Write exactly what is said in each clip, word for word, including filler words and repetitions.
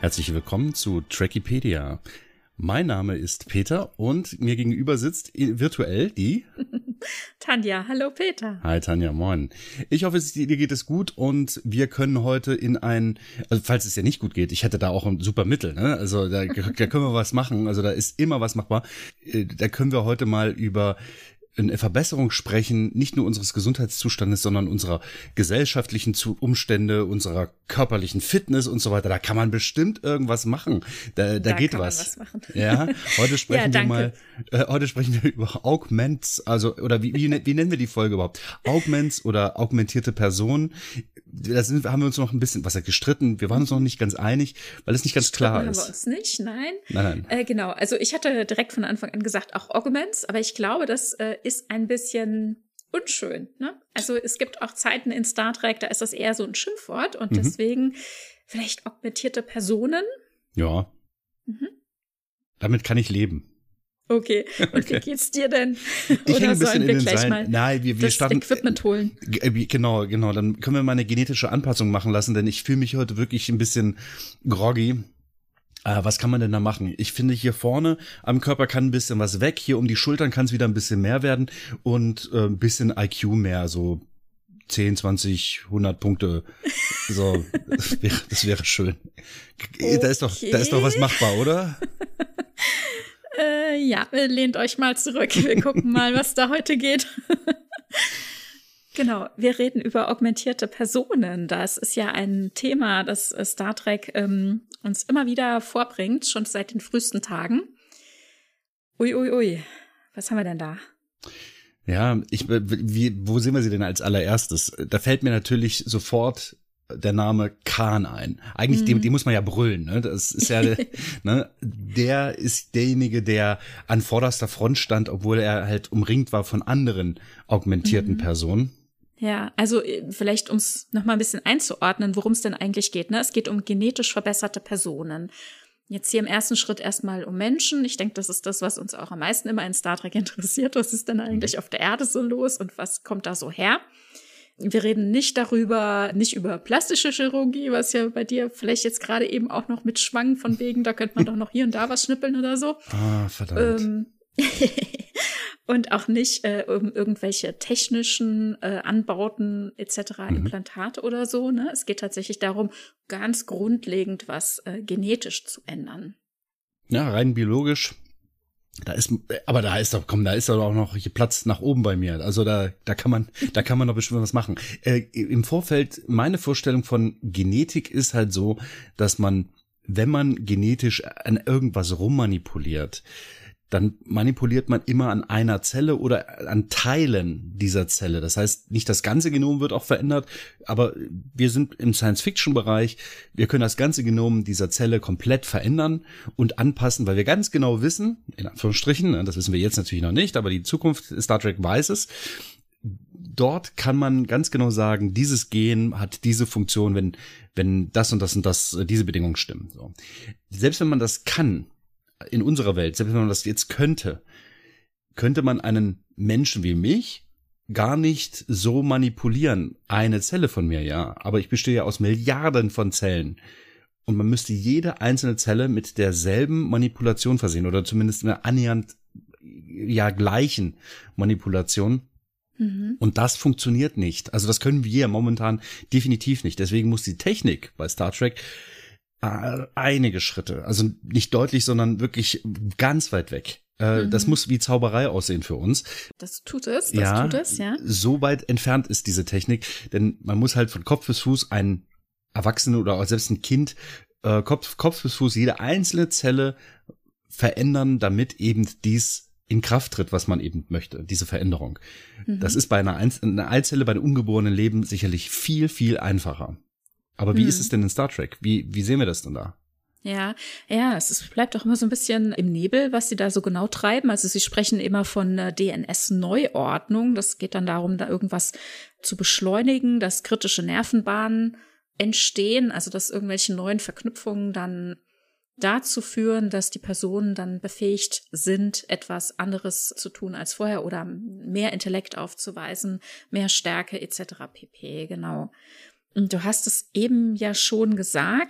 Herzlich willkommen zu Trekkipedia. Mein Name ist Peter und mir gegenüber sitzt virtuell die Tanja. Hallo Peter. Hi Tanja, moin. Ich hoffe, dir geht es gut und wir können heute in ein, also falls es dir nicht gut geht, ich hätte da auch ein super Mittel, ne? Also da, da können wir was machen, also da ist immer was machbar. Da können wir heute mal über eine Verbesserung sprechen, nicht nur unseres Gesundheitszustandes, sondern unserer gesellschaftlichen Umstände, unserer körperlichen Fitness und so weiter. Da kann man bestimmt irgendwas machen. Da, da, da geht kann was. Man was machen. Ja, heute sprechen ja, wir mal, äh, heute sprechen wir über Augments, also, oder wie, wie, wie nennen wir die Folge überhaupt? Augments oder augmentierte Personen. Da sind, haben wir uns noch ein bisschen, was ja gestritten, wir waren uns noch nicht ganz einig, weil es nicht ganz klar ist. Haben wir uns nicht, nein. Nein, nein. Äh, genau, also ich hatte direkt von Anfang an gesagt, auch Augments, aber ich glaube, das äh, ist ein bisschen unschön, ne? Also es gibt auch Zeiten in Star Trek, da ist das eher so ein Schimpfwort und mhm. deswegen vielleicht augmentierte Personen. Ja. Mhm. Damit kann ich leben. Okay, und okay. Wie geht's dir denn? Ich Oder hänge ein bisschen sollen wir in den gleich Seilen. mal Nein, wir, wir das starten, Equipment holen? Äh, genau, genau. Dann können wir mal eine genetische Anpassung machen lassen, denn ich fühle mich heute wirklich ein bisschen groggy. Äh, was kann man denn da machen? Ich finde, hier vorne am Körper kann ein bisschen was weg. Hier um die Schultern kann es wieder ein bisschen mehr werden und äh, ein bisschen I Q mehr, so zehn, zwanzig, hundert Punkte. So, das wäre, das wäre schön. Okay. Da ist doch, da ist doch was machbar, oder? Äh, ja, lehnt euch mal zurück. Wir gucken mal, was da heute geht. Genau, wir reden über augmentierte Personen. Das ist ja ein Thema, das Star Trek ähm, uns immer wieder vorbringt, schon seit den frühesten Tagen. Ui, ui, ui. Was haben wir denn da? Ja, ich, wie, wo sehen wir sie denn als allererstes? Da fällt mir natürlich sofort der Name Khan ein. Eigentlich, mhm. dem, dem muss man ja brüllen, ne? Das ist ja, ne? Der ist derjenige, der an vorderster Front stand, obwohl er halt umringt war von anderen augmentierten mhm. Personen. Ja, also vielleicht, um es nochmal ein bisschen einzuordnen, worum es denn eigentlich geht, ne? Es geht um genetisch verbesserte Personen. Jetzt hier im ersten Schritt erstmal um Menschen. Ich denke, das ist das, was uns auch am meisten immer in Star Trek interessiert. Was ist denn eigentlich mhm. auf der Erde so los und was kommt da so her? Wir reden nicht darüber, nicht über plastische Chirurgie, was ja bei dir vielleicht jetzt gerade eben auch noch mitschwang, von wegen, da könnte man doch noch hier und da was schnippeln oder so. Ah, verdammt. Ähm, und auch nicht äh, um irgendwelche technischen äh, Anbauten et cetera, mhm. Implantate oder so. Ne? Es geht tatsächlich darum, ganz grundlegend was äh, genetisch zu ändern. Ja, rein biologisch. Da ist, aber da ist doch, komm, da ist doch auch noch hier Platz nach oben bei mir. Also da, da kann man, da kann man doch bestimmt was machen. Äh, im Vorfeld, meine Vorstellung von Genetik ist halt so, dass man, wenn man genetisch an irgendwas rummanipuliert, dann manipuliert man immer an einer Zelle oder an Teilen dieser Zelle. Das heißt, nicht das ganze Genom wird auch verändert, aber wir sind im Science-Fiction-Bereich. Wir können das ganze Genom dieser Zelle komplett verändern und anpassen, weil wir ganz genau wissen, in Anführungsstrichen, das wissen wir jetzt natürlich noch nicht, aber die Zukunft Star Trek weiß es, dort kann man ganz genau sagen, dieses Gen hat diese Funktion, wenn, wenn das und das und das, diese Bedingungen stimmen. So. Selbst wenn man das kann, in unserer Welt, selbst wenn man das jetzt könnte, könnte man einen Menschen wie mich gar nicht so manipulieren. Eine Zelle von mir, ja, aber ich bestehe ja aus Milliarden von Zellen. Und man müsste jede einzelne Zelle mit derselben Manipulation versehen oder zumindest einer annähernd ja gleichen Manipulation. Mhm. Und das funktioniert nicht. Also das können wir momentan definitiv nicht. Deswegen muss die Technik bei Star Trek einige Schritte, also nicht deutlich, sondern wirklich ganz weit weg. Äh, mhm. Das muss wie Zauberei aussehen für uns. Das tut es, das ja, tut es, ja. So weit entfernt ist diese Technik, denn man muss halt von Kopf bis Fuß einen Erwachsenen oder auch selbst ein Kind äh, Kopf, Kopf bis Fuß jede einzelne Zelle verändern, damit eben dies in Kraft tritt, was man eben möchte, diese Veränderung. Mhm. Das ist bei einer, Einz- einer Eizelle, bei einem ungeborenen Leben sicherlich viel, viel einfacher. Aber wie hm. ist es denn in Star Trek? Wie, wie sehen wir das denn da? Ja, ja, es ist, bleibt auch immer so ein bisschen im Nebel, was sie da so genau treiben. Also sie sprechen immer von D N S-Neuordnung. Das geht dann darum, da irgendwas zu beschleunigen, dass kritische Nervenbahnen entstehen, also dass irgendwelche neuen Verknüpfungen dann dazu führen, dass die Personen dann befähigt sind, etwas anderes zu tun als vorher oder mehr Intellekt aufzuweisen, mehr Stärke et cetera pp. Genau. Und du hast es eben ja schon gesagt,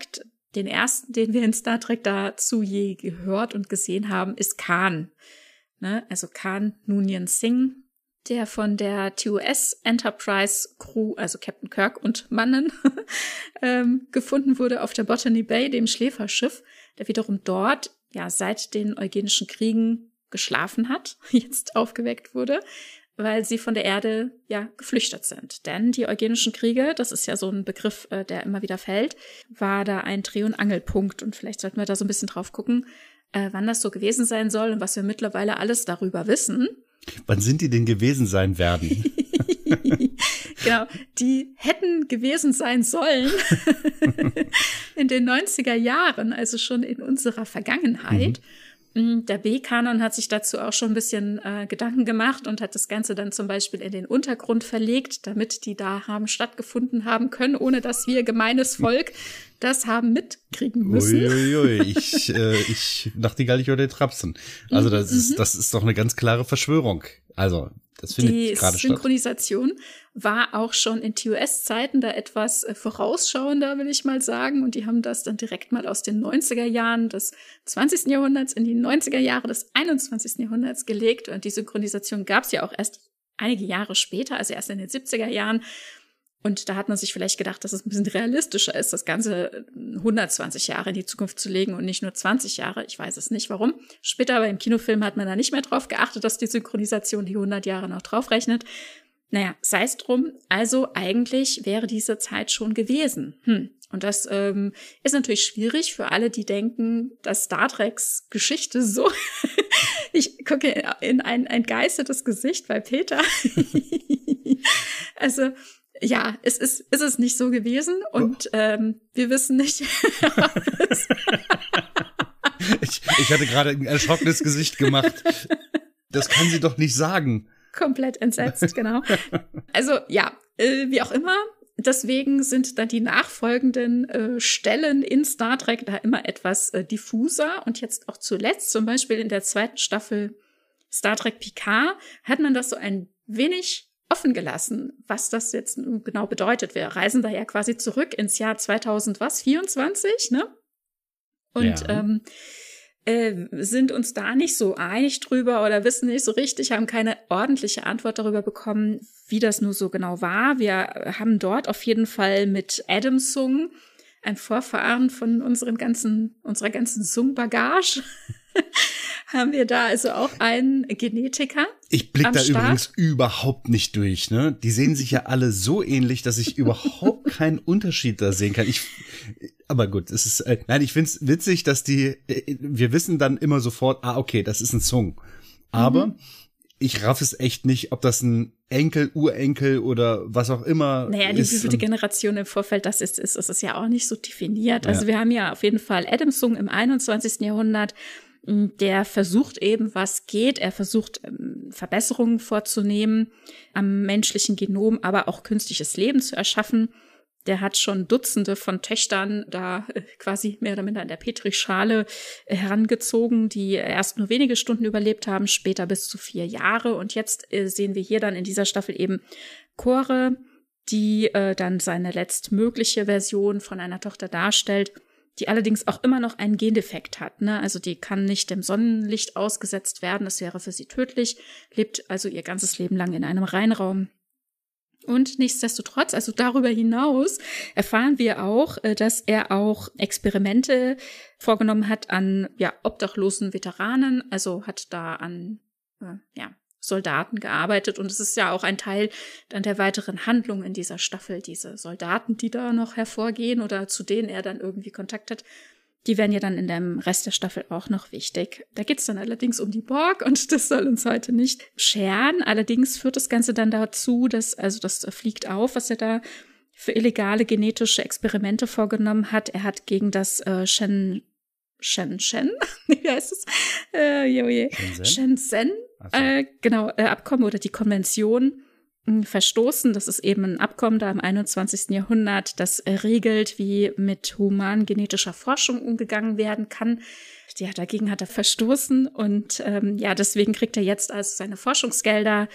Den ersten, den wir in Star Trek dazu je gehört und gesehen haben, ist Khan. Ne? Also Khan Noonien Singh, der von der T U S Enterprise Crew, also Captain Kirk und Mannen, ähm, gefunden wurde auf der Botany Bay, dem Schläferschiff, der wiederum dort ja seit den Eugenischen Kriegen geschlafen hat, jetzt aufgeweckt wurde, weil sie von der Erde ja geflüchtet sind. Denn die Eugenischen Kriege, das ist ja so ein Begriff, äh, der immer wieder fällt, war da ein Dreh- und Angelpunkt. Und vielleicht sollten wir da so ein bisschen drauf gucken, äh, wann das so gewesen sein soll und was wir mittlerweile alles darüber wissen. Wann sind die denn gewesen sein werden? Genau, die hätten gewesen sein sollen in den neunziger Jahren, also schon in unserer Vergangenheit. Mhm. Der B-Kanon hat sich dazu auch schon ein bisschen äh, Gedanken gemacht und hat das Ganze dann zum Beispiel in den Untergrund verlegt, damit die da haben stattgefunden haben können, ohne dass wir gemeines Volk das haben mitkriegen müssen. Uiuiui, ich, äh, ich Nachtigall, ich höre den Trapsen. Also das ist, das ist doch eine ganz klare Verschwörung. Also das findet die gerade statt. Synchronisation war auch schon in T U S-Zeiten da etwas äh, vorausschauender, will ich mal sagen. Und die haben das dann direkt mal aus den neunziger Jahren des zwanzigsten Jahrhunderts in die neunziger Jahre des einundzwanzigsten Jahrhunderts gelegt. Und die Synchronisation gab es ja auch erst einige Jahre später, also erst in den siebziger Jahren. Und da hat man sich vielleicht gedacht, dass es ein bisschen realistischer ist, das Ganze hundertzwanzig Jahre in die Zukunft zu legen und nicht nur zwanzig Jahre. Ich weiß es nicht, warum. Später aber im Kinofilm hat man da nicht mehr drauf geachtet, dass die Synchronisation die hundert Jahre noch draufrechnet. Naja, sei es drum. Also eigentlich wäre diese Zeit schon gewesen. Hm. Und das ähm, ist natürlich schwierig für alle, die denken, dass Star Treks Geschichte so... Ich gucke in ein, ein geistertes Gesicht bei Peter. Also... Ja, es ist, ist es nicht so gewesen und ähm, wir wissen nicht. ich, ich hatte gerade ein erschrockenes Gesicht gemacht. Das kann sie doch nicht sagen. Komplett entsetzt, genau. Also ja, äh, wie auch immer. Deswegen sind dann die nachfolgenden äh, Stellen in Star Trek da immer etwas äh, diffuser. Und jetzt auch zuletzt, zum Beispiel in der zweiten Staffel Star Trek Picard, hat man das so ein wenig offen gelassen, was das jetzt genau bedeutet. Wir reisen da ja quasi zurück ins Jahr zweitausend, was, vierundzwanzig, ne? Und ja. ähm, äh, sind uns da nicht so einig drüber oder wissen nicht so richtig, haben keine ordentliche Antwort darüber bekommen, wie das nur so genau war. Wir haben dort auf jeden Fall mit Adam Sung, ein Vorfahren von unseren ganzen, unserer ganzen Sung-Bagage, haben wir da also auch einen Genetiker. Ich blick da Start. Übrigens überhaupt nicht durch, ne? Die sehen sich ja alle so ähnlich, dass ich überhaupt keinen Unterschied da sehen kann. Ich, aber gut, es ist, äh, nein, ich find's witzig, dass die, äh, wir wissen dann immer sofort, ah, okay, das ist ein Sung. Aber mhm. ich raff es echt nicht, ob das ein Enkel, Urenkel oder was auch immer naja, ist. Naja, wie viele Generation im Vorfeld das ist, ist, ist es ja auch nicht so definiert. Also ja. wir haben ja auf jeden Fall Adam Sung im einundzwanzigsten Jahrhundert, der versucht eben, was geht. Er versucht, Verbesserungen vorzunehmen am menschlichen Genom, aber auch künstliches Leben zu erschaffen. Der hat schon Dutzende von Töchtern da quasi mehr oder minder in der Petrischale herangezogen, die erst nur wenige Stunden überlebt haben, später bis zu vier Jahre. Und jetzt sehen wir hier dann in dieser Staffel eben Kore, die dann seine letztmögliche Version von einer Tochter darstellt, die allerdings auch immer noch einen Gendefekt hat, ne? Also die kann nicht dem Sonnenlicht ausgesetzt werden, das wäre für sie tödlich, lebt also ihr ganzes Leben lang in einem Reinraum. Und nichtsdestotrotz, also darüber hinaus, erfahren wir auch, dass er auch Experimente vorgenommen hat an ja obdachlosen Veteranen, also hat da an äh, ja Soldaten gearbeitet. Und es ist ja auch ein Teil dann der weiteren Handlung in dieser Staffel, diese Soldaten, die da noch hervorgehen oder zu denen er dann irgendwie Kontakt hat, die werden ja dann in dem Rest der Staffel auch noch wichtig. Da geht's dann allerdings um die Borg und das soll uns heute nicht scheren. Allerdings führt das Ganze dann dazu, dass, also das fliegt auf, was er da für illegale genetische Experimente vorgenommen hat. Er hat gegen das äh, Shen Shen Shen, wie heißt es? Äh, joje. Shenzhen, so. äh, genau, äh, Abkommen oder die Konvention äh, verstoßen. Das ist eben ein Abkommen da im einundzwanzigsten Jahrhundert, das äh, regelt, wie mit humangenetischer Forschung umgegangen werden kann. Ja, dagegen hat er verstoßen und ähm, ja, deswegen kriegt er jetzt also seine Forschungsgelder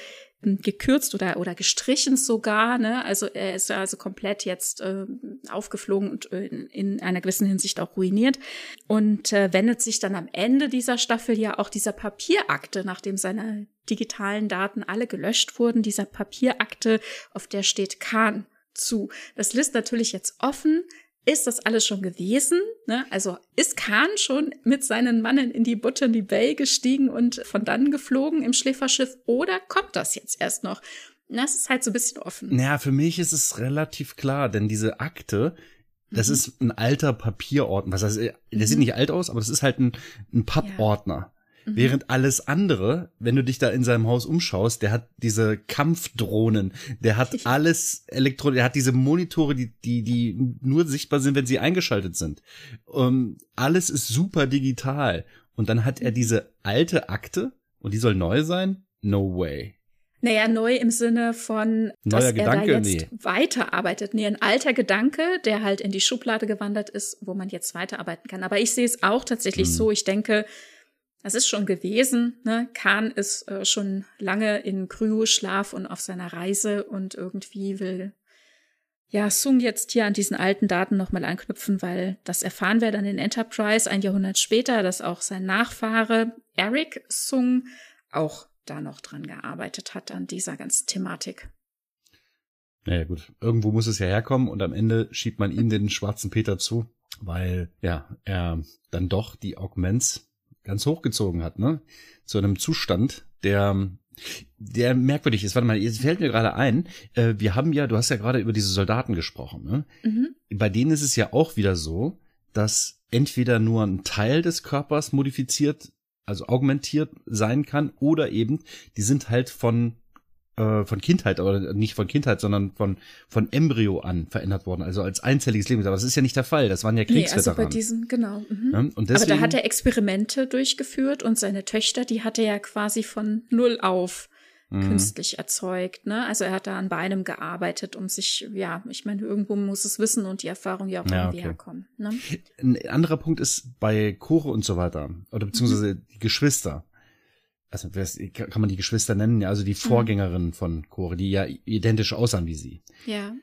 gekürzt oder oder gestrichen sogar, ne? Also er ist also komplett jetzt äh, aufgeflogen und in, in einer gewissen Hinsicht auch ruiniert und äh, wendet sich dann am Ende dieser Staffel ja auch dieser Papierakte, nachdem seine digitalen Daten alle gelöscht wurden, dieser Papierakte, auf der steht Khan, zu. Das lässt natürlich jetzt offen, ist das alles schon gewesen? Ne? Also ist Khan schon mit seinen Mannen in die Botany Bay gestiegen und von dann geflogen im Schläferschiff oder kommt das jetzt erst noch? Das ist halt so ein bisschen offen. Naja, für mich ist es relativ klar, denn diese Akte, das mhm. ist ein alter Papierordner. Was heißt, der mhm. sieht nicht alt aus, aber das ist halt ein, ein Pappordner. Ja. Mhm. Während alles andere, wenn du dich da in seinem Haus umschaust, der hat diese Kampfdrohnen, der hat alles Elektro, der hat diese Monitore, die die die nur sichtbar sind, wenn sie eingeschaltet sind. Um, alles ist super digital. Und dann hat er diese alte Akte und die soll neu sein? No way. Naja, neu im Sinne von, dass Neuer Gedanke? er da jetzt nee. weiterarbeitet. Nee, ein alter Gedanke, der halt in die Schublade gewandert ist, wo man jetzt weiterarbeiten kann. Aber ich sehe es auch tatsächlich hm. so. Ich denke, das ist schon gewesen, ne? Khan ist äh, schon lange in Kryoschlaf und auf seiner Reise und irgendwie will ja Sung jetzt hier an diesen alten Daten nochmal anknüpfen, weil das erfahren wir dann in Enterprise ein Jahrhundert später, dass auch sein Nachfahre Eric Sung auch da noch dran gearbeitet hat an dieser ganzen Thematik. Naja gut, irgendwo muss es ja herkommen und am Ende schiebt man ihm den schwarzen Peter zu, weil ja er dann doch die Augments ganz hochgezogen hat, ne? Zu einem Zustand, der der merkwürdig ist. Warte mal, jetzt fällt mir gerade ein, äh, wir haben ja, du hast ja gerade über diese Soldaten gesprochen, ne? Mhm. Bei denen ist es ja auch wieder so, dass entweder nur ein Teil des Körpers modifiziert, also augmentiert sein kann, oder eben, die sind halt von äh, von Kindheit, oder nicht von Kindheit, sondern von von Embryo an verändert worden, also als einzelliges Leben. Aber das ist ja nicht der Fall, das waren ja Kriegsveteranen. Nee, also bei diesen, genau. Mhm. Ja, und deswegen, aber da hat er Experimente durchgeführt und seine Töchter, die hat er ja quasi von null auf mhm. künstlich erzeugt, ne? Also er hat da an beidem gearbeitet, um sich, ja, ich meine, irgendwo muss es Wissen und die Erfahrung ja auch ja, irgendwie okay. herkommen. Ne? Ein anderer Punkt ist bei Kore und so weiter, oder beziehungsweise mhm. die Geschwister. Also kann man die Geschwister nennen, ja, also die Vorgängerin mhm. von Kore, die ja identisch aussahen wie sie. Ja.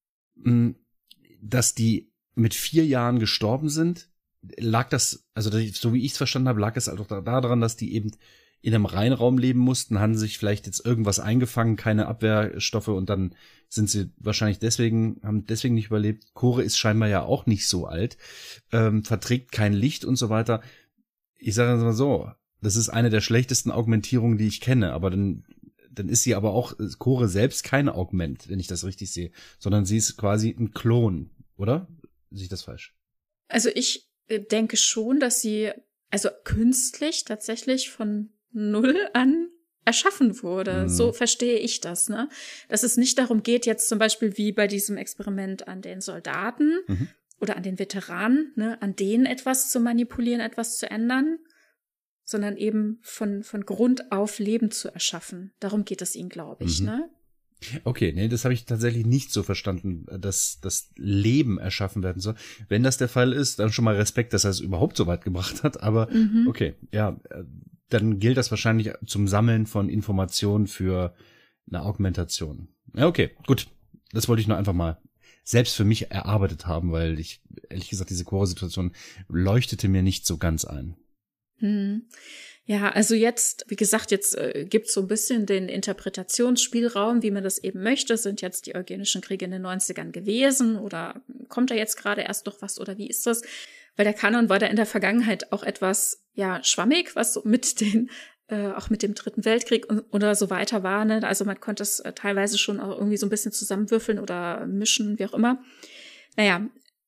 Dass die mit vier Jahren gestorben sind, lag das, also so wie ich es verstanden habe, lag es halt auch daran, dass die eben in einem Reinraum leben mussten, haben sich vielleicht jetzt irgendwas eingefangen, keine Abwehrstoffe und dann sind sie wahrscheinlich deswegen, haben deswegen nicht überlebt. Kore ist scheinbar ja auch nicht so alt, ähm, verträgt kein Licht und so weiter. Ich sage es mal so, das ist eine der schlechtesten Augmentierungen, die ich kenne, aber dann, dann ist sie aber auch, Kore selbst keine Augment, wenn ich das richtig sehe, sondern sie ist quasi ein Klon, oder? Sehe ich das falsch? Also ich denke schon, dass sie, also künstlich tatsächlich von null an erschaffen wurde. Mhm. So verstehe ich das, ne? Dass es nicht darum geht, jetzt zum Beispiel wie bei diesem Experiment an den Soldaten mhm. oder an den Veteranen, ne, an denen etwas zu manipulieren, etwas zu ändern, sondern eben von von Grund auf Leben zu erschaffen. Darum geht es ihm, glaube ich, mhm. ne? Okay, nee, das habe ich tatsächlich nicht so verstanden, dass das Leben erschaffen werden soll. Wenn das der Fall ist, dann schon mal Respekt, dass er es überhaupt so weit gebracht hat. Aber mhm. okay, ja, dann gilt das wahrscheinlich zum Sammeln von Informationen für eine Augmentation. Ja, okay, gut. Das wollte ich nur einfach mal selbst für mich erarbeitet haben, weil ich, ehrlich gesagt, diese Kore-Situation leuchtete mir nicht so ganz ein. Hm. Ja, also jetzt, wie gesagt, jetzt äh, gibt es so ein bisschen den Interpretationsspielraum, wie man das eben möchte. Sind jetzt die Eugenischen Kriege in den neunzigern gewesen oder kommt da jetzt gerade erst noch was oder wie ist das? Weil der Kanon war da in der Vergangenheit auch etwas, ja, schwammig, was so mit den, äh, auch mit dem Dritten Weltkrieg und, oder so weiter war, ne? Also man konnte es äh, teilweise schon auch irgendwie so ein bisschen zusammenwürfeln oder mischen, wie auch immer. Naja.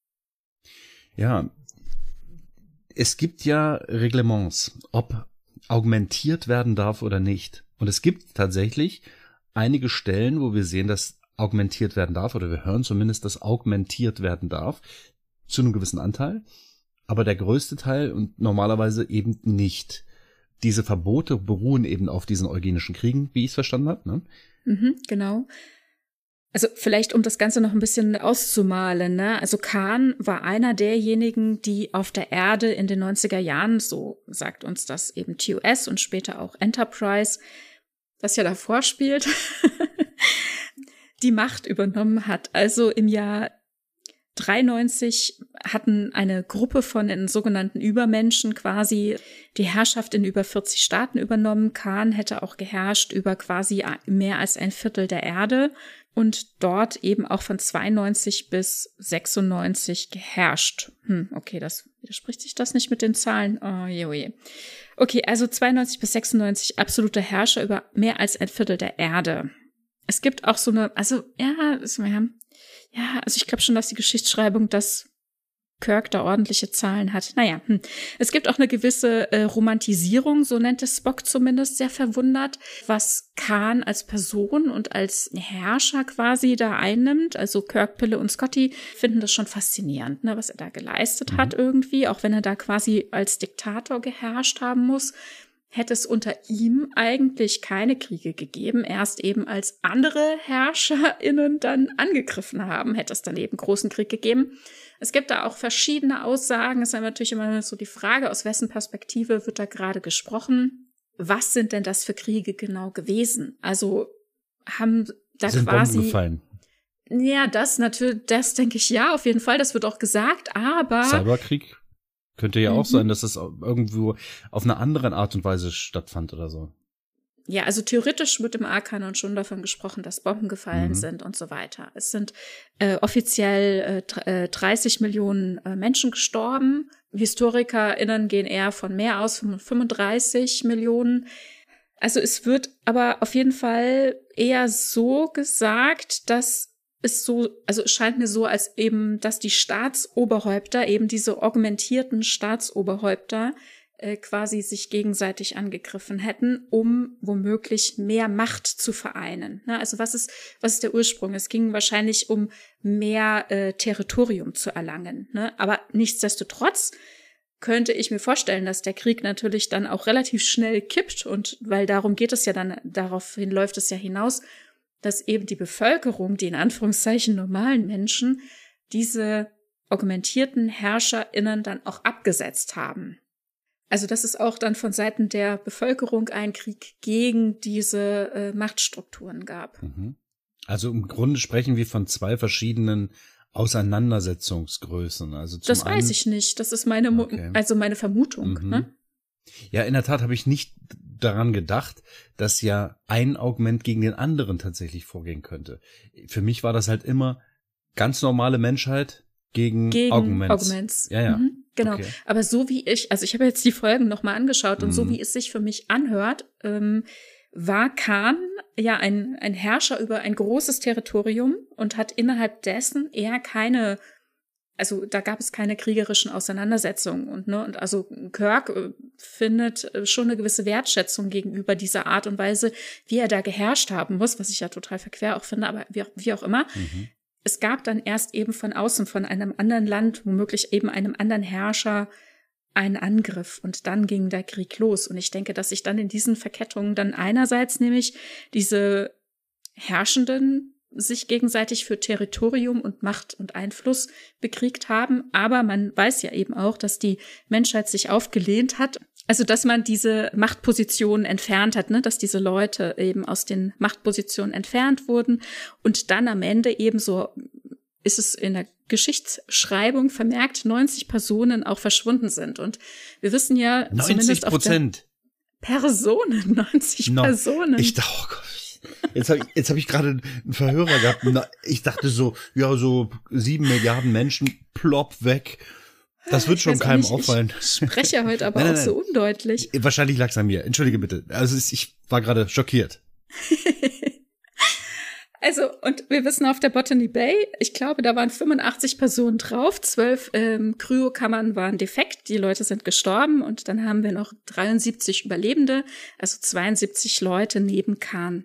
Ja, es gibt ja Reglements, ob augmentiert werden darf oder nicht. Und es gibt tatsächlich einige Stellen, wo wir sehen, dass augmentiert werden darf, oder wir hören zumindest, dass augmentiert werden darf, zu einem gewissen Anteil, aber der größte Teil und normalerweise eben nicht. Diese Verbote beruhen eben auf diesen Eugenischen Kriegen, wie ich es verstanden habe, ne? Mhm, genau. Also vielleicht, um das Ganze noch ein bisschen auszumalen, ne? Also Khan war einer derjenigen, die auf der Erde in den neunziger Jahren, so sagt uns das eben T O S und später auch Enterprise, was ja davor spielt, die Macht übernommen hat. Also im Jahr dreiundneunzig hatten eine Gruppe von den sogenannten Übermenschen quasi die Herrschaft in über vierzig Staaten übernommen. Khan hätte auch geherrscht über quasi mehr als ein Viertel der Erde und dort eben auch von zweiundneunzig bis sechsundneunzig geherrscht. Hm, okay, das widerspricht sich das nicht mit den Zahlen? Oh je, oh je. Okay, also zweiundneunzig bis sechsundneunzig absoluter Herrscher über mehr als ein Viertel der Erde. Es gibt auch so eine, also ja, wir haben Ja, also ich glaube schon, dass die Geschichtsschreibung das Kirk da ordentliche Zahlen hat. Naja, hm. Es gibt auch eine gewisse äh, Romantisierung, so nennt es Spock zumindest, sehr verwundert, was Khan als Person und als Herrscher quasi da einnimmt. Also Kirk, Pille und Scotty finden das schon faszinierend, ne, was er da geleistet mhm. hat irgendwie, auch wenn er da quasi als Diktator geherrscht haben muss. Hätte es unter ihm eigentlich keine Kriege gegeben, erst eben als andere HerrscherInnen dann angegriffen haben, hätte es dann eben großen Krieg gegeben. Es gibt da auch verschiedene Aussagen. Es ist natürlich immer so die Frage, aus wessen Perspektive wird da gerade gesprochen? Was sind denn das für Kriege genau gewesen? Also haben da sind quasi Bomben gefallen? Ja, das natürlich, das denke ich ja, auf jeden Fall, das wird auch gesagt, aber Cyberkrieg? Könnte ja mhm. auch sein, dass es irgendwo auf eine andere Art und Weise stattfand oder so. Ja, also theoretisch wird im A-Kanon schon davon gesprochen, dass Bomben gefallen mhm. sind und so weiter. Es sind äh, offiziell äh, dreißig Millionen äh, Menschen gestorben. HistorikerInnen gehen eher von mehr aus, von fünfunddreißig Millionen. Also es wird aber auf jeden Fall eher so gesagt, dass ist so, also es scheint mir so, als eben, dass die Staatsoberhäupter, eben diese augmentierten Staatsoberhäupter, äh, quasi sich gegenseitig angegriffen hätten, um womöglich mehr Macht zu vereinen. Ne? Also was ist, was ist der Ursprung? Es ging wahrscheinlich um mehr äh, Territorium zu erlangen. Ne? Aber nichtsdestotrotz könnte ich mir vorstellen, dass der Krieg natürlich dann auch relativ schnell kippt und weil darum geht es ja dann, daraufhin läuft es ja hinaus, dass eben die Bevölkerung, die in Anführungszeichen normalen Menschen, diese augmentierten HerrscherInnen dann auch abgesetzt haben. Also dass es auch dann von Seiten der Bevölkerung einen Krieg gegen diese äh, Machtstrukturen gab. Also im Grunde sprechen wir von zwei verschiedenen Auseinandersetzungsgrößen. Also zum das weiß einen, ich nicht. Das ist meine, okay. also meine Vermutung. Mhm. Ne? Ja, in der Tat habe ich nicht daran gedacht, dass ja ein Augment gegen den anderen tatsächlich vorgehen könnte. Für mich war das halt immer ganz normale Menschheit gegen, gegen Augments. Augments. Ja, ja. Mhm, genau. Okay. Aber so wie ich, also ich habe jetzt die Folgen nochmal angeschaut und mhm. so wie es sich für mich anhört, ähm, war Khan ja ein, ein Herrscher über ein großes Territorium und hat innerhalb dessen eher keine Also da gab es keine kriegerischen Auseinandersetzungen und ne und also Kirk äh, findet äh, schon eine gewisse Wertschätzung gegenüber dieser Art und Weise, wie er da geherrscht haben muss, was ich ja total verquer auch finde, aber wie auch, wie auch immer. Mhm. Es gab dann erst eben von außen, von einem anderen Land, womöglich eben einem anderen Herrscher, einen Angriff und dann ging der Krieg los. Und ich denke, dass sich dann in diesen Verkettungen dann einerseits nämlich diese Herrschenden sich gegenseitig für Territorium und Macht und Einfluss bekriegt haben. Aber man weiß ja eben auch, dass die Menschheit sich aufgelehnt hat. Also, dass man diese Machtpositionen entfernt hat, ne, dass diese Leute eben aus den Machtpositionen entfernt wurden. Und dann am Ende eben so ist es in der Geschichtsschreibung vermerkt, neunzig Personen auch verschwunden sind. Und wir wissen ja neunzig Prozent Personen, neunzig no. Personen. Ich dachte, oh Gott. Jetzt habe ich, jetzt hab ich gerade einen Verhörer gehabt. Ich dachte so, ja, so sieben Milliarden Menschen, plopp, weg. Das wird schon keinem auffallen. Ich spreche heute aber nein, nein, auch so undeutlich. Wahrscheinlich lag es an mir. Entschuldige bitte. Also ich war gerade schockiert. Also, und wir wissen auf der Botany Bay, ich glaube, da waren fünfundachtzig Personen drauf, zwölf ähm, Kryokammern waren defekt, die Leute sind gestorben und dann haben wir noch dreiundsiebzig Überlebende, also zweiundsiebzig Leute neben Khan.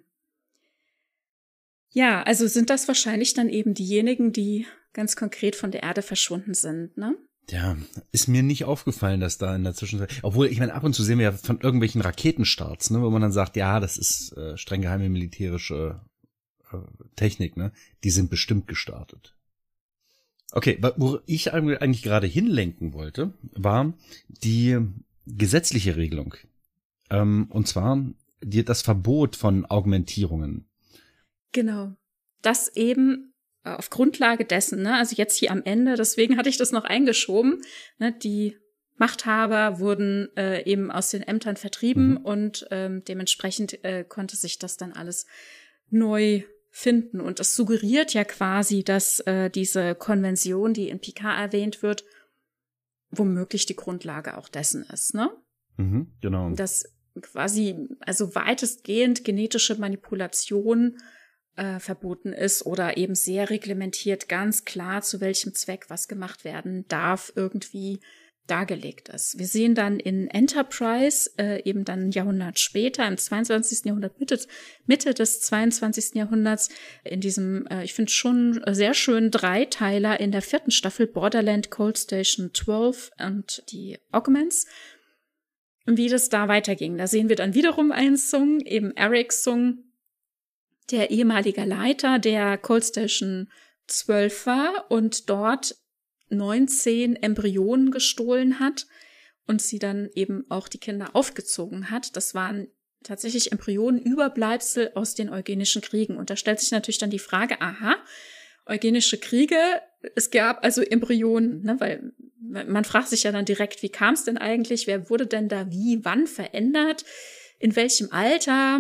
Ja, also sind das wahrscheinlich dann eben diejenigen, die ganz konkret von der Erde verschwunden sind, ne? Ja, ist mir nicht aufgefallen, dass da in der Zwischenzeit, obwohl, ich meine, ab und zu sehen wir ja von irgendwelchen Raketenstarts, ne, wo man dann sagt, ja, das ist äh, streng geheime militärische äh, Technik, ne, die sind bestimmt gestartet. Okay, wo ich eigentlich gerade hinlenken wollte, war die gesetzliche Regelung. Ähm, und zwar die, das Verbot von Augmentierungen. Genau. Das eben auf Grundlage dessen, ne, also jetzt hier am Ende, deswegen hatte ich das noch eingeschoben, ne, die Machthaber wurden äh, eben aus den Ämtern vertrieben mhm. und ähm, dementsprechend äh, konnte sich das dann alles neu finden. Und das suggeriert ja quasi, dass äh, diese Konvention, die in Picard erwähnt wird, womöglich die Grundlage auch dessen ist, ne? Mhm, genau. Dass quasi, also weitestgehend genetische Manipulation äh, verboten ist oder eben sehr reglementiert, ganz klar, zu welchem Zweck was gemacht werden darf, irgendwie dargelegt ist. Wir sehen dann in Enterprise, äh, eben dann ein Jahrhundert später, im zweiundzwanzigsten Jahrhundert, Mitte, Mitte des zweiundzwanzigsten Jahrhunderts, in diesem, äh, ich finde schon sehr schönen Dreiteiler in der vierten Staffel, Borderland, Cold Station zwölf und die Augments, wie das da weiterging. Da sehen wir dann wiederum einen Sung, eben Eric Sung, der ehemalige Leiter der Cold Station zwölf war und dort neunzehn Embryonen gestohlen hat und sie dann eben auch die Kinder aufgezogen hat. Das waren tatsächlich Embryonenüberbleibsel aus den Eugenischen Kriegen. Und da stellt sich natürlich dann die Frage, aha, Eugenische Kriege, es gab also Embryonen, ne, weil man fragt sich ja dann direkt, wie kam es denn eigentlich, wer wurde denn da wie, wann verändert, in welchem Alter,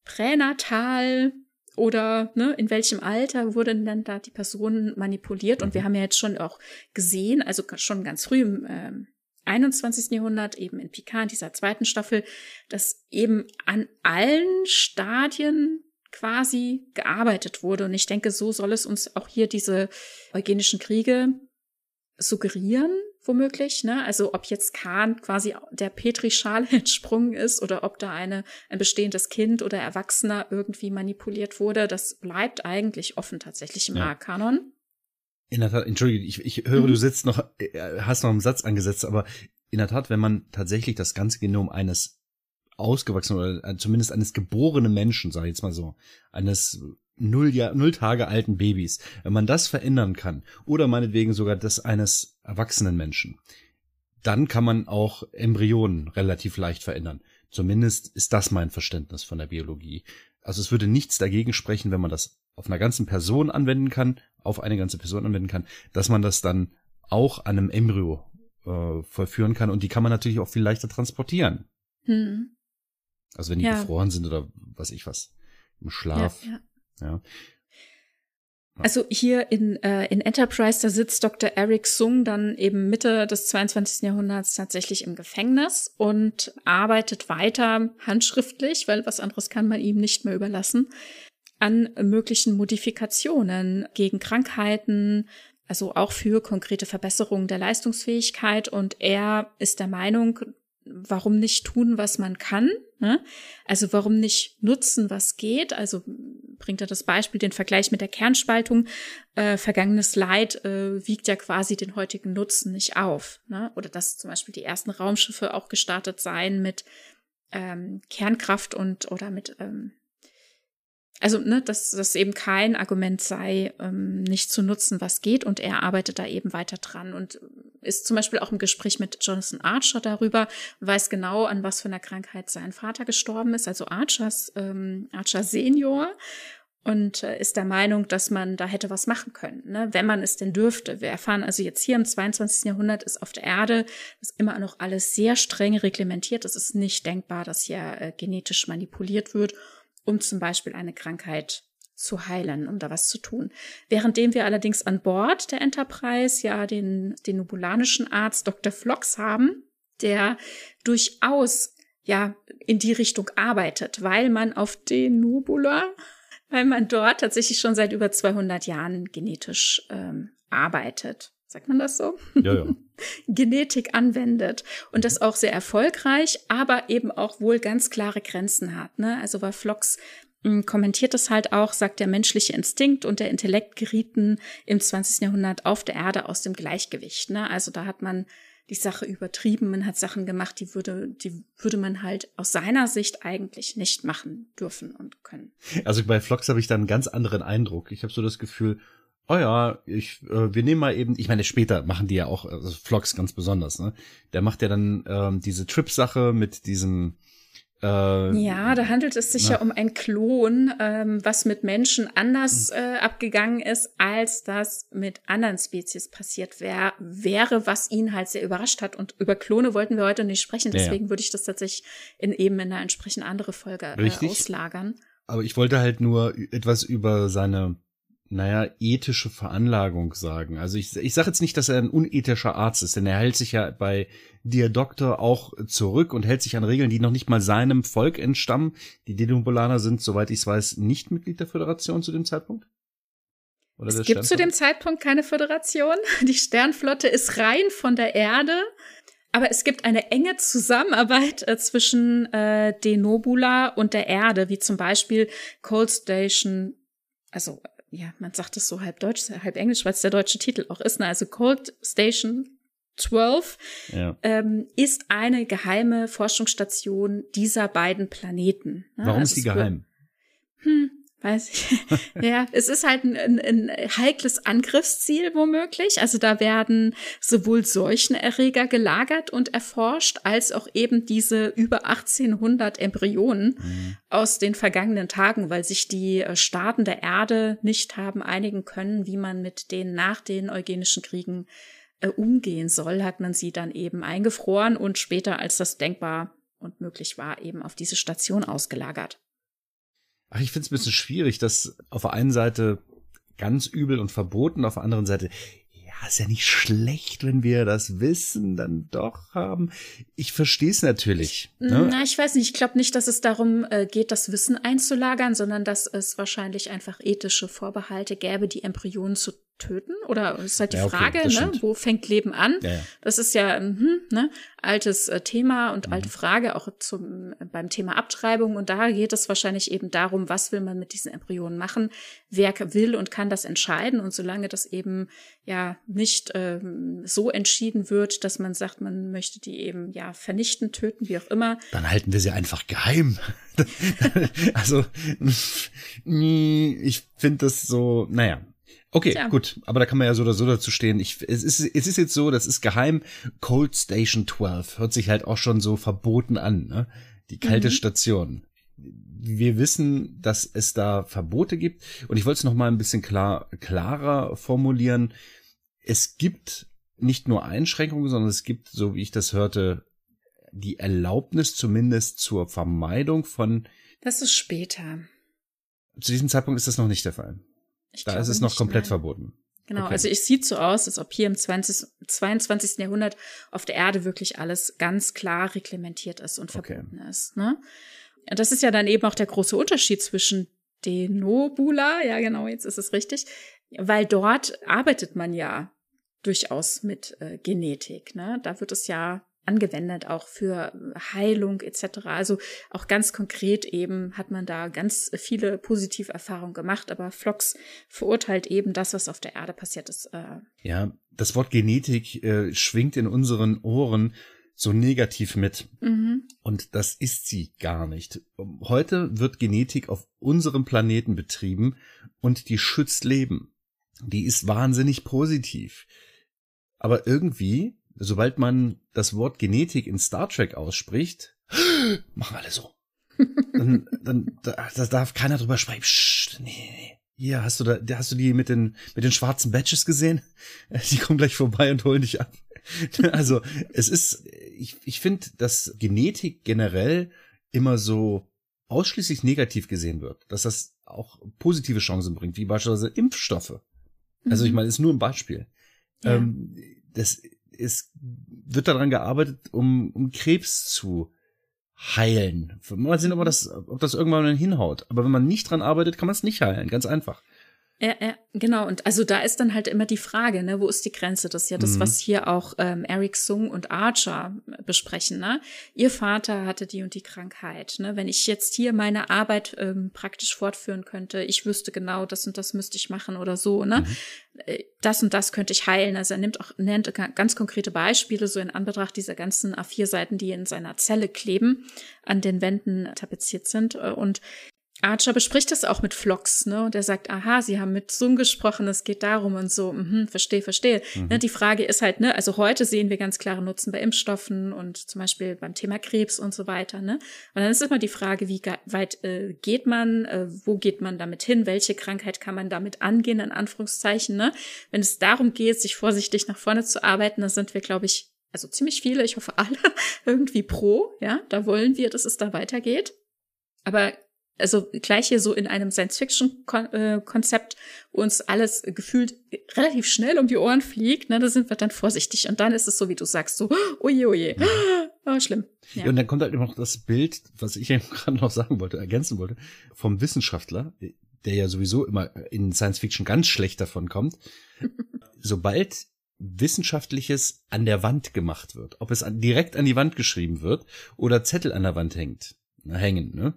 pränatal, oder ne, in welchem Alter wurden denn da die Personen manipuliert? Und wir haben ja jetzt schon auch gesehen, also schon ganz früh im äh, einundzwanzigsten Jahrhundert, eben in Picard, in dieser zweiten Staffel, dass eben an allen Stadien quasi gearbeitet wurde. Und ich denke, so soll es uns auch hier diese Eugenischen Kriege suggerieren, womöglich, ne? Also ob jetzt Khan quasi der Petrischale entsprungen ist oder ob da eine ein bestehendes Kind oder Erwachsener irgendwie manipuliert wurde, das bleibt eigentlich offen tatsächlich im ja. A-Kanon. In der Tat, entschuldige, ich, ich höre, mhm. du sitzt noch, hast noch einen Satz angesetzt, aber in der Tat, wenn man tatsächlich das ganze Genom eines ausgewachsenen oder zumindest eines geborenen Menschen, sage ich jetzt mal so, eines null, Jahr, null Tage alten Babys, wenn man das verändern kann oder meinetwegen sogar das eines erwachsenen Menschen, dann kann man auch Embryonen relativ leicht verändern. Zumindest ist das mein Verständnis von der Biologie. Also es würde nichts dagegen sprechen, wenn man das auf einer ganzen Person anwenden kann, auf eine ganze Person anwenden kann, dass man das dann auch an einem Embryo äh, vollführen kann und die kann man natürlich auch viel leichter transportieren. Hm. Also wenn die ja. gefroren sind oder was ich was, im Schlaf. Ja, ja. Ja. Also hier in, äh, in Enterprise, da sitzt Doktor Eric Sung dann eben Mitte des zweiundzwanzigsten Jahrhunderts tatsächlich im Gefängnis und arbeitet weiter handschriftlich, weil was anderes kann man ihm nicht mehr überlassen, an möglichen Modifikationen gegen Krankheiten, also auch für konkrete Verbesserungen der Leistungsfähigkeit. Und er ist der Meinung, warum nicht tun, was man kann? Ne? Also warum nicht nutzen, was geht? Also bringt er das Beispiel, den Vergleich mit der Kernspaltung. Äh, vergangenes Leid äh, wiegt ja quasi den heutigen Nutzen nicht auf. Ne? Oder dass zum Beispiel die ersten Raumschiffe auch gestartet seien mit ähm, Kernkraft und oder mit ähm, Also, ne, dass das eben kein Argument sei, ähm, nicht zu nutzen, was geht. Und er arbeitet da eben weiter dran und ist zum Beispiel auch im Gespräch mit Jonathan Archer darüber, weiß genau, an was für einer Krankheit sein Vater gestorben ist, also Archers, ähm, Archer Senior. Und äh, ist der Meinung, dass man da hätte was machen können, ne, wenn man es denn dürfte. Wir erfahren also jetzt hier im zweiundzwanzigsten Jahrhundert ist auf der Erde ist immer noch alles sehr streng reglementiert. Es ist nicht denkbar, dass hier äh, genetisch manipuliert wird, um zum Beispiel eine Krankheit zu heilen, um da was zu tun. Währenddem wir allerdings an Bord der Enterprise ja den, den nobulanischen Arzt Doktor Phlox haben, der durchaus ja in die Richtung arbeitet, weil man auf den Nobula, weil man dort tatsächlich schon seit über zweihundert Jahren genetisch ähm, arbeitet. Sagt man das so? Ja, ja. Genetik anwendet und das auch sehr erfolgreich, aber eben auch wohl ganz klare Grenzen hat. Ne? Also weil Phlox mh, kommentiert das halt auch, sagt, der menschliche Instinkt und der Intellekt gerieten im zwanzigsten Jahrhundert auf der Erde aus dem Gleichgewicht. Ne? Also da hat man die Sache übertrieben, man hat Sachen gemacht, die würde, die würde man halt aus seiner Sicht eigentlich nicht machen dürfen und können. Also bei Phlox habe ich da einen ganz anderen Eindruck. Ich habe so das Gefühl, oh ja, ich, äh, wir nehmen mal eben, ich meine, später machen die ja auch, also Phlox ganz besonders, ne? Der macht ja dann ähm, diese Trip-Sache mit diesem Äh, ja, da handelt es sich na. ja um ein Klon, ähm, was mit Menschen anders äh, abgegangen ist, als das mit anderen Spezies passiert wär, wäre, was ihn halt sehr überrascht hat. Und über Klone wollten wir heute nicht sprechen, deswegen ja, ja. würde ich das tatsächlich in eben in einer entsprechend andere Folge äh, auslagern. Aber ich wollte halt nur etwas über seine, naja, ethische Veranlagung sagen. Also ich, ich sage jetzt nicht, dass er ein unethischer Arzt ist, denn er hält sich ja bei Dear Doctor auch zurück und hält sich an Regeln, die noch nicht mal seinem Volk entstammen. Die Denobulaner sind, soweit ich es weiß, nicht Mitglied der Föderation zu dem Zeitpunkt? Oder es gibt zu dem Zeitpunkt keine Föderation. Die Sternflotte ist rein von der Erde. Aber es gibt eine enge Zusammenarbeit äh, zwischen äh, Denobula und der Erde, wie zum Beispiel Cold Station, also ja, man sagt es so halb deutsch, halb englisch, weil es der deutsche Titel auch ist. Ne? Also Cold Station zwölf ja. ähm, ist eine geheime Forschungsstation dieser beiden Planeten. Ne? Warum also ist die geheim? Hm, weiß ich. Ja, es ist halt ein, ein, ein heikles Angriffsziel womöglich. Also da werden sowohl Seuchenerreger gelagert und erforscht, als auch eben diese über achtzehnhundert Embryonen mhm. aus den vergangenen Tagen, weil sich die Staaten der Erde nicht haben einigen können, wie man mit denen nach den Eugenischen Kriegen äh, umgehen soll, hat man sie dann eben eingefroren und später, als das denkbar und möglich war, eben auf diese Station ausgelagert. Ach, ich finde es ein bisschen schwierig, dass auf der einen Seite ganz übel und verboten, auf der anderen Seite, ja, ist ja nicht schlecht, wenn wir das Wissen dann doch haben. Ich verstehe es natürlich. Ich, ne? Na, ich weiß nicht. Ich glaube nicht, dass es darum äh, geht, das Wissen einzulagern, sondern dass es wahrscheinlich einfach ethische Vorbehalte gäbe, die Embryonen zu töten. Oder ist halt die ja, okay, Frage, ne, wo fängt Leben an? Ja, ja. Das ist ja ein ne, altes äh, Thema und mhm. alte Frage, auch zum äh, beim Thema Abtreibung. Und da geht es wahrscheinlich eben darum, was will man mit diesen Embryonen machen? Wer will und kann das entscheiden? Und solange das eben ja nicht ähm, so entschieden wird, dass man sagt, man möchte die eben ja vernichten, töten, wie auch immer. Dann halten wir sie einfach geheim. Also ich finde das so, naja. Okay, Tja. gut, aber da kann man ja so oder so dazu stehen. Ich, es ist, es ist jetzt so, das ist geheim. Cold Station zwölf hört sich halt auch schon so verboten an, ne? Die kalte mhm. Station. Wir wissen, dass es da Verbote gibt. Und ich wollte es noch mal ein bisschen klar, klarer formulieren. Es gibt nicht nur Einschränkungen, sondern es gibt, so wie ich das hörte, die Erlaubnis zumindest zur Vermeidung von. Das ist später. Zu diesem Zeitpunkt ist das noch nicht der Fall. Ich da ist es noch komplett nein. verboten. Genau, okay. Also es sieht so aus, als ob hier im zweiundzwanzigsten Jahrhundert auf der Erde wirklich alles ganz klar reglementiert ist und verboten okay. ist. Ne? Das ist ja dann eben auch der große Unterschied zwischen Denobula, ja genau, jetzt ist es richtig, weil dort arbeitet man ja durchaus mit äh, Genetik. Ne? Da wird es ja angewendet, auch für Heilung et cetera. Also auch ganz konkret eben hat man da ganz viele positive Erfahrungen gemacht, aber Phlox verurteilt eben das, was auf der Erde passiert ist. Äh ja, das Wort Genetik äh, schwingt in unseren Ohren so negativ mit. Mhm. Und das ist sie gar nicht. Heute wird Genetik auf unserem Planeten betrieben und die schützt Leben. Die ist wahnsinnig positiv. Aber irgendwie, sobald man das Wort Genetik in Star Trek ausspricht, machen alle so. Dann, dann da, da darf keiner drüber sprechen. Psst, nee, nee. Hier, hast du da, hast du die mit den, mit den schwarzen Badges gesehen? Die kommen gleich vorbei und holen dich ab. Also, es ist, ich, ich finde, dass Genetik generell immer so ausschließlich negativ gesehen wird. Dass das auch positive Chancen bringt, wie beispielsweise Impfstoffe. Also, ich meine, ist nur ein Beispiel. Ja. Ähm, das, es wird daran gearbeitet, um, um Krebs zu heilen. Mal sehen, ob, man das, ob das irgendwann hinhaut. Aber wenn man nicht dran arbeitet, kann man es nicht heilen. Ganz einfach. Ja, ja, genau. Und also da ist dann halt immer die Frage, ne, wo ist die Grenze? Das ist ja das, mhm. was hier auch ähm, Eric Sung und Archer besprechen. Ne? Ihr Vater hatte die und die Krankheit. Ne? Wenn ich jetzt hier meine Arbeit ähm, praktisch fortführen könnte, ich wüsste genau, das und das müsste ich machen oder so. Ne? Mhm. Das und das könnte ich heilen. Also er nimmt auch nennt ganz konkrete Beispiele, so in Anbetracht dieser ganzen A vier Seiten, die in seiner Zelle kleben, an den Wänden tapeziert sind. Und Archer bespricht das auch mit Phlox, ne? Und er sagt, aha, sie haben mit Sung gesprochen, es geht darum und so, mhm, verstehe, verstehe. Mhm. Ne, die Frage ist halt, ne, also heute sehen wir ganz klare Nutzen bei Impfstoffen und zum Beispiel beim Thema Krebs und so weiter, ne? Und dann ist immer die Frage, wie weit äh, geht man, äh, wo geht man damit hin, welche Krankheit kann man damit angehen, in Anführungszeichen, ne? Wenn es darum geht, sich vorsichtig nach vorne zu arbeiten, dann sind wir, glaube ich, also ziemlich viele, ich hoffe alle, irgendwie pro, ja? Da wollen wir, dass es da weitergeht. Aber also gleich hier so in einem Science-Fiction-Konzept, wo uns alles gefühlt relativ schnell um die Ohren fliegt, ne, da sind wir dann vorsichtig. Und dann ist es so, wie du sagst, so, oje, oje, oh, schlimm. Ja. Ja, und dann kommt halt immer noch das Bild, was ich eben gerade noch sagen wollte, ergänzen wollte, vom Wissenschaftler, der ja sowieso immer in Science-Fiction ganz schlecht davon kommt. Sobald Wissenschaftliches an der Wand gemacht wird, ob es an, direkt an die Wand geschrieben wird oder Zettel an der Wand hängt, hängen, ne,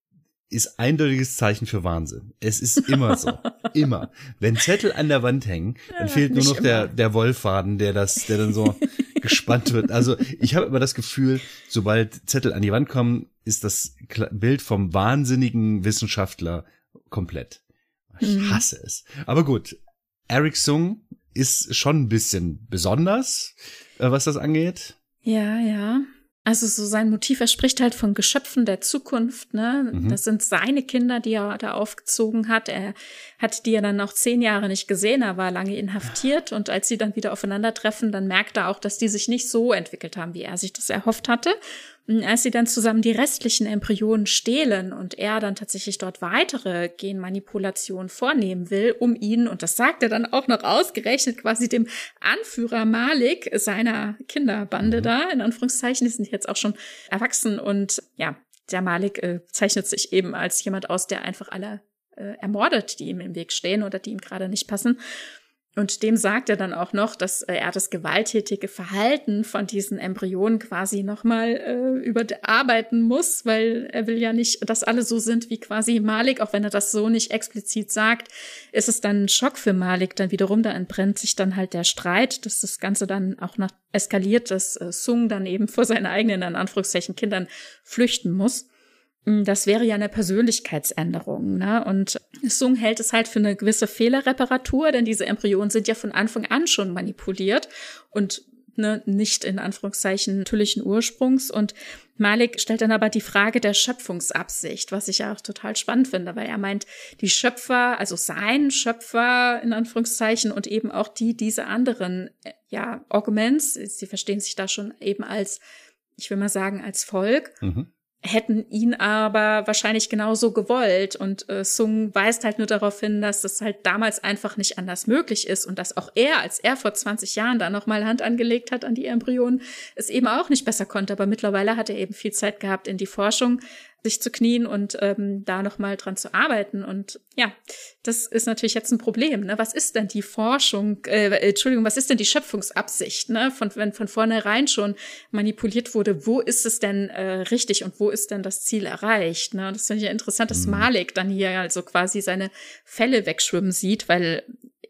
ist eindeutiges Zeichen für Wahnsinn. Es ist immer so. Immer. Wenn Zettel an der Wand hängen, dann ja, fehlt nur noch der, der Wollfaden, der das, der dann so gespannt wird. Also ich habe immer das Gefühl, sobald Zettel an die Wand kommen, ist das Bild vom wahnsinnigen Wissenschaftler komplett. Ich mhm. hasse es. Aber gut. Eric Sung ist schon ein bisschen besonders, was das angeht. Ja, ja. Also so sein Motiv, er spricht halt von Geschöpfen der Zukunft, ne? Mhm. Das sind seine Kinder, die er da aufgezogen hat. Er hat die ja dann auch zehn Jahre nicht gesehen, er war lange inhaftiert und als sie dann wieder aufeinandertreffen, dann merkt er auch, dass die sich nicht so entwickelt haben, wie er sich das erhofft hatte. Und als sie dann zusammen die restlichen Embryonen stehlen und er dann tatsächlich dort weitere Genmanipulationen vornehmen will, um ihn, und das sagt er dann auch noch ausgerechnet quasi dem Anführer Malik seiner Kinderbande mhm. da, in Anführungszeichen, die sind jetzt auch schon erwachsen und ja, der Malik äh, zeichnet sich eben als jemand aus, der einfach alle äh, ermordet, die ihm im Weg stehen oder die ihm gerade nicht passen. Und dem sagt er dann auch noch, dass äh, er das gewalttätige Verhalten von diesen Embryonen quasi nochmal äh, überarbeiten muss, weil er will ja nicht, dass alle so sind wie quasi Malik, auch wenn er das so nicht explizit sagt, ist es dann ein Schock für Malik. Dann wiederum, da entbrennt sich dann halt der Streit, dass das Ganze dann auch noch eskaliert, dass äh, Sung dann eben vor seinen eigenen, in Anführungszeichen, Kindern flüchten muss. Das wäre ja eine Persönlichkeitsänderung, ne? Und Sung hält es halt für eine gewisse Fehlerreparatur, denn diese Embryonen sind ja von Anfang an schon manipuliert und ne, nicht in Anführungszeichen natürlichen Ursprungs. Und Malik stellt dann aber die Frage der Schöpfungsabsicht, was ich ja auch total spannend finde, weil er meint, die Schöpfer, also sein Schöpfer in Anführungszeichen und eben auch die, diese anderen, ja, Augments, sie verstehen sich da schon eben als, ich will mal sagen, als Volk, mhm. hätten ihn aber wahrscheinlich genauso gewollt. Und äh, Sung weist halt nur darauf hin, dass das halt damals einfach nicht anders möglich ist und dass auch er, als er vor zwanzig Jahren da nochmal Hand angelegt hat an die Embryonen, es eben auch nicht besser konnte. Aber mittlerweile hat er eben viel Zeit gehabt in die Forschung, sich zu knien und ähm, da nochmal dran zu arbeiten. Und ja, das ist natürlich jetzt ein Problem. Ne? Was ist denn die Forschung, äh, Entschuldigung, was ist denn die Schöpfungsabsicht, ne? Von, wenn von vornherein schon manipuliert wurde, wo ist es denn äh, richtig und wo ist denn das Ziel erreicht? Ne? Das finde ich ja interessant, dass Malik dann hier also quasi seine Fälle wegschwimmen sieht, weil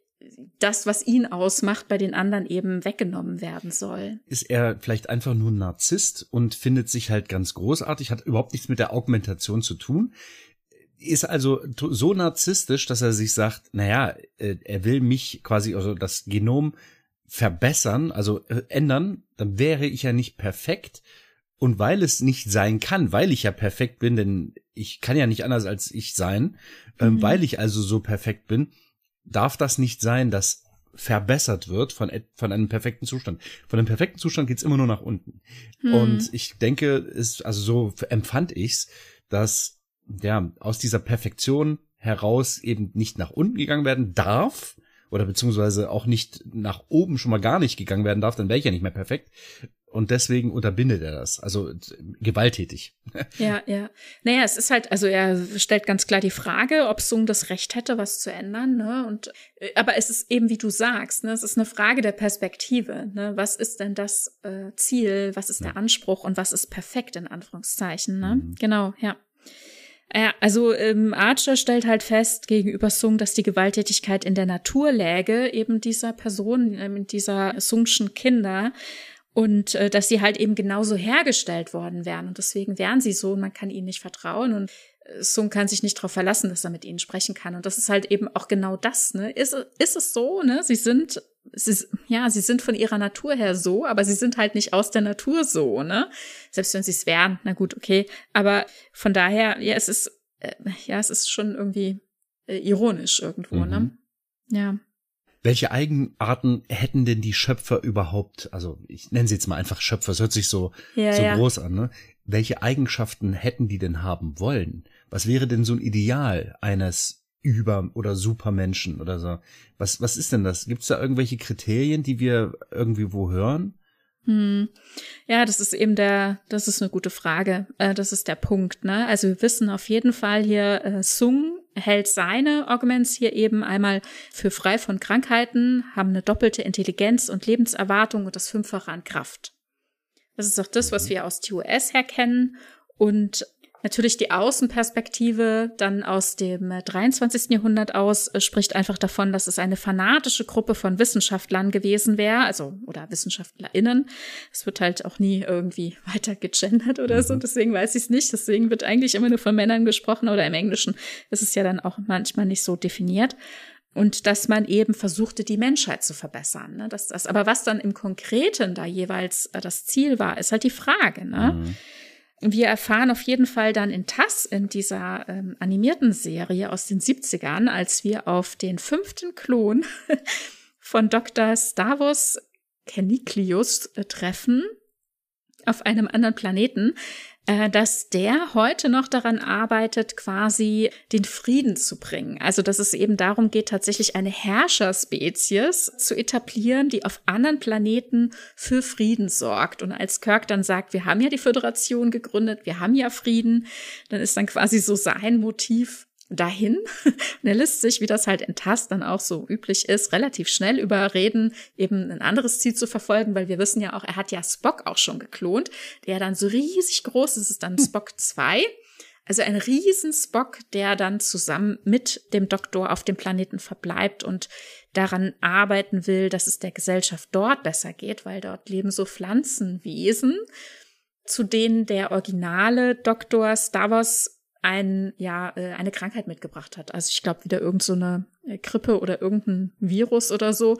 das, was ihn ausmacht, bei den anderen eben weggenommen werden soll. Ist er vielleicht einfach nur ein Narzisst und findet sich halt ganz großartig, hat überhaupt nichts mit der Augmentation zu tun, ist also so narzisstisch, dass er sich sagt, naja, er will mich quasi, also das Genom verbessern, also ändern, dann wäre ich ja nicht perfekt. Und weil es nicht sein kann, weil ich ja perfekt bin, denn ich kann ja nicht anders als ich sein, mhm. weil ich also so perfekt bin, darf das nicht sein, dass verbessert wird von, von einem perfekten Zustand. Von einem perfekten Zustand geht's immer nur nach unten. Hm. Und ich denke, ist, also so empfand ich's, dass ja aus dieser Perfektion heraus eben nicht nach unten gegangen werden darf oder beziehungsweise auch nicht nach oben schon mal gar nicht gegangen werden darf, dann wäre ich ja nicht mehr perfekt. Und deswegen unterbindet er das, also gewalttätig. Ja, ja. Naja, es ist halt, also er stellt ganz klar die Frage, ob Sung das Recht hätte, was zu ändern, ne? Und aber es ist eben, wie du sagst, ne, es ist eine Frage der Perspektive, ne? Was ist denn das äh, Ziel, was ist ja. der Anspruch und was ist perfekt in Anführungszeichen, ne? Mhm. Genau, ja. Ja, also ähm, Archer stellt halt fest gegenüber Sung, dass die Gewalttätigkeit in der Natur läge, eben dieser Person, ähm, dieser Sungschen Kinder. Und äh, dass sie halt eben genauso hergestellt worden wären. Und deswegen wären sie so und man kann ihnen nicht vertrauen. Und Sung kann sich nicht darauf verlassen, dass er mit ihnen sprechen kann. Und das ist halt eben auch genau das, ne? Ist, ist es so, ne? Sie sind, sie, ja, sie sind von ihrer Natur her so, aber sie sind halt nicht aus der Natur so, ne? Selbst wenn sie es wären, na gut, okay. Aber von daher, ja, es ist, äh, ja, es ist schon irgendwie äh, ironisch irgendwo, mhm. ne? Ja. Welche Eigenarten hätten denn die Schöpfer überhaupt, also ich nenne sie jetzt mal einfach Schöpfer, es hört sich so, ja, so ja. groß an, ne? Welche Eigenschaften hätten die denn haben wollen? Was wäre denn so ein Ideal eines Über- oder Supermenschen oder so? Was, was ist denn das? Gibt es da irgendwelche Kriterien, die wir irgendwie wo hören? Hm. Ja, das ist eben der, das ist eine gute Frage. Äh, das ist der Punkt, ne? Also wir wissen auf jeden Fall hier, äh, Sung hält seine Augments hier eben einmal für frei von Krankheiten, haben eine doppelte Intelligenz und Lebenserwartung und das Fünffache an Kraft. Das ist auch das, was wir aus T O S her kennen. Und natürlich die Außenperspektive dann aus dem dreiundzwanzigsten Jahrhundert aus äh, spricht einfach davon, dass es eine fanatische Gruppe von Wissenschaftlern gewesen wäre, also oder WissenschaftlerInnen. Es wird halt auch nie irgendwie weiter gegendert oder so, deswegen weiß ich es nicht. Deswegen wird eigentlich immer nur von Männern gesprochen oder im Englischen ist es ja dann auch manchmal nicht so definiert. Und dass man eben versuchte, die Menschheit zu verbessern. Ne? Das, das, aber was dann im Konkreten da jeweils äh, das Ziel war, ist halt die Frage, ne? Mhm. Wir erfahren auf jeden Fall dann in T A S, in dieser ähm, animierten Serie aus den siebzigern, als wir auf den fünften Klon von Doktor Stavros Keniklius äh, treffen, auf einem anderen Planeten, äh, dass der heute noch daran arbeitet, quasi den Frieden zu bringen. Also dass es eben darum geht, tatsächlich eine Herrscherspezies zu etablieren, die auf anderen Planeten für Frieden sorgt. Und als Kirk dann sagt, wir haben ja die Föderation gegründet, wir haben ja Frieden, dann ist dann quasi so sein Motiv dahin. Und er lässt sich, wie das halt in T A S dann auch so üblich ist, relativ schnell überreden, eben ein anderes Ziel zu verfolgen, weil wir wissen ja auch, er hat ja Spock auch schon geklont, der dann so riesig groß ist, ist dann Spock zwei. Also ein riesen Spock, der dann zusammen mit dem Doktor auf dem Planeten verbleibt und daran arbeiten will, dass es der Gesellschaft dort besser geht, weil dort leben so Pflanzenwesen, zu denen der originale Doktor Stavros ein, ja, eine Krankheit mitgebracht hat. Also ich glaube wieder irgend so eine Grippe oder irgendein Virus oder so,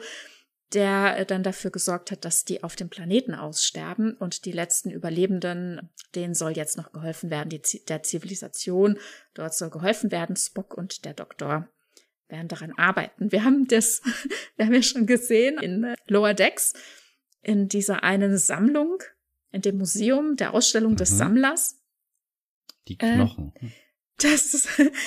der dann dafür gesorgt hat, dass die auf dem Planeten aussterben und die letzten Überlebenden, denen soll jetzt noch geholfen werden, die, der Zivilisation, dort soll geholfen werden. Spock und der Doktor werden daran arbeiten. Wir haben das, wir haben ja schon gesehen in Lower Decks, in dieser einen Sammlung, in dem Museum der Ausstellung mhm. des Sammlers, die Knochen. Äh, dass,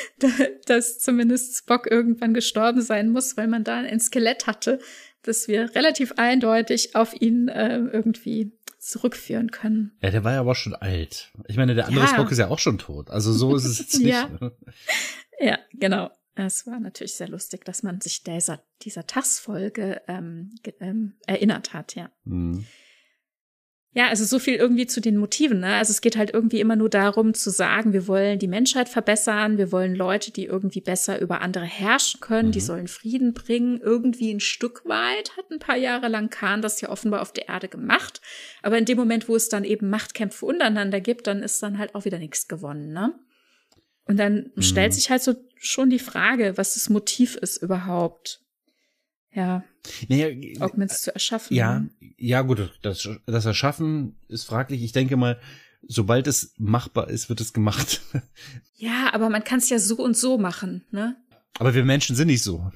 dass zumindest Spock irgendwann gestorben sein muss, weil man da ein Skelett hatte, das wir relativ eindeutig auf ihn äh, irgendwie zurückführen können. Ja, der war ja aber schon alt. Ich meine, der andere ja. Spock ist ja auch schon tot. Also so ist es jetzt nicht. ja. ja, genau. Es war natürlich sehr lustig, dass man sich dieser, dieser T A S-Folge ähm, ähm, erinnert hat, ja. Mhm. Ja, also so viel irgendwie zu den Motiven, ne? Also es geht halt irgendwie immer nur darum zu sagen, wir wollen die Menschheit verbessern, wir wollen Leute, die irgendwie besser über andere herrschen können, mhm. die sollen Frieden bringen, irgendwie ein Stück weit, hat ein paar Jahre lang Khan das ja offenbar auf der Erde gemacht, aber in dem Moment, wo es dann eben Machtkämpfe untereinander gibt, dann ist dann halt auch wieder nichts gewonnen, ne? Und dann mhm. stellt sich halt so schon die Frage, was das Motiv ist überhaupt. Ja, naja, Augments zu erschaffen. Ja, ja gut, das, das Erschaffen ist fraglich. Ich denke mal, sobald es machbar ist, wird es gemacht. Ja, aber man kann es ja so und so machen, ne? Aber wir Menschen sind nicht so.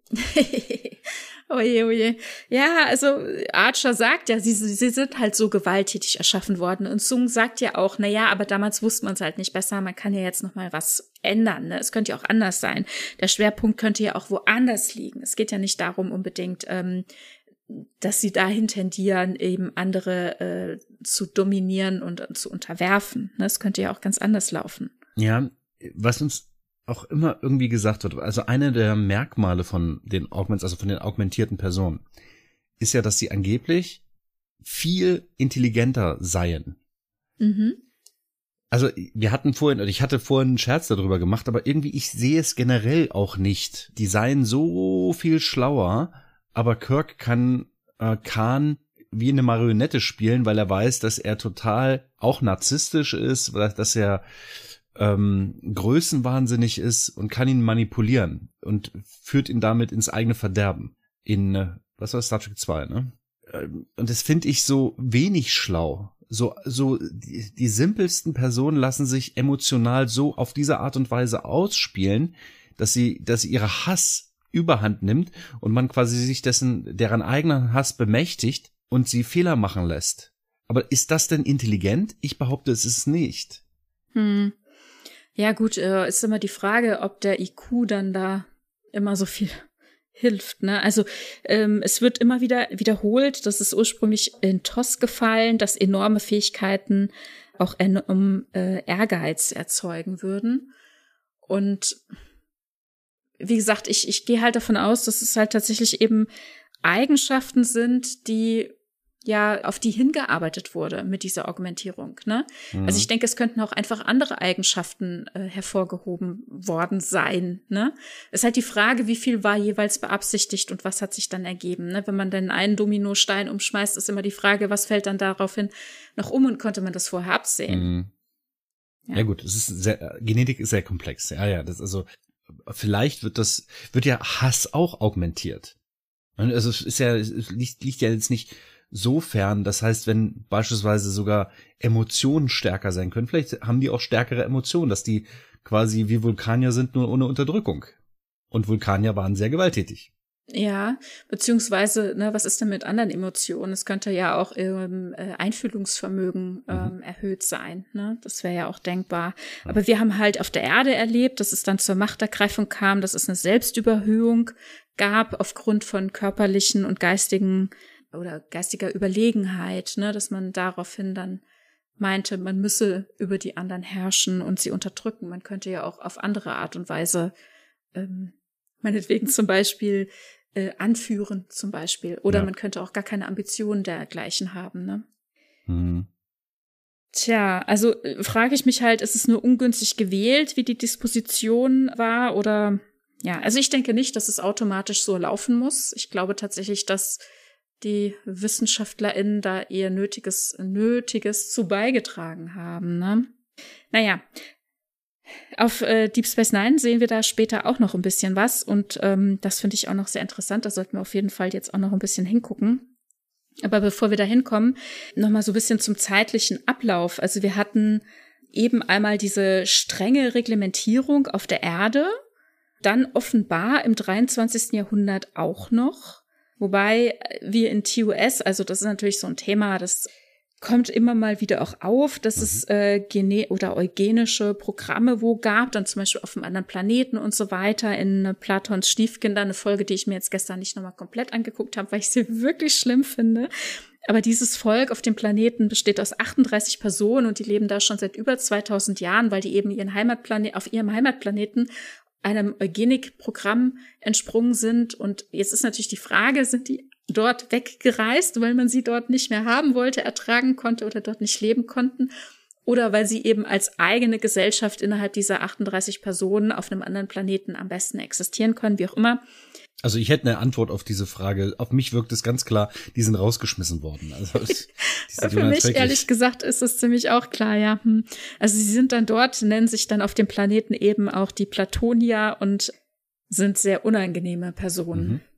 Oje, oje. Ja, also Archer sagt ja, sie, sie sind halt so gewalttätig erschaffen worden. Und Sung sagt ja auch, na ja, aber damals wusste man es halt nicht besser. Man kann ja jetzt noch mal was ändern. Ne? Es könnte ja auch anders sein. Der Schwerpunkt könnte ja auch woanders liegen. Es geht ja nicht darum unbedingt, ähm, dass sie dahin tendieren, eben andere äh, zu dominieren und äh, zu unterwerfen. Ne? Es könnte ja auch ganz anders laufen. Ja, was uns auch immer irgendwie gesagt wird, also eine der Merkmale von den Augments, also von den augmentierten Personen, ist ja, dass sie angeblich viel intelligenter seien. Mhm. Also wir hatten vorhin, ich hatte vorhin einen Scherz darüber gemacht, aber irgendwie, ich sehe es generell auch nicht. Die seien so viel schlauer, aber Kirk kann äh, Khan wie eine Marionette spielen, weil er weiß, dass er total auch narzisstisch ist, dass er ähm, größenwahnsinnig ist und kann ihn manipulieren und führt ihn damit ins eigene Verderben. In, äh, was war Star Trek zwei, ne? Ähm, und das finde ich so wenig schlau. So, so die, die simpelsten Personen lassen sich emotional so auf diese Art und Weise ausspielen, dass sie, dass ihre Hass Überhand nimmt und man quasi sich dessen, deren eigenen Hass bemächtigt und sie Fehler machen lässt. Aber ist das denn intelligent? Ich behaupte, es ist nicht. Hm. Ja gut, äh, ist immer die Frage, ob der I Q dann da immer so viel hilft, ne? Also ähm, es wird immer wieder wiederholt, das ist ursprünglich in T O S gefallen, dass enorme Fähigkeiten auch enorm äh, Ehrgeiz erzeugen würden. Und wie gesagt, ich ich gehe halt davon aus, dass es halt tatsächlich eben Eigenschaften sind, die ja auf die hingearbeitet wurde mit dieser Augmentierung, ne? Mhm. Also ich denke, es könnten auch einfach andere Eigenschaften äh, hervorgehoben worden sein, ne? Es ist halt die Frage, wie viel war jeweils beabsichtigt und was hat sich dann ergeben, ne? Wenn man dann einen Dominostein umschmeißt, ist immer die Frage, was fällt dann daraufhin noch um und konnte man das vorher absehen? Mhm. Ja. Ja gut, es ist sehr, Genetik ist sehr komplex. Ja, ja, das also vielleicht wird das wird ja Hass auch augmentiert. Also es ist ja es liegt, liegt ja jetzt nicht so fern, das heißt, wenn beispielsweise sogar Emotionen stärker sein können, vielleicht haben die auch stärkere Emotionen, dass die quasi wie Vulkanier sind, nur ohne Unterdrückung. Und Vulkanier waren sehr gewalttätig. Ja, beziehungsweise, ne, was ist denn mit anderen Emotionen? Es könnte ja auch ähm, Einfühlungsvermögen ähm, mhm. erhöht sein, ne? Das wäre ja auch denkbar. Ja. Aber wir haben halt auf der Erde erlebt, dass es dann zur Machtergreifung kam, dass es eine Selbstüberhöhung gab aufgrund von körperlichen und geistigen oder geistiger Überlegenheit, ne, dass man daraufhin dann meinte, man müsse über die anderen herrschen und sie unterdrücken. Man könnte ja auch auf andere Art und Weise, ähm, meinetwegen zum Beispiel äh, anführen, zum Beispiel. Oder ja. man könnte auch gar keine Ambitionen dergleichen haben, ne? Mhm. Tja, also äh, frage ich mich halt, ist es nur ungünstig gewählt, wie die Disposition war, oder ja, also ich denke nicht, dass es automatisch so laufen muss. Ich glaube tatsächlich, dass die WissenschaftlerInnen da eher Nötiges, Nötiges zu beigetragen haben, ne? Naja, auf äh, Deep Space Nine sehen wir da später auch noch ein bisschen was und ähm, das finde ich auch noch sehr interessant. Da sollten wir auf jeden Fall jetzt auch noch ein bisschen hingucken. Aber bevor wir da hinkommen, noch mal so ein bisschen zum zeitlichen Ablauf. Also wir hatten eben einmal diese strenge Reglementierung auf der Erde, dann offenbar im dreiundzwanzigsten Jahrhundert auch noch. Wobei wir in T O S, also das ist natürlich so ein Thema, das kommt immer mal wieder auch auf, dass mhm. es äh, gene- oder eugenische Programme wo gab, dann zum Beispiel auf einem anderen Planeten und so weiter, in Platons Stiefkinder, eine Folge, die ich mir jetzt gestern nicht nochmal komplett angeguckt habe, weil ich sie wirklich schlimm finde. Aber dieses Volk auf dem Planeten besteht aus achtunddreißig Personen und die leben da schon seit über zweitausend Jahren, weil die eben ihren Heimatplanet, auf ihrem Heimatplaneten einem Eugenikprogramm entsprungen sind. Und jetzt ist natürlich die Frage, sind die dort weggereist, weil man sie dort nicht mehr haben wollte, ertragen konnte oder dort nicht leben konnten? Oder weil sie eben als eigene Gesellschaft innerhalb dieser achtunddreißig Personen auf einem anderen Planeten am besten existieren können, wie auch immer. Also ich hätte eine Antwort auf diese Frage. Auf mich wirkt es ganz klar, die sind rausgeschmissen worden. Also es, die Für mich, ehrlich gesagt, ist es ziemlich auch klar, ja. Also sie sind dann dort, nennen sich dann auf dem Planeten eben auch die Platonier und sind sehr unangenehme Personen. Mhm.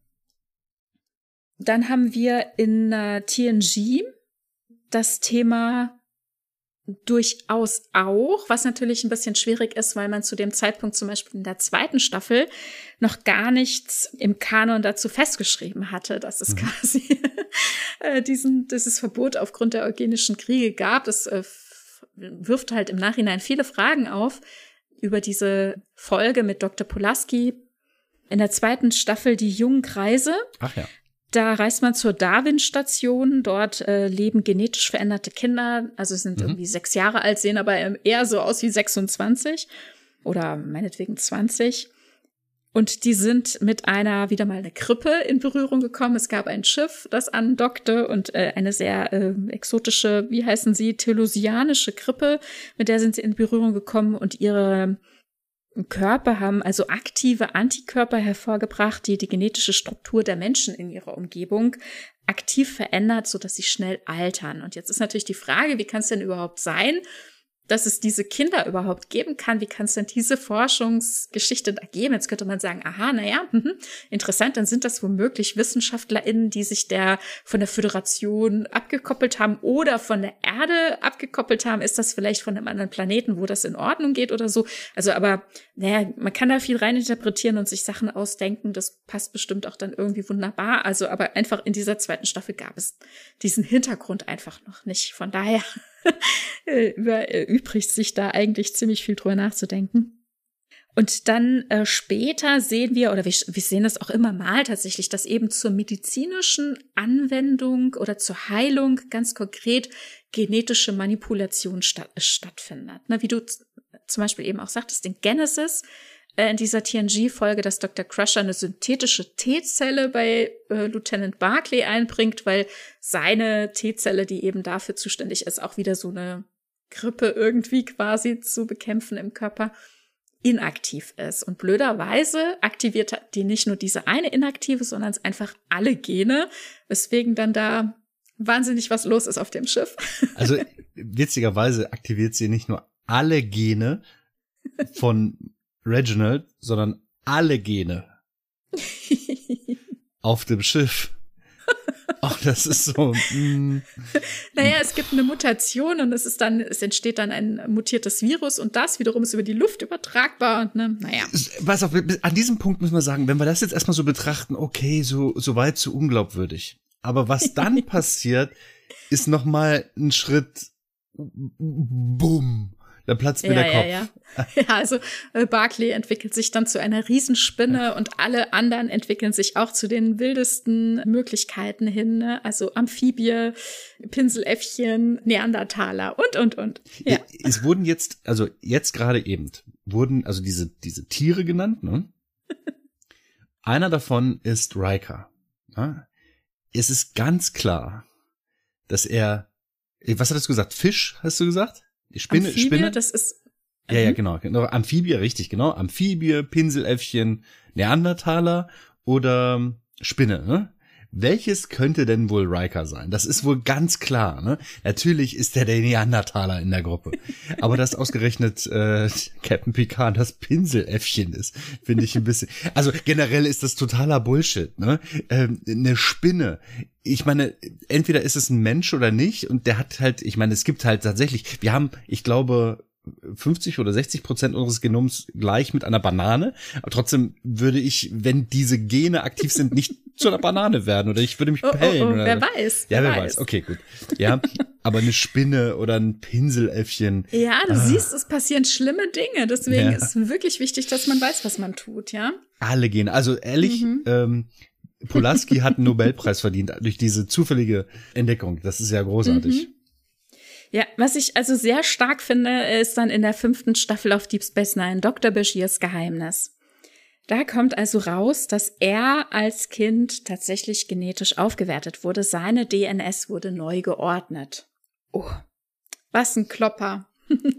Dann haben wir in uh, T N G das Thema durchaus auch, was natürlich ein bisschen schwierig ist, weil man zu dem Zeitpunkt zum Beispiel in der zweiten Staffel noch gar nichts im Kanon dazu festgeschrieben hatte, dass es mhm. quasi diesen, dieses Verbot aufgrund der eugenischen Kriege gab. Das äh, wirft halt im Nachhinein viele Fragen auf über diese Folge mit Doktor Pulaski. In der zweiten Staffel die jungen Kreise. Ach ja. Da reist man zur Darwin-Station. Dort äh, leben genetisch veränderte Kinder. Also sind mhm. irgendwie sechs Jahre alt, sehen aber eher so aus wie sechsundzwanzig oder meinetwegen zwanzig. Und die sind mit einer, wieder mal eine Krippe in Berührung gekommen. Es gab ein Schiff, das andockte und äh, eine sehr äh, exotische, wie heißen sie, telosianische Krippe. Mit der sind sie in Berührung gekommen und ihre Körper haben also aktive Antikörper hervorgebracht, die die genetische Struktur der Menschen in ihrer Umgebung aktiv verändert, sodass sie schnell altern. Und jetzt ist natürlich die Frage, wie kann es denn überhaupt sein, dass es diese Kinder überhaupt geben kann. Wie kann es denn diese Forschungsgeschichte da geben? Jetzt könnte man sagen, aha, naja, mh, interessant, dann sind das womöglich WissenschaftlerInnen, die sich der von der Föderation abgekoppelt haben oder von der Erde abgekoppelt haben. Ist das vielleicht von einem anderen Planeten, wo das in Ordnung geht oder so? Also, aber naja, man kann da viel reininterpretieren und sich Sachen ausdenken. Das passt bestimmt auch dann irgendwie wunderbar. Also, aber einfach in dieser zweiten Staffel gab es diesen Hintergrund einfach noch nicht. Von daher erübrigt sich da eigentlich ziemlich viel drüber nachzudenken. Und dann äh, später sehen wir, oder wir, wir sehen das auch immer mal tatsächlich, dass eben zur medizinischen Anwendung oder zur Heilung ganz konkret genetische Manipulation statt, stattfindet. Ne, wie du z- zum Beispiel eben auch sagtest, in Genesis, äh, in dieser T N G-Folge, dass Doktor Crusher eine synthetische T-Zelle bei äh, Lieutenant Barclay einbringt, weil seine T-Zelle, die eben dafür zuständig ist, auch wieder so eine Grippe irgendwie quasi zu bekämpfen im Körper, inaktiv ist. Und blöderweise aktiviert die nicht nur diese eine inaktive, sondern es einfach alle Gene, weswegen dann da wahnsinnig was los ist auf dem Schiff. Also witzigerweise aktiviert sie nicht nur alle Gene von Reginald, sondern alle Gene auf dem Schiff. Ach, das ist so. Mm. Naja, es gibt eine Mutation und es ist dann, es entsteht dann ein mutiertes Virus und das wiederum ist über die Luft übertragbar und ne, naja. Pass auf, an diesem Punkt müssen wir sagen, wenn wir das jetzt erstmal so betrachten, okay, so, so weit, so unglaubwürdig. Aber was dann passiert, ist noch mal ein Schritt, bumm. Da platzt mir ja, der Kopf. Ja, ja. ja, also äh, Barclay entwickelt sich dann zu einer Riesenspinne und alle anderen entwickeln sich auch zu den wildesten Möglichkeiten hin. Ne? Also Amphibie, Pinseläffchen, Neandertaler und, und, und. Ja. Es wurden jetzt, also jetzt gerade eben, wurden also diese, diese Tiere genannt. Ne? Einer davon ist Riker. Ja? Es ist ganz klar, dass er, was hattest du gesagt? Fisch, hast du gesagt? Die Spinne, Amphibie, Spinne? Das ist. Ja, ja, genau, genau. Amphibie, richtig, genau. Amphibie, Pinseläffchen, Neandertaler oder Spinne, ne? Welches könnte denn wohl Riker sein? Das ist wohl ganz klar, ne? Natürlich ist der der Neandertaler in der Gruppe. Aber dass ausgerechnet äh, Captain Picard das Pinseläffchen ist, finde ich ein bisschen. Also generell ist das totaler Bullshit, ne? Ähm, eine Spinne. Ich meine, entweder ist es ein Mensch oder nicht und der hat halt, ich meine, es gibt halt tatsächlich, wir haben, ich glaube, fünfzig oder sechzig Prozent unseres Genoms gleich mit einer Banane. Aber trotzdem würde ich, wenn diese Gene aktiv sind, nicht zu einer Banane werden oder ich würde mich oh, pellen. Oh, oh, oder wer weiß. Ja, wer weiß. weiß. Okay, gut. Ja, aber eine Spinne oder ein Pinseläffchen. Ja, du ah. siehst, es passieren schlimme Dinge. Deswegen Ja. ist wirklich wichtig, dass man weiß, was man tut, ja? Alle Gene. Also ehrlich, mhm. ähm, Pulaski hat einen Nobelpreis verdient durch diese zufällige Entdeckung. Das ist ja großartig. Mhm. Ja, was ich also sehr stark finde, ist dann in der fünften Staffel auf Deep Space Nine Doktor Bashirs Geheimnis. Da kommt also raus, dass er als Kind tatsächlich genetisch aufgewertet wurde. Seine D N S wurde neu geordnet. Oh, was ein Klopper.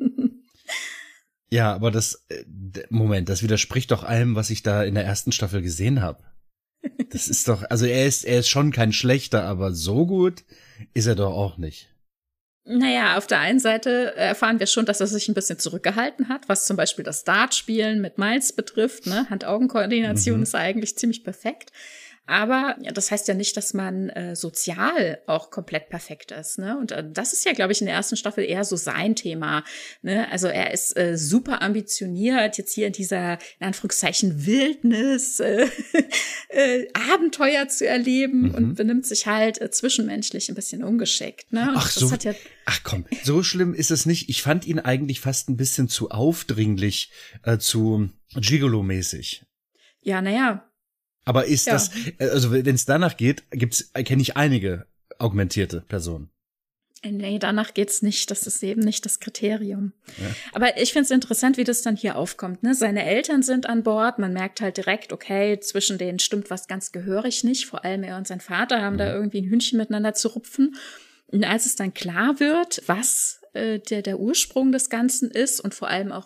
Ja, aber das, Moment, das widerspricht doch allem, was ich da in der ersten Staffel gesehen habe. Das ist doch, also er ist, er ist schon kein schlechter, aber so gut ist er doch auch nicht. Naja, auf der einen Seite erfahren wir schon, dass er sich ein bisschen zurückgehalten hat, was zum Beispiel das Dartspielen mit Miles betrifft. Ne? Hand-Augen-Koordination mhm. ist eigentlich ziemlich perfekt. Aber ja, das heißt ja nicht, dass man äh, sozial auch komplett perfekt ist. Ne? Und äh, das ist ja, glaube ich, in der ersten Staffel eher so sein Thema. Ne? Also er ist äh, super ambitioniert, jetzt hier in dieser, in Anführungszeichen, Wildnis, äh, äh, Abenteuer zu erleben mhm. und benimmt sich halt äh, zwischenmenschlich ein bisschen ungeschickt. Ne? Und ach das so, hat ja ach komm, so schlimm ist es nicht. Ich fand ihn eigentlich fast ein bisschen zu aufdringlich, äh, zu Gigolo-mäßig. Ja, naja. Aber ist ja. das, also wenn es danach geht, gibt's, kenne ich einige augmentierte Personen. Nee, danach geht's nicht. Das ist eben nicht das Kriterium. Ja. Aber ich finde es interessant, wie das dann hier aufkommt. Ne? Seine Eltern sind an Bord. Man merkt halt direkt, okay, zwischen denen stimmt was ganz gehörig nicht. Vor allem er und sein Vater haben mhm. da irgendwie ein Hühnchen miteinander zu rupfen. Und als es dann klar wird, was äh, der, der Ursprung des Ganzen ist und vor allem auch,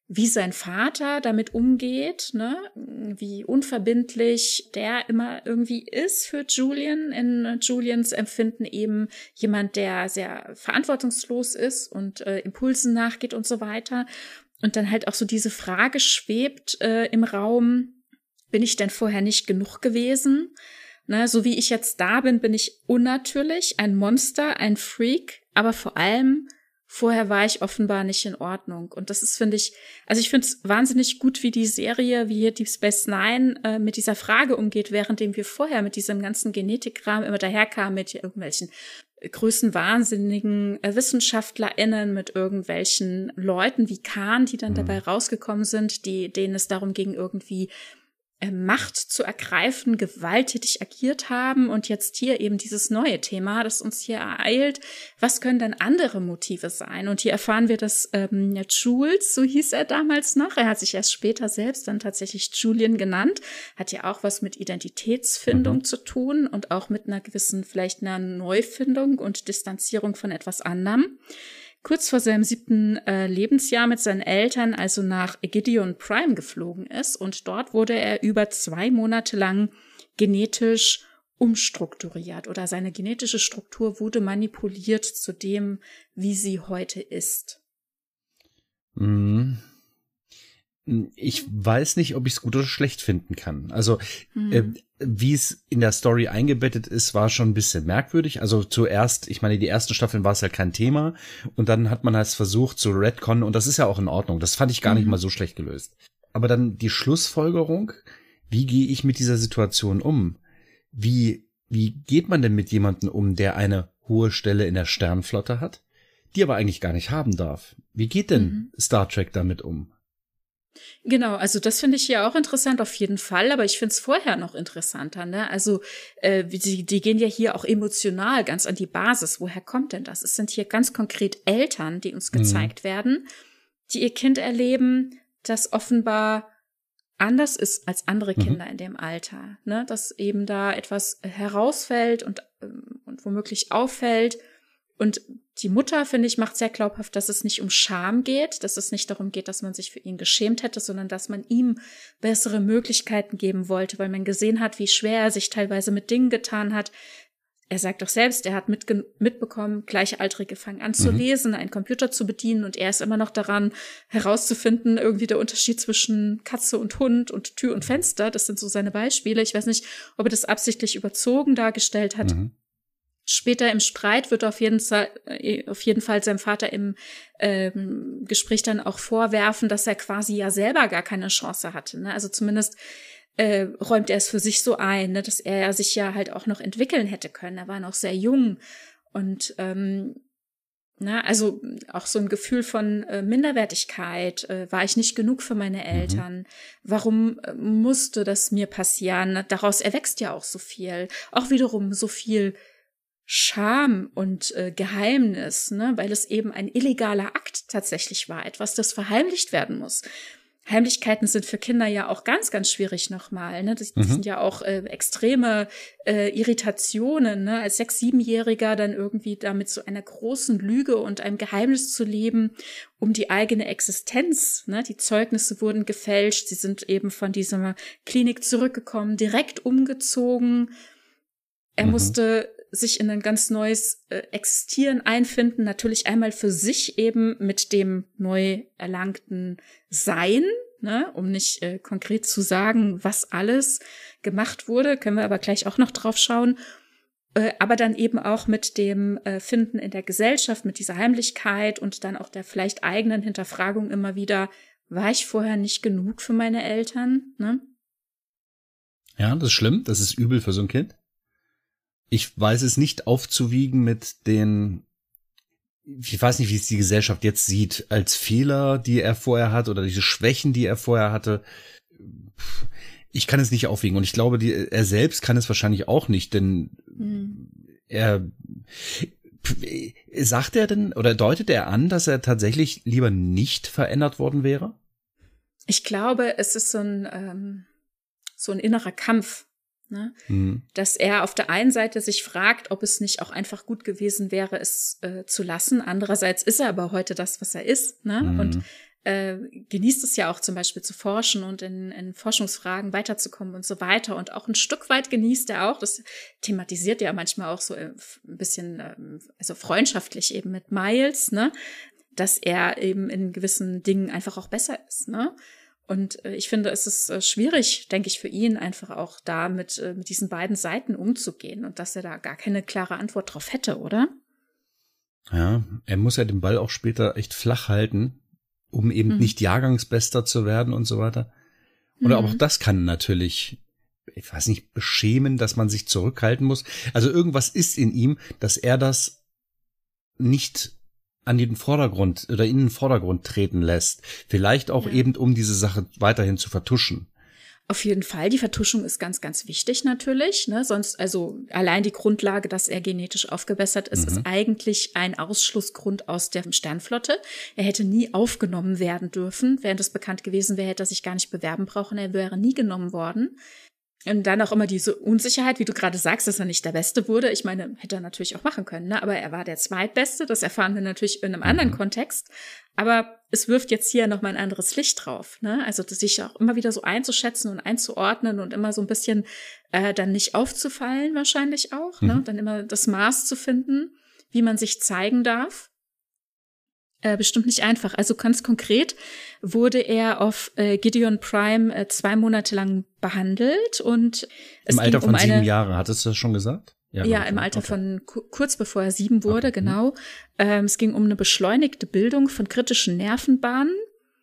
wie sein Vater damit umgeht, ne, wie unverbindlich der immer irgendwie ist für Julian, in Julians Empfinden eben jemand, der sehr verantwortungslos ist und äh, Impulsen nachgeht und so weiter. Und dann halt auch so diese Frage schwebt äh, im Raum, bin ich denn vorher nicht genug gewesen? Ne, so wie ich jetzt da bin, bin ich unnatürlich, ein Monster, ein Freak, aber vor allem vorher war ich offenbar nicht in Ordnung. Und das ist, finde ich, also ich finde es wahnsinnig gut, wie die Serie, wie hier Deep Space Nine äh, mit dieser Frage umgeht, währenddem wir vorher mit diesem ganzen Genetikkram immer daherkamen mit irgendwelchen größenwahnsinnigen äh, WissenschaftlerInnen, mit irgendwelchen Leuten wie Khan, die dann mhm. dabei rausgekommen sind, die, denen es darum ging, irgendwie Macht zu ergreifen, gewalttätig agiert haben und jetzt hier eben dieses neue Thema, das uns hier ereilt. Was können denn andere Motive sein? Und hier erfahren wir, dass ähm, Jules, so hieß er damals noch, er hat sich erst später selbst dann tatsächlich Julian genannt, hat ja auch was mit Identitätsfindung mhm. zu tun und auch mit einer gewissen, vielleicht einer Neufindung und Distanzierung von etwas anderem. Kurz vor seinem siebten äh, Lebensjahr mit seinen Eltern also nach Gideon Prime geflogen ist und dort wurde er über zwei Monate lang genetisch umstrukturiert oder seine genetische Struktur wurde manipuliert zu dem, wie sie heute ist. Mhm. Ich weiß nicht, ob ich es gut oder schlecht finden kann. Also mhm. äh, wie es in der Story eingebettet ist, war schon ein bisschen merkwürdig. Also zuerst, ich meine, die ersten Staffeln war es ja kein Thema und dann hat man halt versucht zu retconnen und das ist ja auch in Ordnung. Das fand ich gar mhm. nicht mal so schlecht gelöst. Aber dann die Schlussfolgerung, wie gehe ich mit dieser Situation um? Wie, wie geht man denn mit jemandem um, der eine hohe Stelle in der Sternflotte hat, die aber eigentlich gar nicht haben darf? Wie geht denn mhm. Star Trek damit um? Genau, also das finde ich hier auch interessant auf jeden Fall, aber ich finde es vorher noch interessanter, ne? Also äh, die, die gehen ja hier auch emotional ganz an die Basis. Woher kommt denn das? Es sind hier ganz konkret Eltern, die uns gezeigt mhm. werden, die ihr Kind erleben, das offenbar anders ist als andere mhm. Kinder in dem Alter, ne? Dass eben da etwas herausfällt und, und womöglich auffällt. Und die Mutter, finde ich, macht sehr glaubhaft, dass es nicht um Scham geht, dass es nicht darum geht, dass man sich für ihn geschämt hätte, sondern dass man ihm bessere Möglichkeiten geben wollte, weil man gesehen hat, wie schwer er sich teilweise mit Dingen getan hat. Er sagt doch selbst, er hat mitge- mitbekommen, Gleichaltrige fangen an zu mhm. lesen, einen Computer zu bedienen und er ist immer noch daran, herauszufinden, irgendwie der Unterschied zwischen Katze und Hund und Tür und Fenster. Das sind so seine Beispiele. Ich weiß nicht, ob er das absichtlich überzogen dargestellt hat. Mhm. Später im Streit wird auf jeden Fall, auf jeden Fall seinem Vater im ähm, Gespräch dann auch vorwerfen, dass er quasi ja selber gar keine Chance hatte. Ne? Also zumindest äh, räumt er es für sich so ein, ne? Dass er sich ja halt auch noch entwickeln hätte können. Er war noch sehr jung und ähm, na, also auch so ein Gefühl von äh, Minderwertigkeit. Äh, war ich nicht genug für meine Eltern? Mhm. Warum äh, musste das mir passieren? Daraus erwächst ja auch so viel. Auch wiederum so viel Scham und äh, Geheimnis, ne, weil es eben ein illegaler Akt tatsächlich war, etwas, das verheimlicht werden muss. Heimlichkeiten sind für Kinder ja auch ganz, ganz schwierig nochmal, ne, das, das mhm. sind ja auch äh, extreme äh, Irritationen, ne, als Sechs-, Siebenjähriger dann irgendwie da mit so einer großen Lüge und einem Geheimnis zu leben, um die eigene Existenz, ne, die Zeugnisse wurden gefälscht, sie sind eben von dieser Klinik zurückgekommen, direkt umgezogen, er mhm. musste sich in ein ganz neues äh, Existieren einfinden, natürlich einmal für sich eben mit dem neu erlangten Sein, ne, um nicht äh, konkret zu sagen, was alles gemacht wurde, können wir aber gleich auch noch drauf schauen, äh, aber dann eben auch mit dem äh, Finden in der Gesellschaft, mit dieser Heimlichkeit und dann auch der vielleicht eigenen Hinterfragung immer wieder, war ich vorher nicht genug für meine Eltern, ne? Ja, das ist schlimm, das ist übel für so ein Kind. Ich weiß es nicht aufzuwiegen mit den, ich weiß nicht, wie es die Gesellschaft jetzt sieht, als Fehler, die er vorher hat oder diese Schwächen, die er vorher hatte. Ich kann es nicht aufwiegen und ich glaube, die, er selbst kann es wahrscheinlich auch nicht, denn mhm. er, sagt er denn oder deutet er an, dass er tatsächlich lieber nicht verändert worden wäre? Ich glaube, es ist so ein, ähm, so ein innerer Kampf. Ne? Mhm. Dass er auf der einen Seite sich fragt, ob es nicht auch einfach gut gewesen wäre, es äh, zu lassen. Andererseits ist er aber heute das, was er ist. Ne? Mhm. Und äh, genießt es ja auch zum Beispiel zu forschen und in, in Forschungsfragen weiterzukommen und so weiter. Und auch ein Stück weit genießt er auch, das thematisiert er manchmal auch so ein bisschen, also freundschaftlich eben mit Miles, ne, dass er eben in gewissen Dingen einfach auch besser ist, ne. Und äh, ich finde, es ist äh, schwierig, denke ich, für ihn einfach auch da mit, äh, mit diesen beiden Seiten umzugehen und dass er da gar keine klare Antwort drauf hätte, oder? Ja, er muss ja den Ball auch später echt flach halten, um eben mhm. nicht Jahrgangsbester zu werden und so weiter. Oder mhm. auch das kann natürlich, ich weiß nicht, beschämen, dass man sich zurückhalten muss. Also irgendwas ist in ihm, dass er das nicht an den Vordergrund oder in den Vordergrund treten lässt. Vielleicht auch ja. eben, um diese Sache weiterhin zu vertuschen. Auf jeden Fall. Die Vertuschung ist ganz, ganz wichtig natürlich. Ne? Sonst, also allein die Grundlage, dass er genetisch aufgebessert ist, mhm. ist eigentlich ein Ausschlussgrund aus der Sternflotte. Er hätte nie aufgenommen werden dürfen. Während es bekannt gewesen wäre, hätte er sich gar nicht bewerben brauchen. Er wäre nie genommen worden. Und dann auch immer diese Unsicherheit, wie du gerade sagst, dass er nicht der Beste wurde. Ich meine, hätte er natürlich auch machen können, ne? Aber er war der Zweitbeste. Das erfahren wir natürlich in einem mhm. anderen Kontext. Aber es wirft jetzt hier nochmal ein anderes Licht drauf, ne? Also sich auch immer wieder so einzuschätzen und einzuordnen und immer so ein bisschen äh, dann nicht aufzufallen wahrscheinlich auch, mhm. ne? Dann immer das Maß zu finden, wie man sich zeigen darf. Äh, bestimmt nicht einfach. Also ganz konkret wurde er auf äh, Gideon Prime äh, zwei Monate lang behandelt und es im Alter ging um von eine, sieben Jahre, hattest du das schon gesagt? Ja, ja im Alter okay. von kurz bevor er sieben wurde, okay. genau. Ähm, es ging um eine beschleunigte Bildung von kritischen Nervenbahnen,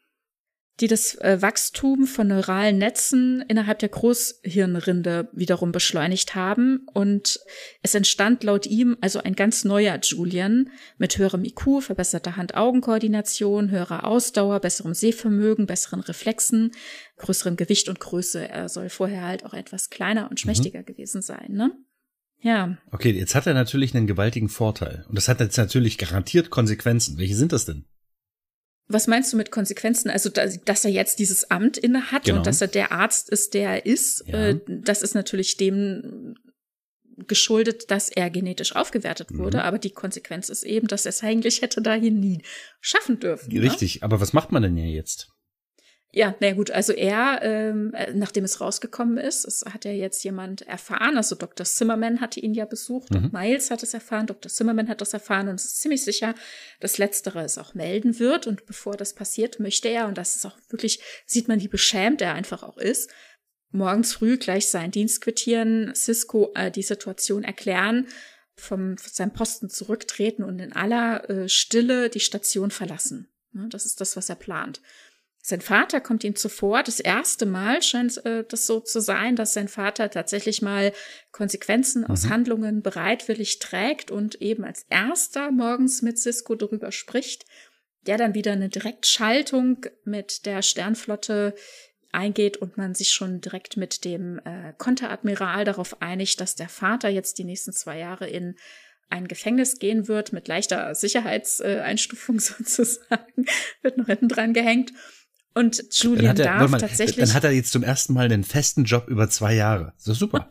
die das äh, Wachstum von neuralen Netzen innerhalb der Großhirnrinde wiederum beschleunigt haben. Und es entstand laut ihm also ein ganz neuer Julian mit höherem I Q, verbesserter Hand-Augen-Koordination, höherer Ausdauer, besserem Sehvermögen, besseren Reflexen, größerem Gewicht und Größe. Er soll vorher halt auch etwas kleiner und schmächtiger mhm. gewesen sein, ne? Ja. Okay, jetzt hat er natürlich einen gewaltigen Vorteil. Und das hat jetzt natürlich garantiert Konsequenzen. Welche sind das denn? Was meinst du mit Konsequenzen? Also, dass er jetzt dieses Amt inne hat genau. und dass er der Arzt ist, der er ist, ja. äh, das ist natürlich dem geschuldet, dass er genetisch aufgewertet wurde. Mhm. Aber die Konsequenz ist eben, dass er es eigentlich hätte dahin nie schaffen dürfen. Richtig, ne? Aber was macht man denn hier jetzt? Ja, na gut, also er, ähm, nachdem es rausgekommen ist, es hat ja jetzt jemand erfahren, also Doktor Zimmerman hatte ihn ja besucht, mhm. Miles hat es erfahren, Doktor Zimmerman hat das erfahren und es ist ziemlich sicher, dass Letztere es auch melden wird und bevor das passiert, möchte er, und das ist auch wirklich, sieht man, wie beschämt er einfach auch ist, morgens früh gleich seinen Dienst quittieren, Sisko äh, die Situation erklären, vom seinem Posten zurücktreten und in aller äh, Stille die Station verlassen. Ja, das ist das, was er plant. Sein Vater kommt ihm zuvor. Das erste Mal scheint äh, das so zu sein, dass sein Vater tatsächlich mal Konsequenzen aus mhm. Handlungen bereitwillig trägt und eben als erster morgens mit Sisko darüber spricht, der dann wieder eine Direktschaltung mit der Sternflotte eingeht und man sich schon direkt mit dem äh, Konteradmiral darauf einigt, dass der Vater jetzt die nächsten zwei Jahre in ein Gefängnis gehen wird, mit leichter Sicherheitseinstufung sozusagen, wird noch hinten dran gehängt. Und Julian er, darf mal, tatsächlich. Dann hat er jetzt zum ersten Mal einen festen Job über zwei Jahre. So super.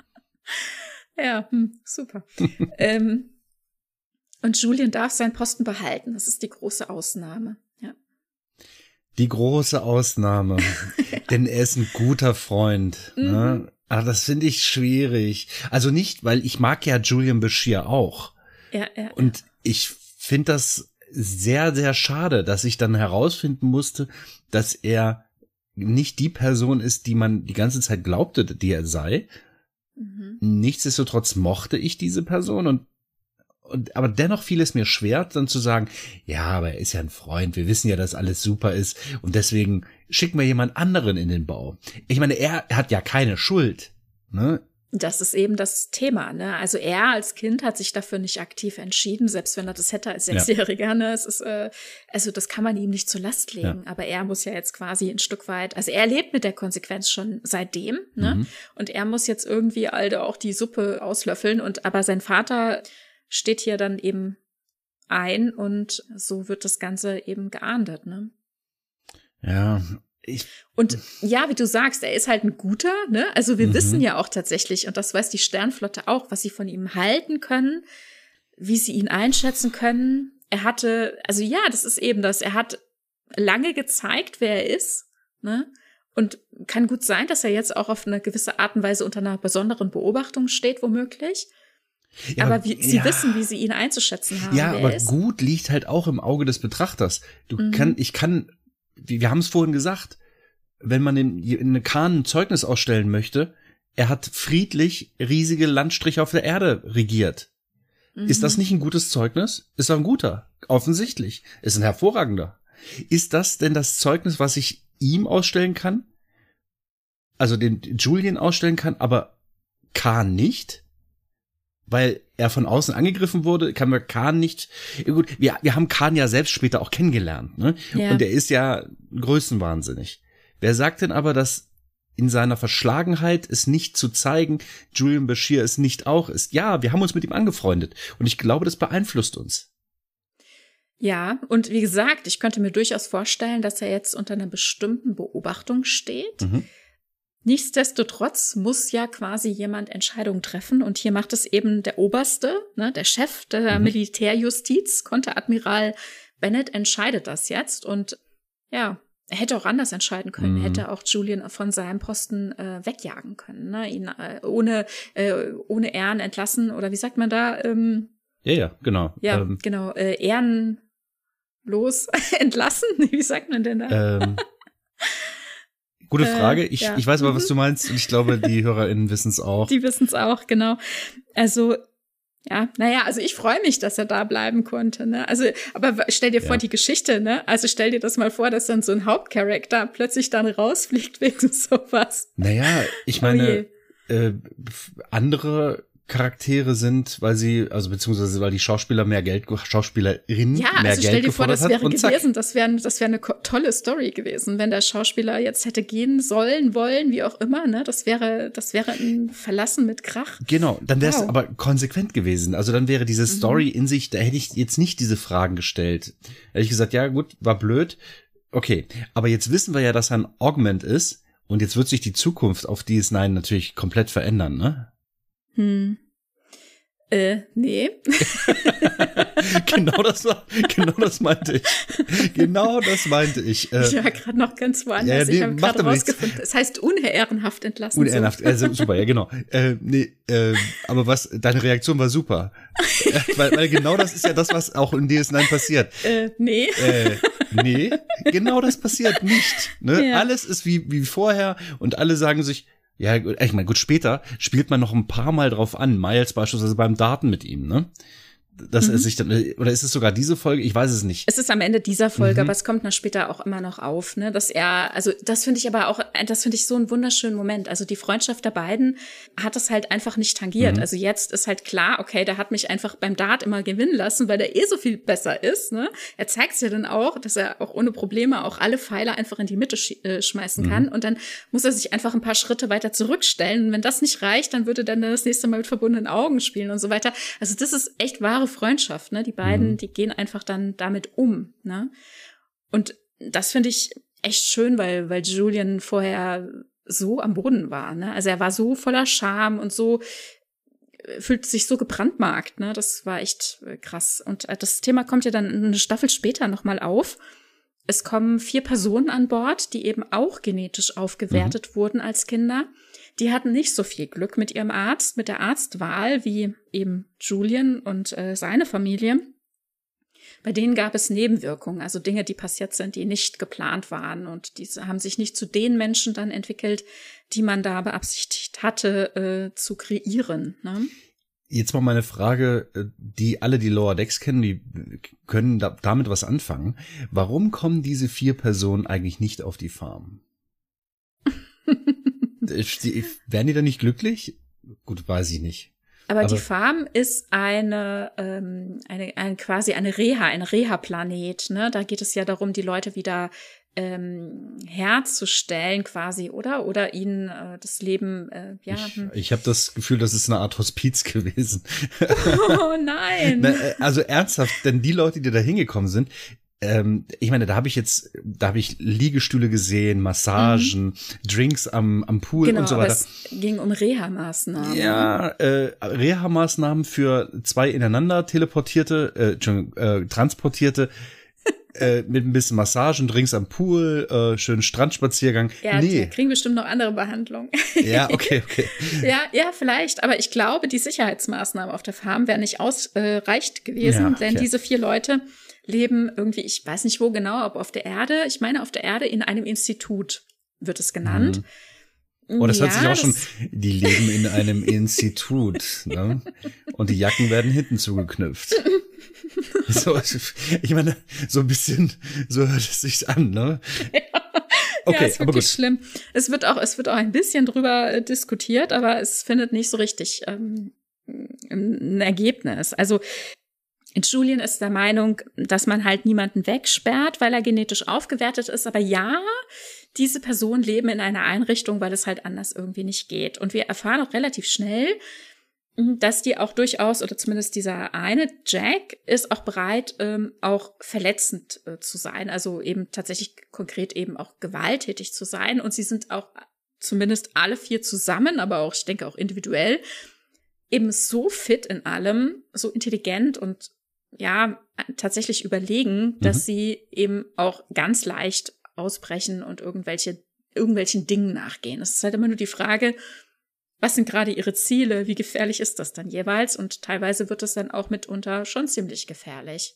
ja, hm, super. ähm, und Julian darf seinen Posten behalten. Das ist die große Ausnahme. Ja. Die große Ausnahme. Denn er ist ein guter Freund. Mhm. Ne? Aber das finde ich schwierig. Also nicht, weil ich mag ja Julian Bashir auch. Ja, ja. Und ja. ich finde das sehr, sehr schade, dass ich dann herausfinden musste, dass er nicht die Person ist, die man die ganze Zeit glaubte, die er sei. Mhm. Nichtsdestotrotz mochte ich diese Person und, und aber dennoch fiel es mir schwer, dann zu sagen, ja, aber er ist ja ein Freund, wir wissen ja, dass alles super ist und deswegen schicken wir jemand anderen in den Bau. Ich meine, er hat ja keine Schuld, ne? Das ist eben das Thema, ne? Also er als Kind hat sich dafür nicht aktiv entschieden, selbst wenn er das hätte als Sechsjähriger, ja. ne? Es ist, äh, also das kann man ihm nicht zur Last legen. Ja. Aber er muss ja jetzt quasi ein Stück weit, also er lebt mit der Konsequenz schon seitdem, ne? Mhm. Und er muss jetzt irgendwie also auch die Suppe auslöffeln. Und aber sein Vater steht hier dann eben ein und so wird das Ganze eben geahndet, ne? Ja. Ich und ja, wie du sagst, er ist halt ein guter, ne? Also wir mhm. wissen ja auch tatsächlich, und das weiß die Sternflotte auch, was sie von ihm halten können, wie sie ihn einschätzen können. Er hatte, also ja, das ist eben das, er hat lange gezeigt, wer er ist, ne? Und kann gut sein, dass er jetzt auch auf eine gewisse Art und Weise unter einer besonderen Beobachtung steht, womöglich. Ja, aber wie, sie ja. wissen, wie sie ihn einzuschätzen haben. Ja, wer aber ist. Gut liegt halt auch im Auge des Betrachters. Du mhm. kann, ich kann, wir haben es vorhin gesagt, wenn man in, in eine Kahn ein Zeugnis ausstellen möchte, er hat friedlich riesige Landstriche auf der Erde regiert. Mhm. Ist das nicht ein gutes Zeugnis? Ist er ein guter? Offensichtlich. Ist ein hervorragender. Ist das denn das Zeugnis, was ich ihm ausstellen kann? Also den Julian ausstellen kann, aber Kahn nicht? Weil er von außen angegriffen wurde, kann man Kahn nicht. Gut, wir, wir haben Kahn ja selbst später auch kennengelernt, ne? Ja. Und er ist ja größenwahnsinnig. Wer sagt denn aber, dass in seiner Verschlagenheit es nicht zu zeigen, Julian Bashir es nicht auch ist? Ja, wir haben uns mit ihm angefreundet. Und ich glaube, das beeinflusst uns. Ja, und wie gesagt, ich könnte mir durchaus vorstellen, dass er jetzt unter einer bestimmten Beobachtung steht. Mhm. Nichtsdestotrotz muss ja quasi jemand Entscheidungen treffen. Und hier macht es eben der Oberste, ne, der Chef der mhm. Militärjustiz, Konteradmiral Bennett, entscheidet das jetzt. Und ja, er hätte auch anders entscheiden können, mhm. hätte auch Julian von seinem Posten äh, wegjagen können, ne? Ihn äh, ohne, äh, ohne Ehren entlassen oder wie sagt man da? Ähm, ja, ja, genau. Ja, ähm, genau, äh, ehrenlos entlassen? Wie sagt man denn da? Ähm, gute Frage. Ich, äh, ja. ich weiß aber, was du meinst und ich glaube, die HörerInnen wissen es auch. Die wissen es auch, genau. Also ja, naja, also ich freue mich, dass er da bleiben konnte, ne? Also, aber stell dir ja. vor, die Geschichte, ne? Also stell dir das mal vor, dass dann so ein Hauptcharakter plötzlich dann rausfliegt wegen sowas. Naja, ich meine, oh äh, andere Charaktere sind, weil sie, also beziehungsweise weil die Schauspieler mehr Geld, Schauspielerinnen ja, mehr also Geld stell dir vor, das wäre gewesen, zack. das wäre das wäre eine tolle Story gewesen, wenn der Schauspieler jetzt hätte gehen sollen, wollen, wie auch immer, ne? Das wäre, das wäre ein Verlassen mit Krach. Genau, dann wäre es wow. aber konsequent gewesen. Also dann wäre diese Story mhm. in sich, da hätte ich jetzt nicht diese Fragen gestellt. Hätte ich gesagt, ja gut, war blöd, okay. Aber jetzt wissen wir ja, dass er ein Augment ist und jetzt wird sich die Zukunft auf D S neun natürlich komplett verändern, ne? Hm. Äh, nee. genau das war, genau das meinte ich. Genau das meinte ich. Äh, ich war gerade noch ganz woanders. Ja, nee, ich habe gerade rausgefunden. Es heißt unehrenhaft entlassen. Unehrenhaft, so. Also super, ja genau. Äh, nee, äh, aber was, deine Reaktion war super. äh, weil, weil genau das ist ja das, was auch in D S neun passiert. Äh, nee. Äh, nee, genau das passiert nicht. Ne? Ja. Alles ist wie, wie vorher und alle sagen sich, ja, ich meine, gut, später spielt man noch ein paar Mal drauf an, Miles beispielsweise beim Daten mit ihm, ne? Dass mhm. er sich dann, oder ist es sogar diese Folge? Ich weiß es nicht. Es ist am Ende dieser Folge, mhm. aber es kommt dann später auch immer noch auf, ne, dass er, also das finde ich aber auch, das finde ich so einen wunderschönen Moment. Also die Freundschaft der beiden hat es halt einfach nicht tangiert. Mhm. Also jetzt ist halt klar, okay, der hat mich einfach beim Dart immer gewinnen lassen, weil der eh so viel besser ist, ne. Er zeigt es ja dann auch, dass er auch ohne Probleme auch alle Pfeile einfach in die Mitte sch- äh, schmeißen kann. Mhm. Und dann muss er sich einfach ein paar Schritte weiter zurückstellen. Und wenn das nicht reicht, dann würde er dann das nächste Mal mit verbundenen Augen spielen und so weiter. Also das ist echt wahre Freundschaft, ne? Die beiden, mhm. die gehen einfach dann damit um, ne? Und das finde ich echt schön, weil, weil Julian vorher so am Boden war, ne? Also er war so voller Scham und so, fühlt sich so gebrandmarkt, ne? Das war echt krass. Und das Thema kommt ja dann eine Staffel später nochmal auf. Es kommen vier Personen an Bord, die eben auch genetisch aufgewertet mhm. wurden als Kinder. Die hatten nicht so viel Glück mit ihrem Arzt, mit der Arztwahl, wie eben Julian und äh, seine Familie. Bei denen gab es Nebenwirkungen, also Dinge, die passiert sind, die nicht geplant waren. Und diese haben sich nicht zu den Menschen dann entwickelt, die man da beabsichtigt hatte, äh, zu kreieren, ne? Jetzt mal meine Frage, die alle die Lower Decks kennen, die können da, damit was anfangen. Warum kommen diese vier Personen eigentlich nicht auf die Farm? Die, wären die da nicht glücklich? Gut, weiß ich nicht. Aber, Aber die Farm ist eine, ähm, eine, eine quasi eine Reha, ein Reha-Planet, ne? Da geht es ja darum, die Leute wieder ähm, herzustellen quasi, oder? Oder ihnen äh, das Leben, äh, ja. Ich, ich habe das Gefühl, das ist eine Art Hospiz gewesen. Oh nein. Na, also ernsthaft, denn die Leute, die da hingekommen sind, Ähm, ich meine, da habe ich jetzt, da habe ich Liegestühle gesehen, Massagen, mhm. Drinks am, am Pool genau, und so weiter. Aber es ging um Reha-Maßnahmen. Ja, äh, Reha-Maßnahmen für zwei ineinander teleportierte, äh, äh transportierte äh, mit ein bisschen Massagen, Drinks am Pool, äh, schönen Strandspaziergang. Ja, nee. die kriegen bestimmt noch andere Behandlungen. Ja, okay, okay. ja, ja, vielleicht. Aber ich glaube, die Sicherheitsmaßnahmen auf der Farm wären nicht ausreichend äh, gewesen, ja, okay. Denn diese vier Leute leben irgendwie, ich weiß nicht wo genau, ob auf der Erde, ich meine auf der Erde in einem Institut wird es genannt. Mhm. Oh, das ja, hört sich auch schon, die leben in einem Institut, ne? Und die Jacken werden hinten zugeknüpft. So, ich meine, so ein bisschen, so hört es sich an, ne? Ja, okay, ja, ist aber wirklich gut. schlimm. Es wird auch, es wird auch ein bisschen drüber äh, diskutiert, aber es findet nicht so richtig ähm, ein Ergebnis. Also Julian ist der Meinung, dass man halt niemanden wegsperrt, weil er genetisch aufgewertet ist. Aber ja, diese Personen leben in einer Einrichtung, weil es halt anders irgendwie nicht geht. Und wir erfahren auch relativ schnell, dass die auch durchaus, oder zumindest dieser eine, Jack, ist auch bereit, ähm, auch verletzend äh, zu sein. Also eben tatsächlich konkret eben auch gewalttätig zu sein. Und sie sind auch zumindest alle vier zusammen, aber auch, ich denke auch individuell, eben so fit in allem, so intelligent und ja, tatsächlich überlegen, dass mhm. sie eben auch ganz leicht ausbrechen und irgendwelche, irgendwelchen Dingen nachgehen. Es ist halt immer nur die Frage, was sind gerade ihre Ziele? Wie gefährlich ist das dann jeweils? Und teilweise wird es dann auch mitunter schon ziemlich gefährlich.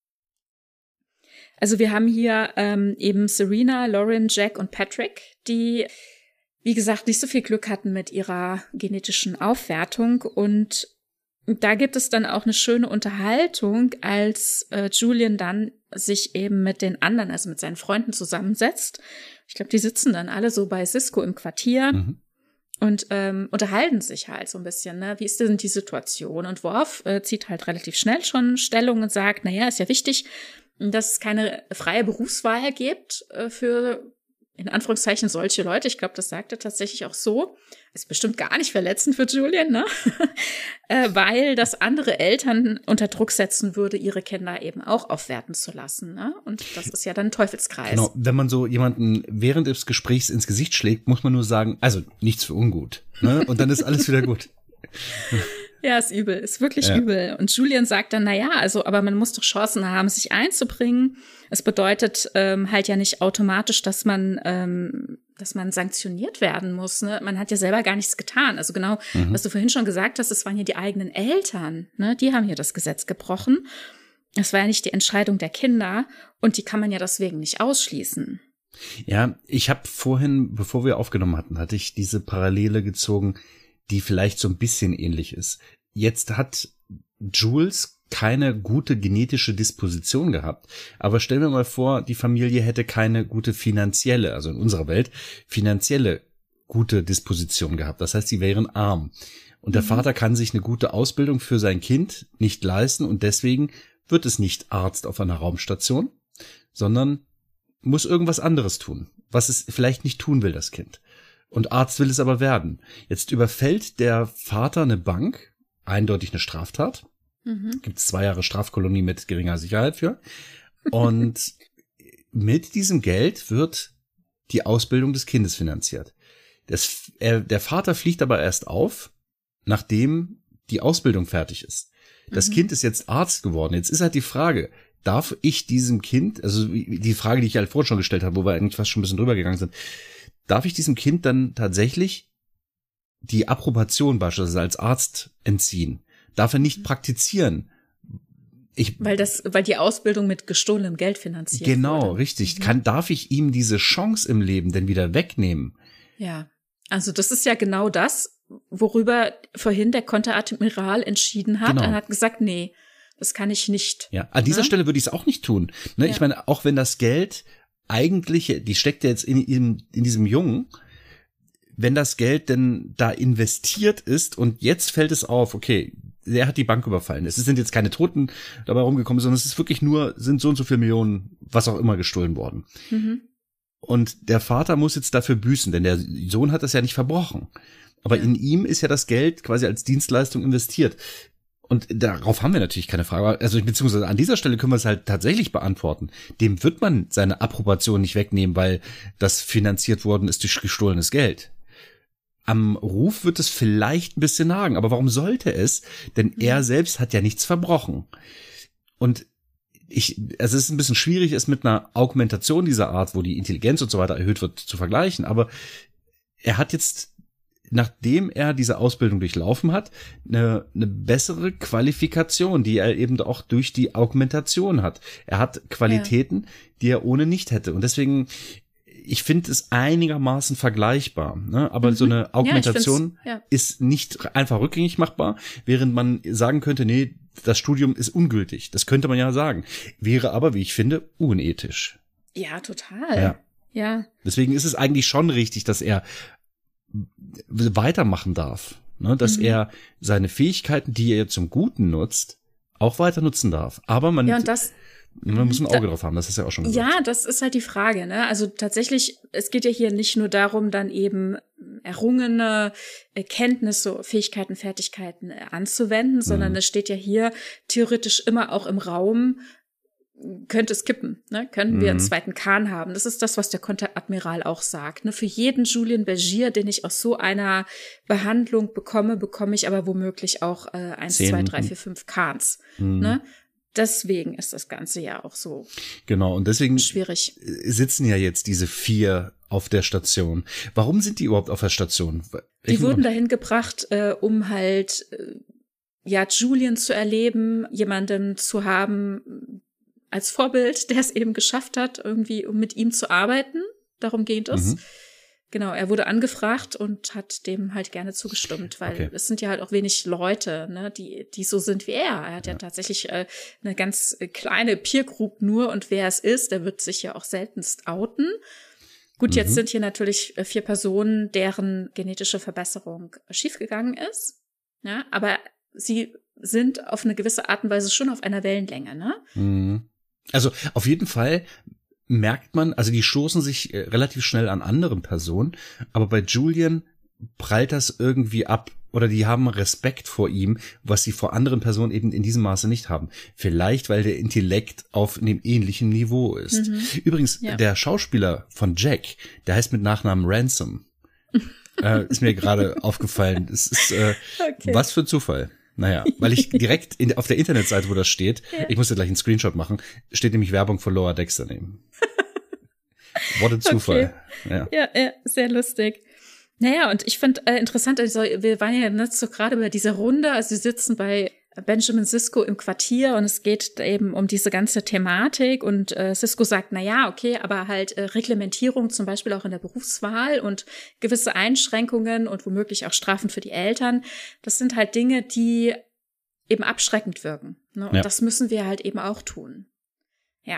Also wir haben hier ähm, eben Serena, Lauren, Jack und Patrick, die, wie gesagt, nicht so viel Glück hatten mit ihrer genetischen Aufwertung. Und da gibt es dann auch eine schöne Unterhaltung, als äh, Julian dann sich eben mit den anderen, also mit seinen Freunden zusammensetzt. Ich glaube, die sitzen dann alle so bei Cisco im Quartier mhm. und ähm, unterhalten sich halt so ein bisschen, ne? Wie ist denn die Situation? Und Worf äh, zieht halt relativ schnell schon Stellung und sagt, naja, ist ja wichtig, dass es keine freie Berufswahl gibt äh, für, in Anführungszeichen, solche Leute. Ich glaube, das sagt er tatsächlich auch so. Ist bestimmt gar nicht verletzend für Julian, ne? äh, weil das andere Eltern unter Druck setzen würde, ihre Kinder eben auch aufwerten zu lassen, ne? Und das ist ja dann ein Teufelskreis. Genau, wenn man so jemanden während des Gesprächs ins Gesicht schlägt, muss man nur sagen, also nichts für ungut, ne? Und dann ist alles wieder gut. Ja, ist übel, ist wirklich ja. übel. Und Julian sagt dann, na ja, also, aber man muss doch Chancen haben, sich einzubringen. Es bedeutet ähm, halt ja nicht automatisch, dass man, ähm, dass man sanktioniert werden muss. Ne? Man hat ja selber gar nichts getan. Also genau, mhm. was du vorhin schon gesagt hast, es waren ja die eigenen Eltern, ne? Die haben hier das Gesetz gebrochen. Es war ja nicht die Entscheidung der Kinder und die kann man ja deswegen nicht ausschließen. Ja, ich habe vorhin, bevor wir aufgenommen hatten, hatte ich diese Parallele gezogen, die vielleicht so ein bisschen ähnlich ist. Jetzt hat Jules keine gute genetische Disposition gehabt, aber stellen wir mal vor, die Familie hätte keine gute finanzielle, also in unserer Welt, finanzielle gute Disposition gehabt. Das heißt, sie wären arm. Und der mhm. Vater kann sich eine gute Ausbildung für sein Kind nicht leisten und deswegen wird es nicht Arzt auf einer Raumstation, sondern muss irgendwas anderes tun, was es vielleicht nicht tun will, das Kind. Und Arzt will es aber werden. Jetzt überfällt der Vater eine Bank, eindeutig eine Straftat. Mhm. Gibt es zwei Jahre Strafkolonie mit geringer Sicherheit für. Und mit diesem Geld wird die Ausbildung des Kindes finanziert. Das, er, der Vater fliegt aber erst auf, nachdem die Ausbildung fertig ist. Das mhm. Kind ist jetzt Arzt geworden. Jetzt ist halt die Frage, darf ich diesem Kind, also die Frage, die ich halt vorhin schon gestellt habe, wo wir eigentlich fast schon ein bisschen drüber gegangen sind, darf ich diesem Kind dann tatsächlich die Approbation beispielsweise als Arzt entziehen? Darf er nicht praktizieren? Ich, weil das, weil die Ausbildung mit gestohlenem Geld finanziert Genau, wurde. richtig. Mhm. Kann, darf ich ihm diese Chance im Leben denn wieder wegnehmen? Ja, also das ist ja genau das, worüber vorhin der Konteradmiral entschieden hat. Genau. Er hat gesagt, nee, das kann ich nicht. Ja, an dieser ja? Stelle würde ich es auch nicht tun. Ne? Ja. Ich meine, auch wenn das Geld eigentlich, die steckt ja jetzt in, in, in diesem Jungen, wenn das Geld denn da investiert ist und jetzt fällt es auf, okay, der hat die Bank überfallen. Es sind jetzt keine Toten dabei rumgekommen, sondern es ist wirklich nur, sind so und so viele Millionen, was auch immer, gestohlen worden. Mhm. Und der Vater muss jetzt dafür büßen, denn der Sohn hat das ja nicht verbrochen. Aber ja. in ihm ist ja das Geld quasi als Dienstleistung investiert. Und darauf haben wir natürlich keine Frage. Also beziehungsweise an dieser Stelle können wir es halt tatsächlich beantworten. Dem wird man seine Approbation nicht wegnehmen, weil das finanziert worden ist durch gestohlenes Geld. Am Ruf wird es vielleicht ein bisschen nagen, aber warum sollte es? Denn er selbst hat ja nichts verbrochen. Und ich, also es ist ein bisschen schwierig, es mit einer Augmentation dieser Art, wo die Intelligenz und so weiter erhöht wird, zu vergleichen. Aber er hat jetzt, nachdem er diese Ausbildung durchlaufen hat, eine, eine bessere Qualifikation, die er eben auch durch die Augmentation hat. Er hat Qualitäten, ja. die er ohne nicht hätte. Und deswegen, ich finde es einigermaßen vergleichbar, ne? Aber mhm. so eine Augmentation ja, ja. ist nicht einfach rückgängig machbar, während man sagen könnte, nee, das Studium ist ungültig. Das könnte man ja sagen. Wäre aber, wie ich finde, unethisch. Ja, total. Ja. ja. Deswegen ist es eigentlich schon richtig, dass er weitermachen darf, ne? Dass mhm. er seine Fähigkeiten, die er zum Guten nutzt, auch weiter nutzen darf. Aber man, ja, und das, man muss ein Auge da, drauf haben, das ist ja auch schon gesagt. Ja, das ist halt die Frage, ne? Also tatsächlich, es geht ja hier nicht nur darum, dann eben errungene Kenntnisse, Fähigkeiten, Fertigkeiten anzuwenden, sondern mhm. es steht ja hier theoretisch immer auch im Raum, könnte es kippen, ne? Könnten wir mhm. einen zweiten Khan haben. Das ist das, was der Konteradmiral auch sagt. Ne? Für jeden Julien Bergier, den ich aus so einer Behandlung bekomme, bekomme ich aber womöglich auch äh, eins, Zehn. zwei, drei, vier, fünf Khans. Mhm. Ne? Deswegen ist das Ganze ja auch so genau, und deswegen schwierig. Sitzen ja jetzt diese vier auf der Station. Warum sind die überhaupt auf der Station? Die wurden dahin gebracht, äh, um halt äh, ja Julien zu erleben, jemanden zu haben als Vorbild, der es eben geschafft hat, irgendwie um mit ihm zu arbeiten. Darum geht es. Mhm. Genau, er wurde angefragt und hat dem halt gerne zugestimmt, weil okay. es sind ja halt auch wenig Leute, ne, die die so sind wie er. Er hat ja, ja tatsächlich äh, eine ganz kleine Peer Group nur, und wer es ist, der wird sich ja auch seltenst outen. Gut, mhm. jetzt sind hier natürlich vier Personen, deren genetische Verbesserung schiefgegangen ist, ja, aber sie sind auf eine gewisse Art und Weise schon auf einer Wellenlänge, ne? Mhm. Also auf jeden Fall merkt man, also die stoßen sich relativ schnell an anderen Personen, aber bei Julien prallt das irgendwie ab, oder die haben Respekt vor ihm, was sie vor anderen Personen eben in diesem Maße nicht haben. Vielleicht, weil der Intellekt auf einem ähnlichen Niveau ist. Mhm. Übrigens, ja. der Schauspieler von Jack, der heißt mit Nachnamen Ransom. äh, ist mir gerade aufgefallen. Es ist äh, okay. Was für ein Zufall. Naja, weil ich direkt in, auf der Internetseite, wo das steht, ja. ich muss dir gleich einen Screenshot machen, steht nämlich Werbung für Lower Decks daneben. What a Zufall. Okay. Ja. ja, ja, sehr lustig. Naja, und ich finde äh, interessant, also wir waren ja nicht so gerade bei dieser Runde, also sie sitzen bei Benjamin Sisko im Quartier und es geht eben um diese ganze Thematik, und äh, Sisko sagt, na ja, okay, aber halt äh, Reglementierung zum Beispiel auch in der Berufswahl und gewisse Einschränkungen und womöglich auch Strafen für die Eltern, das sind halt Dinge, die eben abschreckend wirken, ne? Und ja. das müssen wir halt eben auch tun. Ja.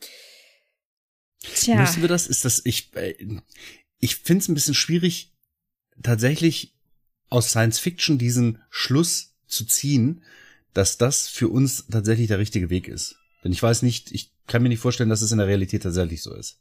Tja. Müssen wir das? Ist das, ich, ich finde es ein bisschen schwierig, tatsächlich aus Science Fiction diesen Schluss zu ziehen, dass das für uns tatsächlich der richtige Weg ist. Denn ich weiß nicht, ich kann mir nicht vorstellen, dass es in der Realität tatsächlich so ist.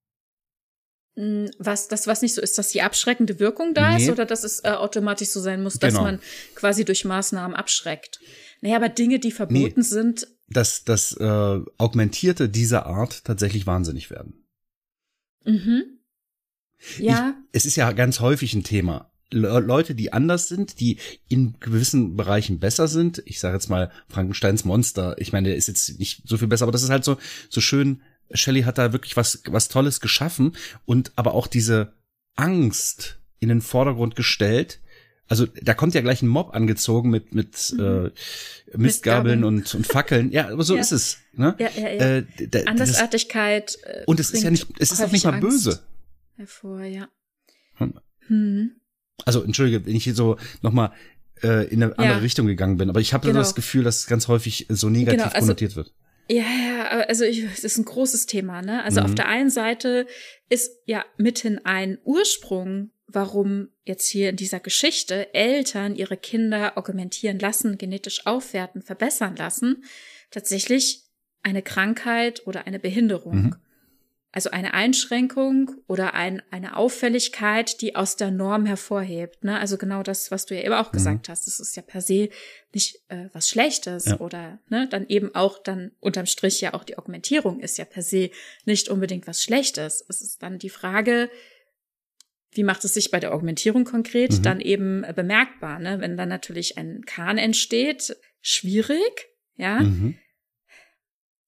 Was, das, was nicht so ist, dass die abschreckende Wirkung da nee. ist, oder dass es äh, automatisch so sein muss, dass genau. man quasi durch Maßnahmen abschreckt? Naja, aber Dinge, die verboten nee. sind. Dass das äh, Augmentierte dieser Art tatsächlich wahnsinnig werden. Mhm. Ja. Ich, es ist ja ganz häufig ein Thema. Leute, die anders sind, die in gewissen Bereichen besser sind. Ich sage jetzt mal Frankensteins Monster. Ich meine, der ist jetzt nicht so viel besser, aber das ist halt so so schön. Shelley hat da wirklich was was Tolles geschaffen und aber auch diese Angst in den Vordergrund gestellt. Also da kommt ja gleich ein Mob angezogen mit mit mhm. äh, Mistgabeln und und Fackeln. Ja, aber so ja. ist es. Ne? Ja, ja, ja. Äh, da, Andersartigkeit. Das, und es ist ja nicht, es ist auch nicht mal Angst böse. Hervor, ja. Hm. Hm. Also, entschuldige, wenn ich hier so nochmal äh, in eine andere ja. Richtung gegangen bin, aber ich habe genau. das Gefühl, dass es ganz häufig so negativ genau, also, konnotiert wird. Ja, ja, also ich, das ist ein großes Thema, ne? Also mhm. auf der einen Seite ist ja mithin ein Ursprung, warum jetzt hier in dieser Geschichte Eltern ihre Kinder augmentieren lassen, genetisch aufwerten, verbessern lassen, tatsächlich eine Krankheit oder eine Behinderung. Mhm. Also eine Einschränkung oder ein, eine Auffälligkeit, die aus der Norm hervorhebt. Ne? Also genau das, was du ja eben auch gesagt mhm. hast. Das ist ja per se nicht äh, was Schlechtes. Ja. Oder ne, dann eben auch dann unterm Strich ja auch die Augmentierung ist ja per se nicht unbedingt was Schlechtes. Es ist dann die Frage, wie macht es sich bei der Augmentierung konkret mhm. dann eben bemerkbar? Ne? Wenn dann natürlich ein Khan entsteht, schwierig, ja. Mhm.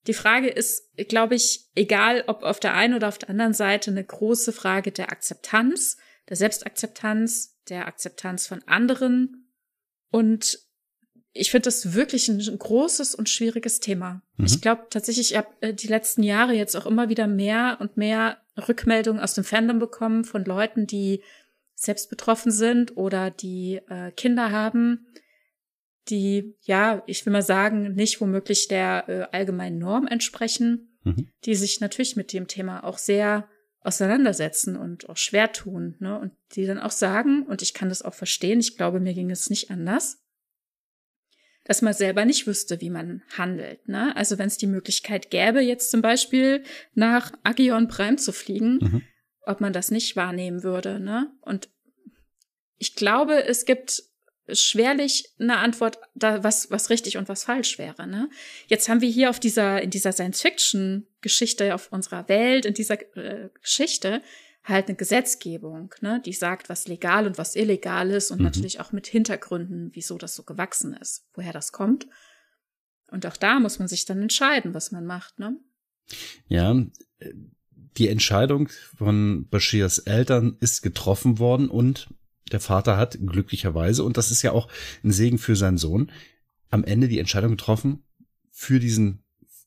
die Frage ist, glaube ich, egal ob auf der einen oder auf der anderen Seite, eine große Frage der Akzeptanz, der Selbstakzeptanz, der Akzeptanz von anderen. Und ich finde das wirklich ein großes und schwieriges Thema. Mhm. Ich glaube tatsächlich, ich habe die letzten Jahre jetzt auch immer wieder mehr und mehr Rückmeldungen aus dem Fandom bekommen von Leuten, die selbst betroffen sind oder die äh, Kinder haben, die, ja, ich will mal sagen, nicht womöglich der äh, allgemeinen Norm entsprechen, mhm. die sich natürlich mit dem Thema auch sehr auseinandersetzen und auch schwer tun, ne? Und die dann auch sagen, und ich kann das auch verstehen, ich glaube, mir ging es nicht anders, dass man selber nicht wüsste, wie man handelt, ne? Also wenn es die Möglichkeit gäbe, jetzt zum Beispiel nach Agion Prime zu fliegen, mhm. ob man das nicht wahrnehmen würde, ne? Und ich glaube, es gibt schwerlich eine Antwort, da was was richtig und was falsch wäre, ne? Jetzt haben wir hier auf dieser in dieser Science-Fiction-Geschichte auf unserer Welt, in dieser äh, Geschichte halt eine Gesetzgebung, ne, die sagt, was legal und was illegal ist und mhm. natürlich auch mit Hintergründen, wieso das so gewachsen ist, woher das kommt. Und auch da muss man sich dann entscheiden, was man macht, ne? Ja, die Entscheidung von Bashirs Eltern ist getroffen worden und der Vater hat glücklicherweise, und das ist ja auch ein Segen für seinen Sohn, am Ende die Entscheidung getroffen, für diesen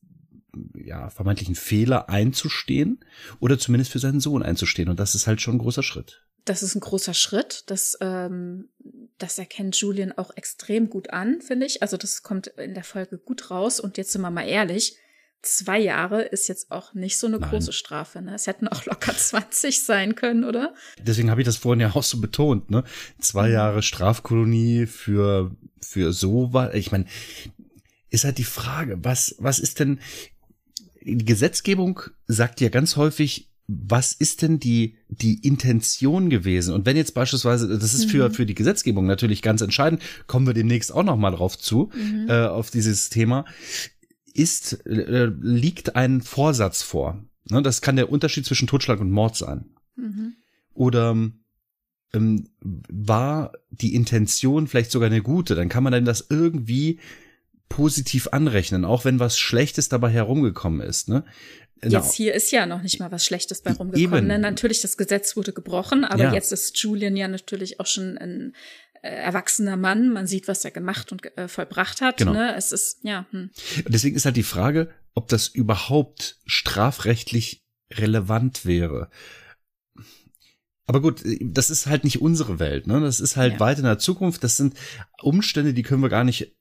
ja vermeintlichen Fehler einzustehen oder zumindest für seinen Sohn einzustehen. Und das ist halt schon ein großer Schritt. Das ist ein großer Schritt. Das, ähm, das erkennt Julian auch extrem gut an, finde ich. Also das kommt in der Folge gut raus. Und jetzt sind wir mal ehrlich, zwei Jahre ist jetzt auch nicht so eine Nein. große Strafe, ne? Es hätten auch locker zwanzig sein können, oder? Deswegen habe ich das vorhin ja auch so betont, ne? Zwei Jahre Strafkolonie für für so was. Ich meine, ist halt die Frage, was was ist denn, die Gesetzgebung sagt ja ganz häufig, was ist denn die die Intention gewesen? Und wenn jetzt beispielsweise, das ist für mhm. für die Gesetzgebung natürlich ganz entscheidend, kommen wir demnächst auch noch mal drauf zu, mhm. äh, auf dieses Thema, ist äh, liegt ein Vorsatz vor. Ne, das kann der Unterschied zwischen Totschlag und Mord sein. Mhm. Oder ähm, war die Intention vielleicht sogar eine gute? Dann kann man dann das irgendwie positiv anrechnen, auch wenn was Schlechtes dabei herumgekommen ist. Ne? Jetzt hier ist ja noch nicht mal was Schlechtes bei rumgekommen. Ne? Natürlich, das Gesetz wurde gebrochen, aber ja. jetzt ist Julian ja natürlich auch schon ein äh, erwachsener Mann. Man sieht, was er gemacht und äh, vollbracht hat. Genau. Ne? Es ist, ja. Hm. Deswegen ist halt die Frage, ob das überhaupt strafrechtlich relevant wäre. Aber gut, das ist halt nicht unsere Welt. Ne? Das ist halt ja. weit in der Zukunft. Das sind Umstände, die können wir gar nicht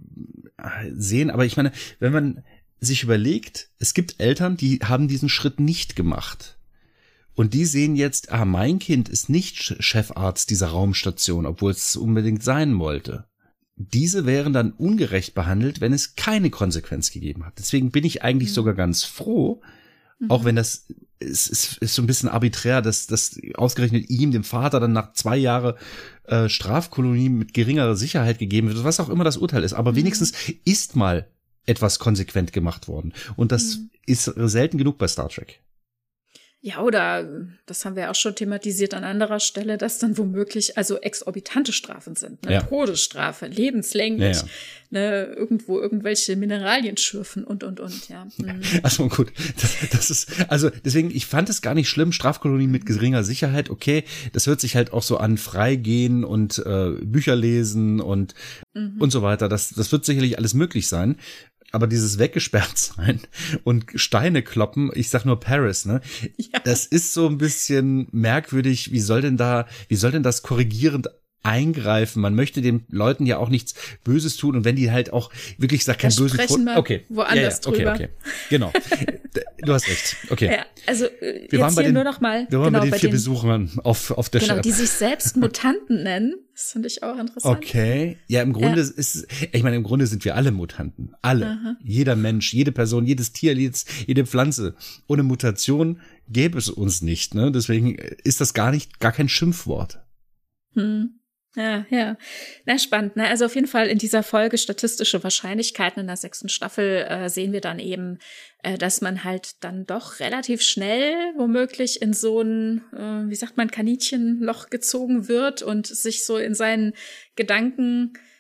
sehen. Aber ich meine, wenn man sich überlegt, es gibt Eltern, die haben diesen Schritt nicht gemacht. Und die sehen jetzt, ah, mein Kind ist nicht Chefarzt dieser Raumstation, obwohl es unbedingt sein wollte. Diese wären dann ungerecht behandelt, wenn es keine Konsequenz gegeben hat. Deswegen bin ich eigentlich mhm. sogar ganz froh, mhm. auch wenn das es ist, ist so ein bisschen arbiträr, dass, dass ausgerechnet ihm, dem Vater, dann nach zwei Jahren äh, Strafkolonie mit geringerer Sicherheit gegeben wird, was auch immer das Urteil ist. Aber mhm. wenigstens ist mal etwas konsequent gemacht worden. Und das mhm. ist selten genug bei Star Trek. Ja, oder das haben wir auch schon thematisiert an anderer Stelle, dass dann womöglich also exorbitante Strafen sind. Ne? Ja. Todesstrafe, lebenslänglich, ja, ja. Ne? Irgendwo irgendwelche Mineralien schürfen und, und, und. Ja. Mhm. Also gut, das, das ist, also deswegen, ich fand es gar nicht schlimm, Strafkolonie mit geringer Sicherheit, okay, das hört sich halt auch so an, freigehen und äh, Bücher lesen und, mhm. und so weiter. Das, das wird sicherlich alles möglich sein. Aber dieses weggesperrt sein und Steine kloppen, ich sag nur Paris, ne? Ja. Das ist so ein bisschen merkwürdig. Wie soll denn da, wie soll denn das korrigierend eingreifen? Man möchte den Leuten ja auch nichts Böses tun. Und wenn die halt auch wirklich sagt, kein böses Vor- okay. woanders ja, ja. drüber. Okay, okay. Genau. Du hast recht. Okay. Ja, also wir jetzt waren bei hier den, nur noch mal. Wir waren genau, bei den bei vier den, Besuchern auf, auf der Genau, Shep. die sich selbst Mutanten nennen. Das finde ich auch interessant. Okay. Ja, im Grunde ja. ist, ich meine, im Grunde sind wir alle Mutanten. Alle. Aha. Jeder Mensch, jede Person, jedes Tier, jedes, jede Pflanze. Ohne Mutation gäbe es uns nicht, ne? Deswegen ist das gar nicht, gar kein Schimpfwort. Hm. Ja, ja. Na, spannend. Ne? Also auf jeden Fall in dieser Folge statistische Wahrscheinlichkeiten in der sechsten Staffel äh, sehen wir dann eben, äh, dass man halt dann doch relativ schnell womöglich in so ein, äh, wie sagt man, Kaninchenloch gezogen wird und sich so in seinen Gedanken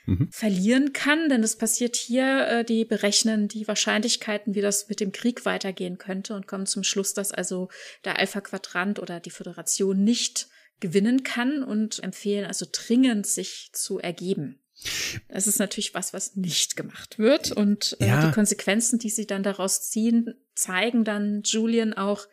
mhm. verlieren kann, denn es passiert hier, äh, die berechnen die Wahrscheinlichkeiten, wie das mit dem Krieg weitergehen könnte und kommen zum Schluss, dass also der Alpha-Quadrant oder die Föderation nicht gewinnen kann und empfehlen also dringend, sich zu ergeben. Das ist natürlich was, was nicht gemacht wird und äh, ja. die Konsequenzen, die sie dann daraus ziehen, zeigen dann Julian auch,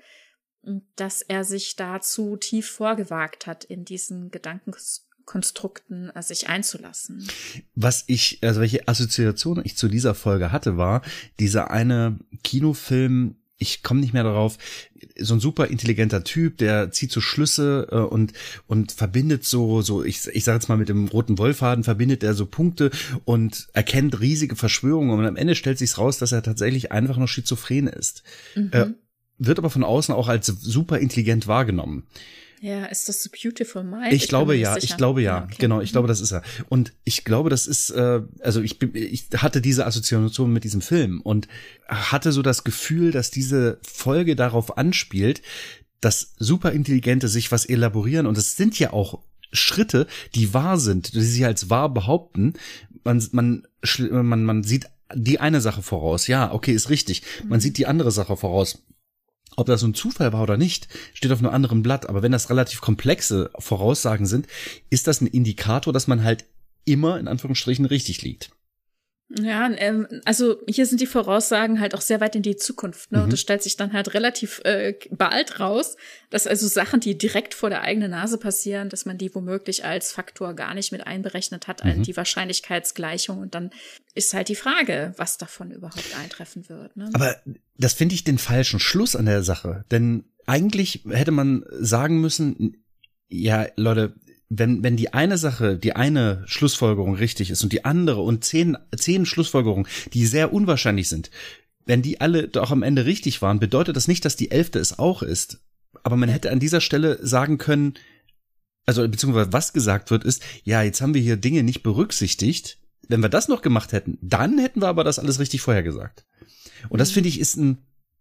dass er sich dazu tief vorgewagt hat, in diesen Gedankenkonstrukten äh, sich einzulassen. Was ich, also welche Assoziation ich zu dieser Folge hatte, war dieser eine Kinofilm, ich komme nicht mehr darauf, so ein super intelligenter Typ, der zieht so Schlüsse äh, und und verbindet so, so ich ich sage jetzt mal mit dem roten Wollfaden, verbindet er so Punkte und erkennt riesige Verschwörungen und am Ende stellt sich's raus, dass er tatsächlich einfach nur schizophren ist. Mhm. Äh, wird aber von außen auch als super intelligent wahrgenommen. Ja, ist das So Beautiful Mind? Ich, ich glaube ja, sicher. ich glaube ja, ja okay. genau, ich glaube, das ist er. Und ich glaube, das ist, äh, also ich, ich hatte diese Assoziation mit diesem Film und hatte so das Gefühl, dass diese Folge darauf anspielt, dass Superintelligente sich was elaborieren und es sind ja auch Schritte, die wahr sind, die sie als wahr behaupten. Man, man, man, man sieht die eine Sache voraus, ja, okay, ist richtig. Man mhm. sieht die andere Sache voraus. Ob das so ein Zufall war oder nicht, steht auf einem anderen Blatt. Aber wenn das relativ komplexe Voraussagen sind, ist das ein Indikator, dass man halt immer in Anführungsstrichen richtig liegt. Ja, ähm, also hier sind die Voraussagen halt auch sehr weit in die Zukunft, ne? Mhm. Und es stellt sich dann halt relativ äh, bald raus, dass also Sachen, die direkt vor der eigenen Nase passieren, dass man die womöglich als Faktor gar nicht mit einberechnet hat, mhm. die Wahrscheinlichkeitsgleichung. Und dann ist halt die Frage, was davon überhaupt eintreffen wird. Ne? Aber das finde ich den falschen Schluss an der Sache. Denn eigentlich hätte man sagen müssen, ja, Leute, wenn, wenn die eine Sache, die eine Schlussfolgerung richtig ist und die andere und zehn, zehn Schlussfolgerungen, die sehr unwahrscheinlich sind, wenn die alle doch am Ende richtig waren, bedeutet das nicht, dass die elfte es auch ist. Aber man hätte an dieser Stelle sagen können, also beziehungsweise was gesagt wird, ist, ja, jetzt haben wir hier Dinge nicht berücksichtigt. Wenn wir das noch gemacht hätten, dann hätten wir aber das alles richtig vorhergesagt. Und das finde ich ist ein,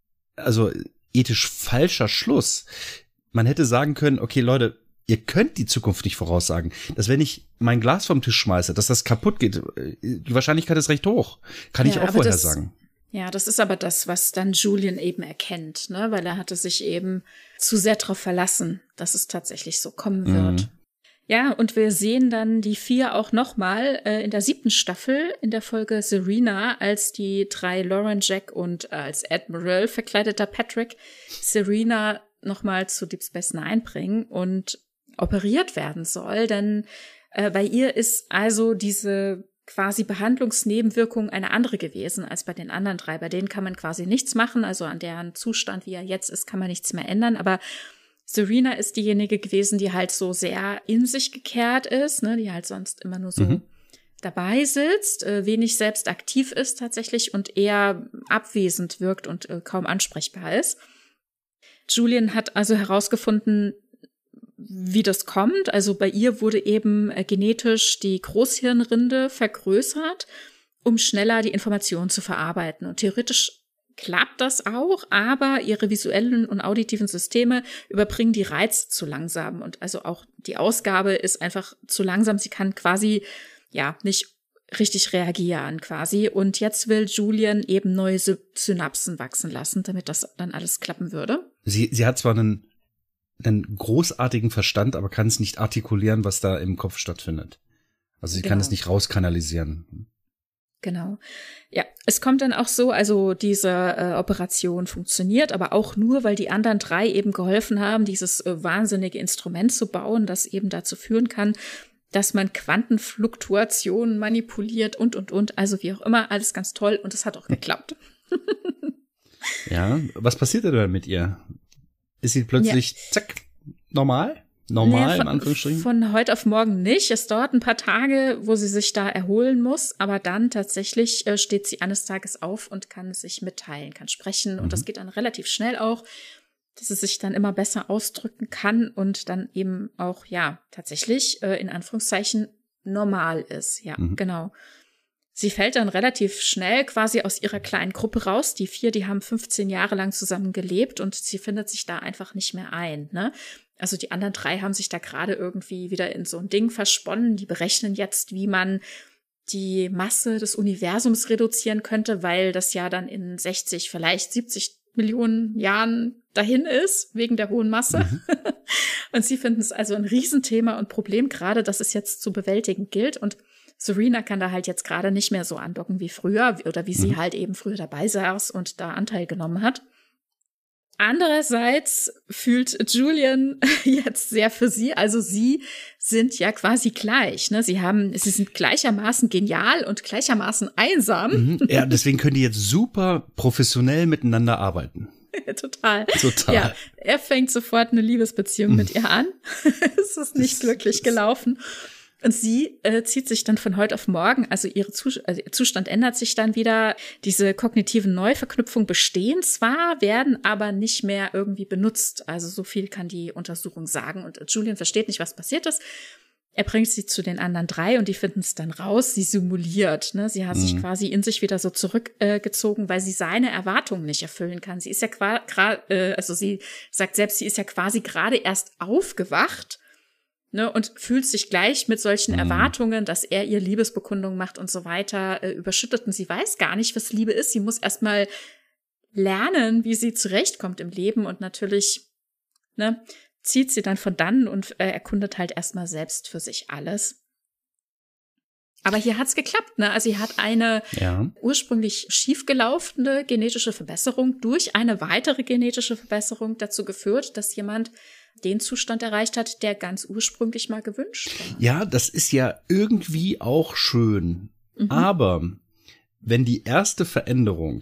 also ethisch falscher Schluss. Man hätte sagen können, okay, Leute, ihr könnt die Zukunft nicht voraussagen. Dass wenn ich mein Glas vom Tisch schmeiße, dass das kaputt geht, die Wahrscheinlichkeit ist recht hoch. Kann ja, ich auch vorher das, sagen. Ja, das ist aber das, was dann Julian eben erkennt, ne? Weil er hatte sich eben zu sehr darauf verlassen, dass es tatsächlich so kommen wird. Mhm. Ja, und wir sehen dann die vier auch nochmal äh, in der siebten Staffel in der Folge Serena, als die drei Lauren, Jack und äh, als Admiral verkleideter Patrick Serena nochmal zu Deep Space Nine bringen und operiert werden soll, denn äh, bei ihr ist also diese quasi Behandlungsnebenwirkung eine andere gewesen als bei den anderen drei. Bei denen kann man quasi nichts machen, also an deren Zustand, wie er jetzt ist, kann man nichts mehr ändern, aber Serena ist diejenige gewesen, die halt so sehr in sich gekehrt ist, ne, die halt sonst immer nur so mhm. dabei sitzt, äh, wenig selbst aktiv ist tatsächlich und eher abwesend wirkt und äh, kaum ansprechbar ist. Julian hat also herausgefunden, wie das kommt. Also bei ihr wurde eben äh, genetisch die Großhirnrinde vergrößert, um schneller die Informationen zu verarbeiten. Und theoretisch klappt das auch, aber ihre visuellen und auditiven Systeme überbringen die Reize zu langsam. Und also auch die Ausgabe ist einfach zu langsam. Sie kann quasi, ja, nicht richtig reagieren quasi. Und jetzt will Julian eben neue Synapsen wachsen lassen, damit das dann alles klappen würde. Sie, sie hat zwar einen einen großartigen Verstand, aber kann es nicht artikulieren, was da im Kopf stattfindet. Also sie genau. kann es nicht rauskanalisieren. Genau. Ja, es kommt dann auch so, also diese äh, Operation funktioniert, aber auch nur, weil die anderen drei eben geholfen haben, dieses äh, wahnsinnige Instrument zu bauen, das eben dazu führen kann, dass man Quantenfluktuationen manipuliert und, und, und. Also wie auch immer, alles ganz toll und es hat auch geklappt. Ja, was passiert denn dann mit ihr? Ist sie plötzlich, ja. zack, normal? Normal, naja, von, im Anführungsstrichen? Von heute auf morgen nicht. Es dauert ein paar Tage, wo sie sich da erholen muss. Aber dann tatsächlich äh, steht sie eines Tages auf und kann sich mitteilen, kann sprechen. Mhm. Und das geht dann relativ schnell auch, dass sie sich dann immer besser ausdrücken kann und dann eben auch, ja, tatsächlich äh, in Anführungszeichen normal ist. Ja, mhm. genau. Sie fällt dann relativ schnell quasi aus ihrer kleinen Gruppe raus. Die vier, die haben fünfzehn Jahre lang zusammen gelebt und sie findet sich da einfach nicht mehr ein, ne? Also die anderen drei haben sich da gerade irgendwie wieder in so ein Ding versponnen. Die berechnen jetzt, wie man die Masse des Universums reduzieren könnte, weil das ja dann in sechzig, vielleicht siebzig Millionen Jahren dahin ist, wegen der hohen Masse. Mhm. Und sie finden es also ein Riesenthema und Problem, gerade dass es jetzt zu bewältigen gilt. Und Serena kann da halt jetzt gerade nicht mehr so andocken wie früher oder wie mhm. sie halt eben früher dabei saß und da Anteil genommen hat. Andererseits fühlt Julian jetzt sehr für sie, also sie sind ja quasi gleich, ne? Sie haben, sie sind gleichermaßen genial und gleichermaßen einsam. Mhm. Ja, deswegen können die jetzt super professionell miteinander arbeiten. Total. Total. Ja, er fängt sofort eine Liebesbeziehung mhm. mit ihr an. Es ist nicht das, glücklich das gelaufen. Und sie äh, zieht sich dann von heute auf morgen, also, ihre Zus- also ihr Zustand ändert sich dann wieder. Diese kognitiven Neuverknüpfungen bestehen zwar, werden aber nicht mehr irgendwie benutzt. Also so viel kann die Untersuchung sagen. Und Julian versteht nicht, was passiert ist. Er bringt sie zu den anderen drei und die finden es dann raus. Sie simuliert, ne? Sie hat mhm. sich quasi in sich wieder so zurückgezogen, äh, weil sie seine Erwartungen nicht erfüllen kann. Sie ist ja quasi, äh, also sie sagt selbst, sie ist ja quasi gerade erst aufgewacht. Ne, und fühlt sich gleich mit solchen mhm. Erwartungen, dass er ihr Liebesbekundung macht und so weiter, äh, überschüttet. Und sie weiß gar nicht, was Liebe ist. Sie muss erst mal lernen, wie sie zurechtkommt im Leben. Und natürlich ne, zieht sie dann von dann und äh, erkundet halt erstmal selbst für sich alles. Aber hier hat's geklappt, ne? Also sie hat eine ja. ursprünglich schiefgelaufene genetische Verbesserung durch eine weitere genetische Verbesserung dazu geführt, dass jemand den Zustand erreicht hat, der ganz ursprünglich mal gewünscht war. Ja, das ist ja irgendwie auch schön. Mhm. Aber wenn die erste Veränderung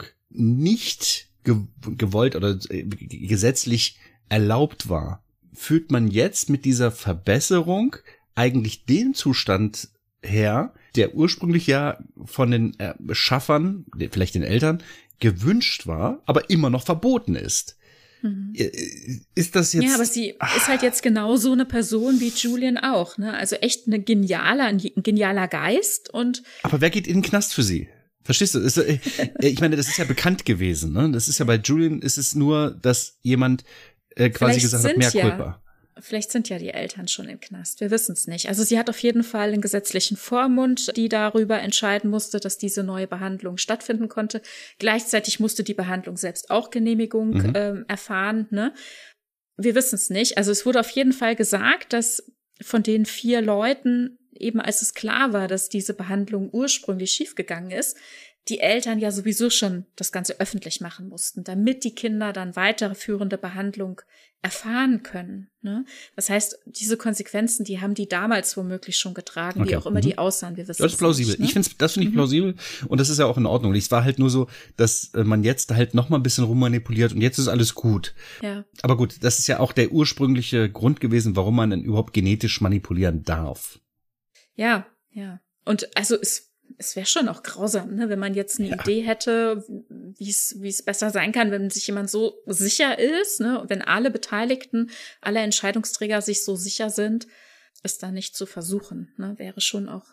nicht ge- gewollt oder äh, gesetzlich erlaubt war, führt man jetzt mit dieser Verbesserung eigentlich den Zustand her, der ursprünglich ja von den äh, Schaffern, vielleicht den Eltern, gewünscht war, aber immer noch verboten ist. Mhm. Ist das jetzt? Ja, aber sie ah. ist halt jetzt genau so eine Person wie Julian auch, ne? Also echt eine genialer, ein genialer Geist und. Aber wer geht in den Knast für sie? Verstehst du? Ist, äh, ich meine, das ist ja bekannt gewesen, ne? Das ist ja bei Julian ist es nur, dass jemand äh, quasi gesagt hat, mehr Culpa. Ja. Vielleicht sind ja die Eltern schon im Knast. Wir wissen es nicht. Also sie hat auf jeden Fall einen gesetzlichen Vormund, die darüber entscheiden musste, dass diese neue Behandlung stattfinden konnte. Gleichzeitig musste die Behandlung selbst auch Genehmigung mhm. ähm, erfahren. Ne? Wir wissen es nicht. Also es wurde auf jeden Fall gesagt, dass von den vier Leuten, eben als es klar war, dass diese Behandlung ursprünglich schiefgegangen ist, die Eltern ja sowieso schon das Ganze öffentlich machen mussten, damit die Kinder dann weitere führende Behandlung erfahren können. Ne? Das heißt, diese Konsequenzen, die haben die damals womöglich schon getragen, okay. wie auch immer mhm. die aussahen. Wir wissen das ist plausibel. Nicht, ne? Ich finde, das finde ich mhm. plausibel und das ist ja auch in Ordnung. Es war halt nur so, dass man jetzt halt noch mal ein bisschen rummanipuliert und jetzt ist alles gut. Ja. Aber gut, das ist ja auch der ursprüngliche Grund gewesen, warum man denn überhaupt genetisch manipulieren darf. Ja, ja. Und also es Es wäre schon auch grausam, ne, wenn man jetzt eine ja. Idee hätte, wie es wie es besser sein kann, wenn sich jemand so sicher ist, ne, wenn alle Beteiligten, alle Entscheidungsträger sich so sicher sind, es dann nicht zu versuchen, ne, wäre schon auch.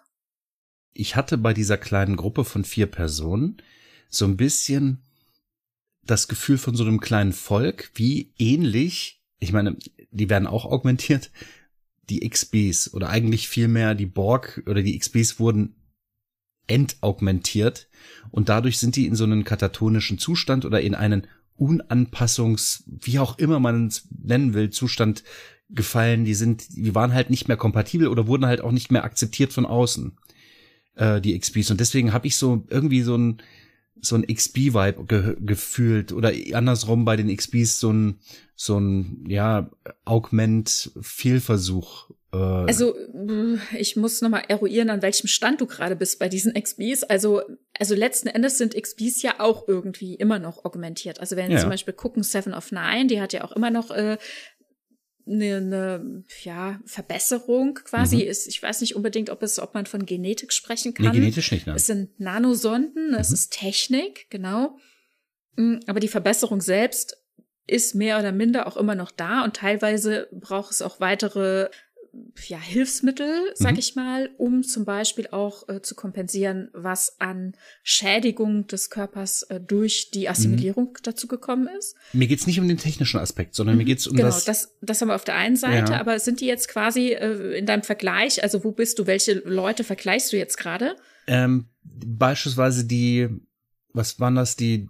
Ich hatte bei dieser kleinen Gruppe von vier Personen so ein bisschen das Gefühl von so einem kleinen Volk, wie ähnlich, ich meine, die werden auch augmentiert, die X Bs oder eigentlich vielmehr die Borg oder die X Bs wurden entaugmentiert und dadurch sind die in so einen katatonischen Zustand oder in einen Unanpassungs, wie auch immer man es nennen will, Zustand gefallen. Die sind, die waren halt nicht mehr kompatibel oder wurden halt auch nicht mehr akzeptiert von außen, äh, die X Bs. Und deswegen habe ich so irgendwie so ein so ein X B-Vibe ge- gefühlt oder andersrum bei den X Bs so ein so ein ja Augment-Fehlversuch. Also ich muss nochmal eruieren, an welchem Stand du gerade bist bei diesen X Bs. Also also letzten Endes sind X Bs ja auch irgendwie immer noch augmentiert. Also wenn wir ja. zum Beispiel gucken, Seven of Nine, die hat ja auch immer noch äh, eine, eine ja, Verbesserung quasi. Mhm. Ist, ich weiß nicht unbedingt, ob es, ob man von Genetik sprechen kann. Nee, genetisch nicht, nein. Es sind Nanosonden, es mhm. ist Technik, genau. Aber die Verbesserung selbst ist mehr oder minder auch immer noch da und teilweise braucht es auch weitere ja, Hilfsmittel, sag mhm. ich mal, um zum Beispiel auch äh, zu kompensieren, was an Schädigung des Körpers äh, durch die Assimilierung mhm. dazu gekommen ist. Mir geht's nicht um den technischen Aspekt, sondern mhm. mir geht's um genau, das. Genau, das, das haben wir auf der einen Seite, ja. aber sind die jetzt quasi äh, in deinem Vergleich, also wo bist du, welche Leute vergleichst du jetzt gerade? ähm, beispielsweise die, was waren das, die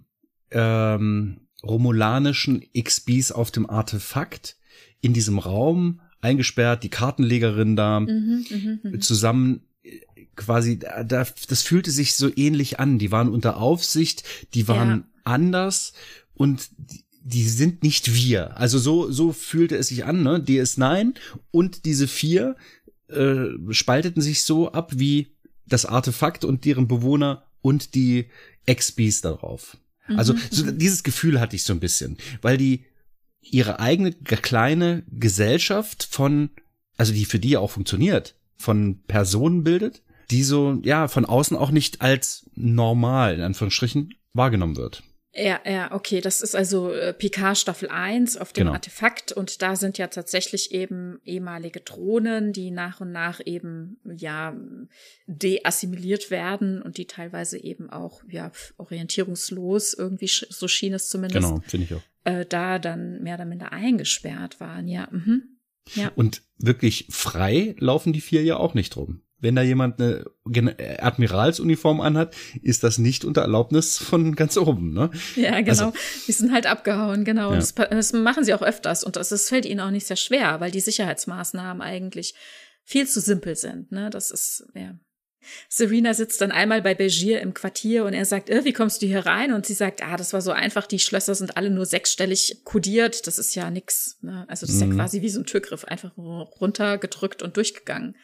ähm, romulanischen X Bs auf dem Artefakt in diesem Raum eingesperrt, die Kartenlegerin da Mhm, mh, mh. zusammen quasi, da, das fühlte sich so ähnlich an. Die waren unter Aufsicht, die waren Ja. anders und die, die sind nicht wir. Also so so fühlte es sich an, ne? D S neun und diese vier äh, spalteten sich so ab wie das Artefakt und deren Bewohner und die X Bs darauf. Also so, dieses Gefühl hatte ich so ein bisschen, weil die ihre eigene kleine Gesellschaft von, also die für die auch funktioniert, von Personen bildet, die so, ja, von außen auch nicht als normal, in Anführungsstrichen, wahrgenommen wird. Ja, ja, okay, das ist also äh, Picard Staffel eins auf dem Genau. Artefakt und da sind ja tatsächlich eben ehemalige Drohnen, die nach und nach eben, ja, deassimiliert werden und die teilweise eben auch, ja, orientierungslos, irgendwie, sch- so schien es zumindest, Genau, finde ich auch. äh, da dann mehr oder minder eingesperrt waren, ja, mhm. Ja. Und wirklich frei laufen die vier ja auch nicht rum. Wenn da jemand eine Gen- Admiralsuniform anhat, ist das nicht unter Erlaubnis von ganz oben, ne? Ja, genau. Also, die sind halt abgehauen, genau. Ja. Das, pa- das machen sie auch öfters und das, das fällt ihnen auch nicht sehr schwer, weil die Sicherheitsmaßnahmen eigentlich viel zu simpel sind, ne? Das ist, ja. Serena sitzt dann einmal bei Begier im Quartier und er sagt, äh, wie kommst du hier rein? Und sie sagt, ah, das war so einfach, die Schlösser sind alle nur sechsstellig kodiert, das ist ja nix, ne? Also das ist Mhm. ja quasi wie so ein Türgriff, einfach runtergedrückt und durchgegangen.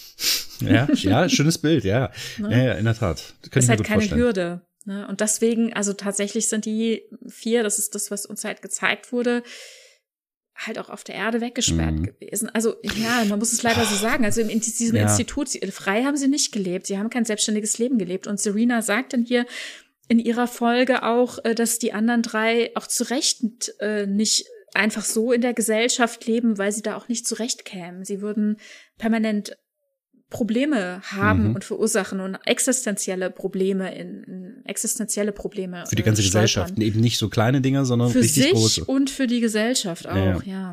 ja, ja, schönes Bild, ja. Ne? Ja, ja, in der Tat. Das kann Das ich ist mir halt gut keine vorstellen. Hürde. Ne? Und deswegen, also tatsächlich sind die vier, das ist das, was uns halt gezeigt wurde, halt auch auf der Erde weggesperrt Mhm. gewesen. Also ja, man muss es leider so sagen. Also in diesem Ja. Institut, sie, frei haben sie nicht gelebt. Sie haben kein selbstständiges Leben gelebt. Und Serena sagt dann hier in ihrer Folge auch, äh, dass die anderen drei auch zu Recht äh, nicht einfach so in der Gesellschaft leben, weil sie da auch nicht zurechtkämen. Sie würden permanent Probleme haben Mhm. und verursachen und existenzielle Probleme in, in existenzielle Probleme Für die ganze äh, Gesellschaft. stolpern. Eben nicht so kleine Dinger, sondern Für richtig sich große. und für die Gesellschaft auch, Ja, ja.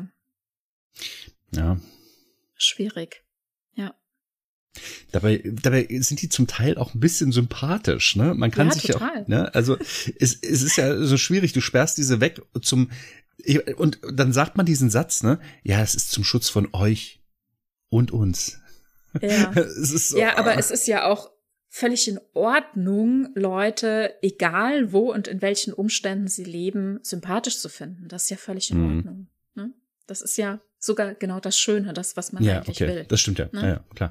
Ja. Schwierig. Ja. Dabei, dabei sind die zum Teil auch ein bisschen sympathisch, ne? Man kann Ja, sich total. auch, ne? Also es, es ist ja so schwierig. Du sperrst diese weg zum und dann sagt man diesen Satz, ne? Ja, es ist zum Schutz von euch und uns. Ja. Es ist so, Ja, aber ah. es ist ja auch völlig in Ordnung, Leute, egal wo und in welchen Umständen sie leben, sympathisch zu finden. Das ist ja völlig in Mhm. Ordnung. Ne? Das ist ja sogar genau das Schöne, das, was man Ja, eigentlich okay, will. das stimmt ja. Ne? Ja, ja, klar.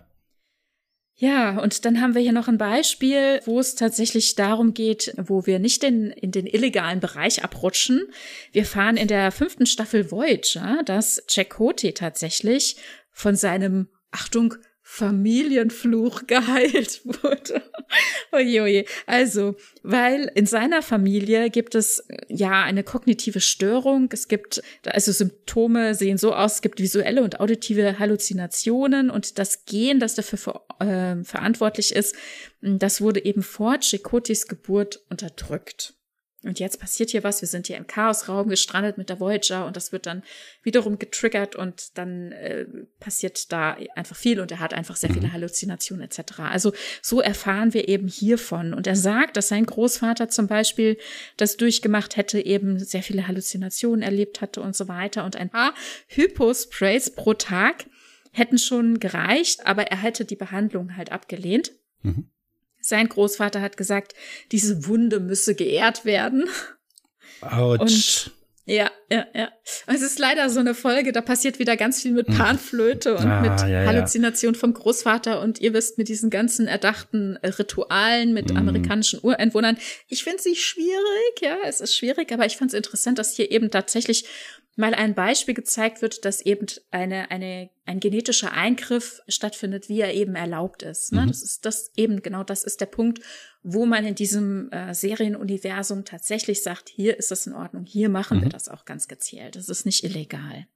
Ja, und dann haben wir hier noch ein Beispiel, wo es tatsächlich darum geht, wo wir nicht in, in den illegalen Bereich abrutschen. Wir fahren in der fünften Staffel Voyager, dass Chakotay tatsächlich von seinem, Achtung, Familienfluch geheilt wurde. Oje, also, weil in seiner Familie gibt es ja eine kognitive Störung. Es gibt, also Symptome sehen so aus, es gibt visuelle und auditive Halluzinationen und das Gen, das dafür ver, äh, verantwortlich ist, das wurde eben vor Chakotays Geburt unterdrückt. Und jetzt passiert hier was, wir sind hier im Chaosraum gestrandet mit der Voyager und das wird dann wiederum getriggert und dann äh, passiert da einfach viel und er hat einfach sehr viele Halluzinationen et cetera. Also so erfahren wir eben hiervon. Und er sagt, dass sein Großvater zum Beispiel das durchgemacht hätte, eben sehr viele Halluzinationen erlebt hatte und so weiter. Und ein paar Hyposprays pro Tag hätten schon gereicht, aber er hätte die Behandlung halt abgelehnt. Mhm. Sein Großvater hat gesagt, diese Wunde müsse geehrt werden. Autsch. Und ja, ja, ja. Es ist leider so eine Folge, da passiert wieder ganz viel mit Panflöte und Ah, mit ja, ja. Halluzination vom Großvater und ihr wisst, mit diesen ganzen erdachten Ritualen mit Mm. amerikanischen Ureinwohnern. Ich finde sie schwierig, ja, es ist schwierig, aber ich fand es interessant, dass hier eben tatsächlich mal ein Beispiel gezeigt wird, dass eben eine, eine, ein genetischer Eingriff stattfindet, wie er eben erlaubt ist. Ne? Mhm. Das ist das eben, genau das ist der Punkt, wo man in diesem äh, Serienuniversum tatsächlich sagt, hier ist das in Ordnung, hier machen Mhm. wir das auch ganz gezielt. Das ist nicht illegal.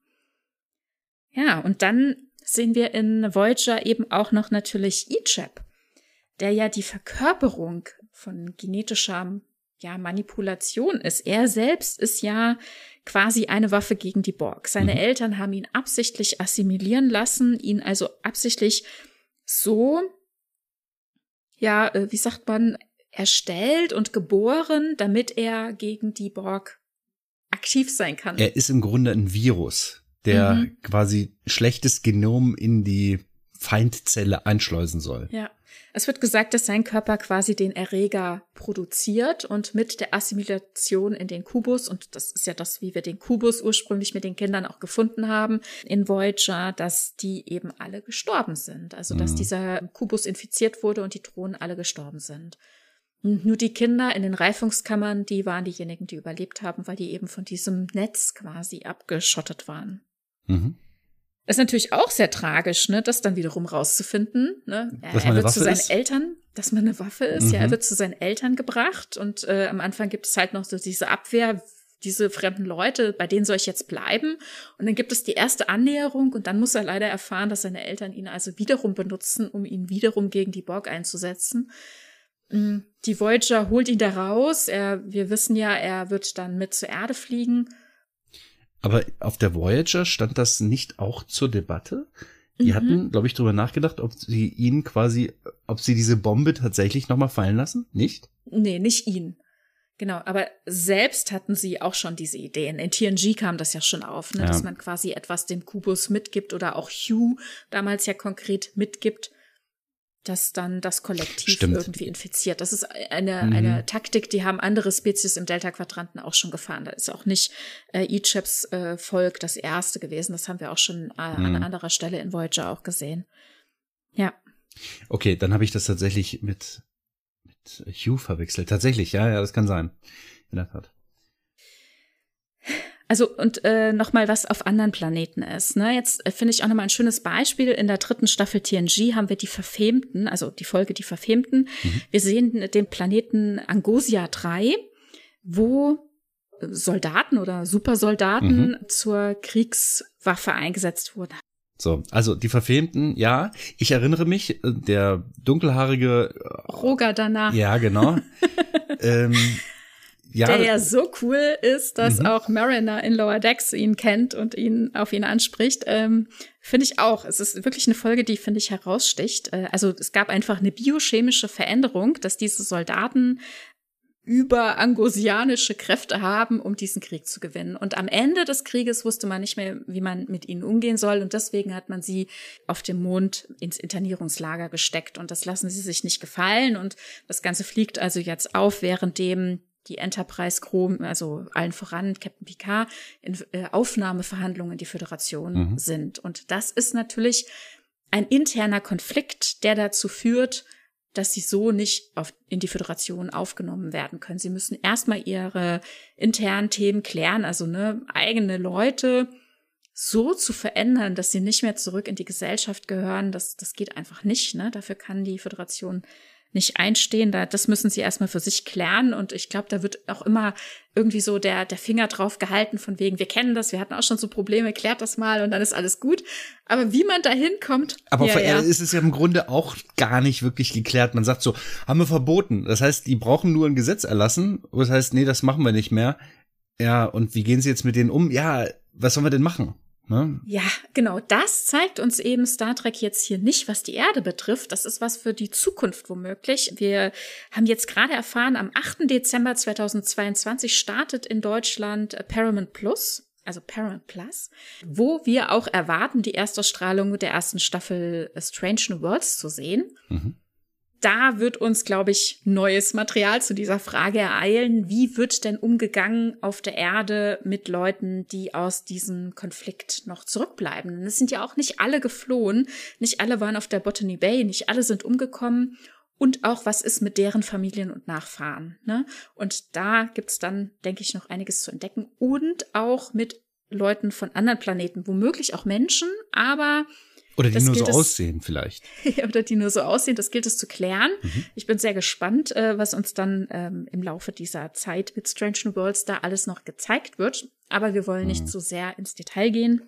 Ja, und dann sehen wir in Voyager eben auch noch natürlich Icheb, der ja die Verkörperung von genetischer ja, Manipulation ist. Er selbst ist ja quasi eine Waffe gegen die Borg. Seine Mhm. Eltern haben ihn absichtlich assimilieren lassen, ihn also absichtlich so ja, äh, wie sagt man, erstellt und geboren, damit er gegen die Borg aktiv sein kann. Er ist im Grunde ein Virus, der mhm. quasi schlechtes Genom in die Feindzelle einschleusen soll. Ja. Es wird gesagt, dass sein Körper quasi den Erreger produziert und mit der Assimilation in den Kubus, und das ist ja das, wie wir den Kubus ursprünglich mit den Kindern auch gefunden haben in Voyager, dass die eben alle gestorben sind. Also, dass mhm. dieser Kubus infiziert wurde und die Drohnen alle gestorben sind. Und nur die Kinder in den Reifungskammern, die waren diejenigen, die überlebt haben, weil die eben von diesem Netz quasi abgeschottet waren. Mhm. Das ist natürlich auch sehr tragisch, ne, das dann wiederum rauszufinden. Ne? Er, dass man er wird eine Waffe zu seinen ist? Eltern, dass man eine Waffe ist. Mhm. Ja, er wird zu seinen Eltern gebracht und äh, am Anfang gibt es halt noch so diese Abwehr, diese fremden Leute, bei denen soll ich jetzt bleiben? Und dann gibt es die erste Annäherung und dann muss er leider erfahren, dass seine Eltern ihn also wiederum benutzen, um ihn wiederum gegen die Borg einzusetzen. Die Voyager holt ihn da raus. Er, wir wissen ja, er wird dann mit zur Erde fliegen. Aber auf der Voyager stand das nicht auch zur Debatte? Die Mhm. hatten, glaube ich, drüber nachgedacht, ob sie ihn quasi, ob sie diese Bombe tatsächlich nochmal fallen lassen? Nicht? Nee, nicht ihn. Genau, aber selbst hatten sie auch schon diese Ideen. In T N G kam das ja schon auf, ne, Ja. dass man quasi etwas dem Kubus mitgibt oder auch Hugh damals ja konkret mitgibt, dass dann das Kollektiv Stimmt. irgendwie infiziert. Das ist eine, Mhm. eine Taktik, die haben andere Spezies im Delta-Quadranten auch schon gefahren. Da ist auch nicht äh, Ichaps äh, Volk das erste gewesen. Das haben wir auch schon äh, an Mhm. anderer Stelle in Voyager auch gesehen. Ja. Okay, dann habe ich das tatsächlich mit, mit Hugh verwechselt. Tatsächlich, ja, ja, das kann sein. In der Tat. Also und äh, noch mal was auf anderen Planeten ist. Ne? Jetzt äh, finde ich auch noch mal ein schönes Beispiel. In der dritten Staffel T N G haben wir die Verfemten, also die Folge Die Verfemten. Mhm. Wir sehen den Planeten Angosia drei, wo Soldaten oder Supersoldaten mhm. zur Kriegswaffe eingesetzt wurden. So, also die Verfemten, ja. Ich erinnere mich, der dunkelhaarige Roger danach. Ja, genau. ähm, Ja, der ja so cool ist, dass mhm. auch Mariner in Lower Decks ihn kennt und ihn auf ihn anspricht, ähm, finde ich auch. Es ist wirklich eine Folge, die, finde ich, heraussticht. Äh, also es gab einfach eine biochemische Veränderung, dass diese Soldaten überangosianische Kräfte haben, um diesen Krieg zu gewinnen. Und am Ende des Krieges wusste man nicht mehr, wie man mit ihnen umgehen soll. Und deswegen hat man sie auf dem Mond ins Internierungslager gesteckt. Und das lassen sie sich nicht gefallen. Und das Ganze fliegt also jetzt auf, währenddem die Enterprise Crew, also allen voran Captain Picard, in äh, Aufnahmeverhandlungen in die Föderation mhm. sind. Und das ist natürlich ein interner Konflikt, der dazu führt, dass sie so nicht auf, in die Föderation aufgenommen werden können. Sie müssen erstmal ihre internen Themen klären, also ne, eigene Leute so zu verändern, dass sie nicht mehr zurück in die Gesellschaft gehören. Das, das geht einfach nicht. Ne? Dafür kann die Föderation nicht einstehen. Da, das müssen sie erstmal für sich klären. Und ich glaube, da wird auch immer irgendwie so der, der Finger drauf gehalten von wegen, wir kennen das, wir hatten auch schon so Probleme, klärt das mal und dann ist alles gut. Aber wie man da hinkommt. Aber ja, für ja. ist es ja im Grunde auch gar nicht wirklich geklärt. Man sagt so, haben wir verboten. Das heißt, die brauchen nur ein Gesetz erlassen. Das heißt, nee, das machen wir nicht mehr. Ja, und wie gehen sie jetzt mit denen um? Ja, was sollen wir denn machen? Ne? Ja, genau. Das zeigt uns eben Star Trek jetzt hier nicht, was die Erde betrifft. Das ist was für die Zukunft womöglich. Wir haben jetzt gerade erfahren, am achten Dezember zweitausendzweiundzwanzig startet in Deutschland Paramount Plus, also Paramount Plus, wo wir auch erwarten, die Erstausstrahlung der ersten Staffel Strange New Worlds zu sehen. Mhm. Da wird uns, glaube ich, neues Material zu dieser Frage ereilen. Wie wird denn umgegangen auf der Erde mit Leuten, die aus diesem Konflikt noch zurückbleiben? Denn es sind ja auch nicht alle geflohen, nicht alle waren auf der Botany Bay, nicht alle sind umgekommen. Und auch, was ist mit deren Familien und Nachfahren? Ne? Und da gibt's dann, denke ich, noch einiges zu entdecken. Und auch mit Leuten von anderen Planeten, womöglich auch Menschen, aber Oder die das nur so es, aussehen vielleicht. Oder die nur so aussehen, das gilt es zu klären. Mhm. Ich bin sehr gespannt, äh, was uns dann ähm, im Laufe dieser Zeit mit Strange New Worlds da alles noch gezeigt wird. Aber wir wollen mhm. nicht so sehr ins Detail gehen.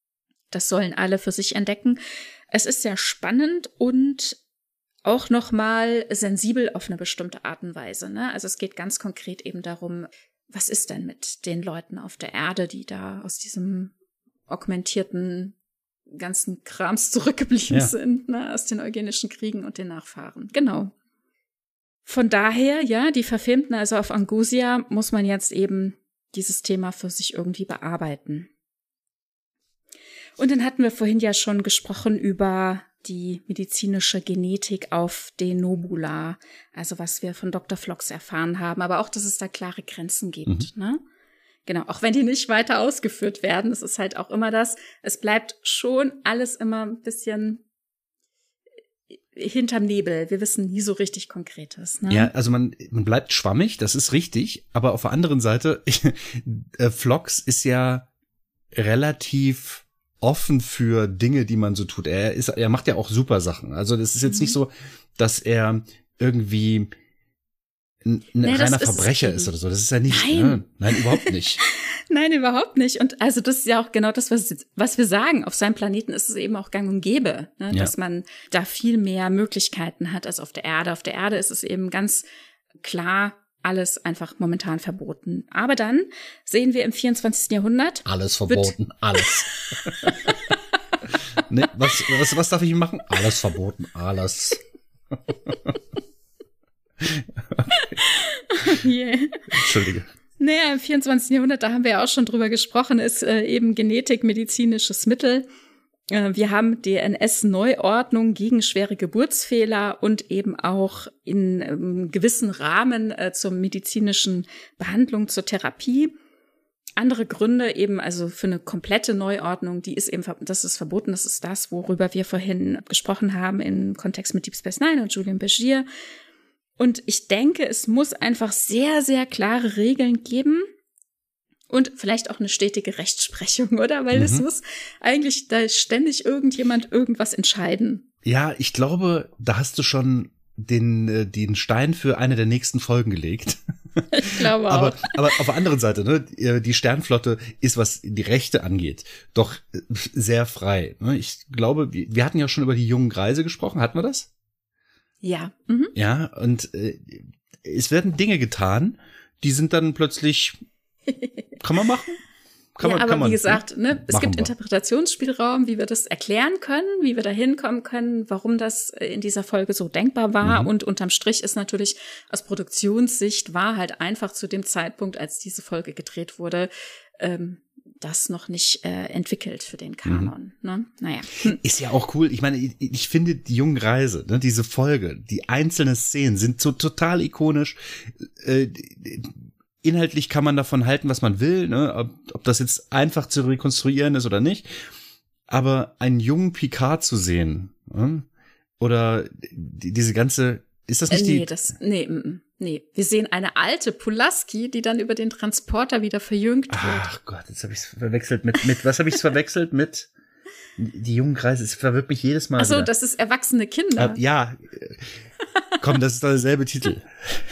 Das sollen alle für sich entdecken. Es ist sehr spannend und auch noch mal sensibel auf eine bestimmte Art und Weise. Ne? Also es geht ganz konkret eben darum, was ist denn mit den Leuten auf der Erde, die da aus diesem augmentierten ganzen Krams zurückgeblieben ja. sind, ne, aus den eugenischen Kriegen und den Nachfahren. Genau. von daher, ja, die Verfemten, also auf Angusia, muss man jetzt eben dieses Thema für sich irgendwie bearbeiten. Und dann hatten wir vorhin ja schon gesprochen über die medizinische Genetik auf den Nobula, also was wir von Doktor Phlox erfahren haben, aber auch, dass es da klare Grenzen gibt, mhm. ne? Genau, auch wenn die nicht weiter ausgeführt werden, es ist halt auch immer das, es bleibt schon alles immer ein bisschen hinterm Nebel. Wir wissen nie so richtig Konkretes. Ne? Ja, also man, man bleibt schwammig, das ist richtig, aber auf der anderen Seite, äh, Phlox ist ja relativ offen für Dinge, die man so tut. Er ist, er macht ja auch super Sachen. Also das ist jetzt mhm. nicht so, dass er irgendwie ein, ein nee, reiner Verbrecher ist oder so. Das ist er nicht. Nein, ne? Nein, überhaupt nicht. Nein, überhaupt nicht. Und also das ist ja auch genau das, was, was wir sagen. Auf seinem Planeten ist es eben auch gang und gäbe, ne? Ja. Dass man da viel mehr Möglichkeiten hat als auf der Erde. Auf der Erde ist es eben ganz klar alles einfach momentan verboten. Aber dann sehen wir im vierundzwanzigsten Jahrhundert. Alles verboten, alles. Nee, was, was, was darf ich machen? Alles verboten, alles. Okay. Yeah. Entschuldige. Naja, im vierundzwanzigsten Jahrhundert, da haben wir ja auch schon drüber gesprochen, ist äh, eben Genetik medizinisches Mittel. Äh, wir haben D N S-Neuordnung gegen schwere Geburtsfehler und eben auch in ähm, gewissen Rahmen äh, zur medizinischen Behandlung, zur Therapie. Andere Gründe eben, also für eine komplette Neuordnung, die ist eben, das ist verboten, das ist das, worüber wir vorhin gesprochen haben im Kontext mit Deep Space Nine und Julian Bashir. Und ich denke, es muss einfach sehr, sehr klare Regeln geben und vielleicht auch eine stetige Rechtsprechung, oder? Weil mhm. es muss eigentlich da ständig irgendjemand irgendwas entscheiden. Ja, ich glaube, da hast du schon den, den Stein für eine der nächsten Folgen gelegt. Ich glaube auch. Aber, aber auf der anderen Seite, ne, die Sternflotte ist, was die Rechte angeht, doch sehr frei. Ich glaube, wir hatten ja schon über die jungen Greise gesprochen. Hatten wir das? Ja. Mhm. Ja, und äh, es werden Dinge getan, die sind dann plötzlich, kann man machen? Kann ja, man, aber kann man, wie gesagt, ne, es gibt wir. Interpretationsspielraum, wie wir das erklären können, wie wir da hinkommen können, warum das in dieser Folge so denkbar war. Mhm. Und unterm Strich ist natürlich aus Produktionssicht war halt einfach zu dem Zeitpunkt, als diese Folge gedreht wurde, ähm, das noch nicht äh, entwickelt für den Kanon. Mhm. Ne? Naja. Hm. Ist ja auch cool. Ich meine, ich, ich finde die jungen Reise, ne, diese Folge, die einzelnen Szenen sind so total ikonisch. Äh, inhaltlich kann man davon halten, was man will, ne, ob, ob das jetzt einfach zu rekonstruieren ist oder nicht. Aber einen jungen Picard zu sehen, ne, oder die, diese ganze, ist das nicht äh, nee, die? Das, nee, m -m. Nee, wir sehen eine alte Pulaski, die dann über den Transporter wieder verjüngt wird. Ach Gott, jetzt habe ich es verwechselt mit, mit was habe ich es verwechselt mit? Die jungen Kreise, es verwirrt mich jedes Mal. Ach so, wieder. Das ist erwachsene Kinder. Äh, ja, komm, das ist derselbe Titel.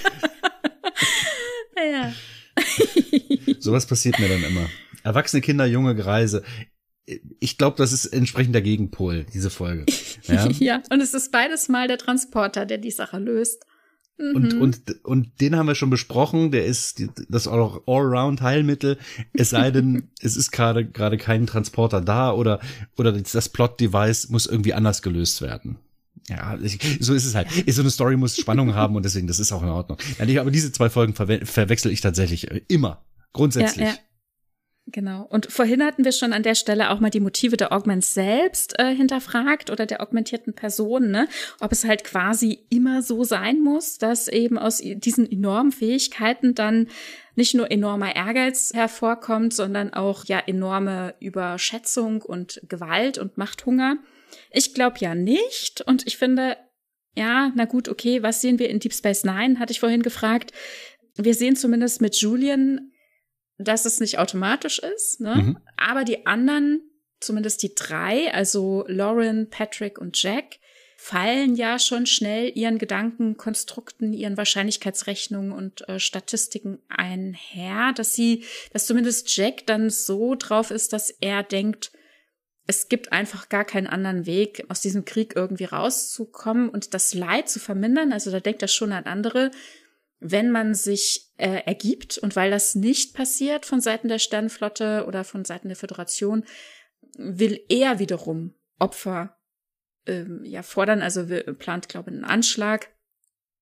Ja. Sowas passiert mir dann immer. Erwachsene Kinder, junge Greise. Ich glaube, das ist entsprechend der Gegenpol, diese Folge. Ja? Ja, und es ist beides mal der Transporter, der die Sache löst. Und, mhm. und, und den haben wir schon besprochen, der ist das Allround-Heilmittel, es sei denn, es ist gerade, gerade kein Transporter da oder, oder das Plot-Device muss irgendwie anders gelöst werden. Ja, so ist es halt. So eine Story muss Spannung haben und deswegen, das ist auch in Ordnung. Aber diese zwei Folgen verwe verwechsel ich tatsächlich immer. Grundsätzlich. Ja, ja. Genau. Und vorhin hatten wir schon an der Stelle auch mal die Motive der Augments selbst äh, hinterfragt oder der augmentierten Person, ne? Ob es halt quasi immer so sein muss, dass eben aus diesen enormen Fähigkeiten dann nicht nur enormer Ehrgeiz hervorkommt, sondern auch ja enorme Überschätzung und Gewalt und Machthunger. Ich glaube ja nicht. Und ich finde, ja, na gut, okay, was sehen wir in Deep Space Nine, hatte ich vorhin gefragt. Wir sehen zumindest mit Julian, dass es nicht automatisch ist, ne? Mhm. Aber die anderen, zumindest die drei, also Lauren, Patrick und Jack, fallen ja schon schnell ihren Gedankenkonstrukten, ihren Wahrscheinlichkeitsrechnungen und äh, Statistiken einher, dass sie, dass zumindest Jack dann so drauf ist, dass er denkt, es gibt einfach gar keinen anderen Weg, aus diesem Krieg irgendwie rauszukommen und das Leid zu vermindern. Also da denkt er schon an andere, wenn man sich äh, ergibt. Und weil das nicht passiert von Seiten der Sternenflotte oder von Seiten der Föderation, will er wiederum Opfer ähm, ja fordern. Also wir, plant, glaube ich, einen Anschlag.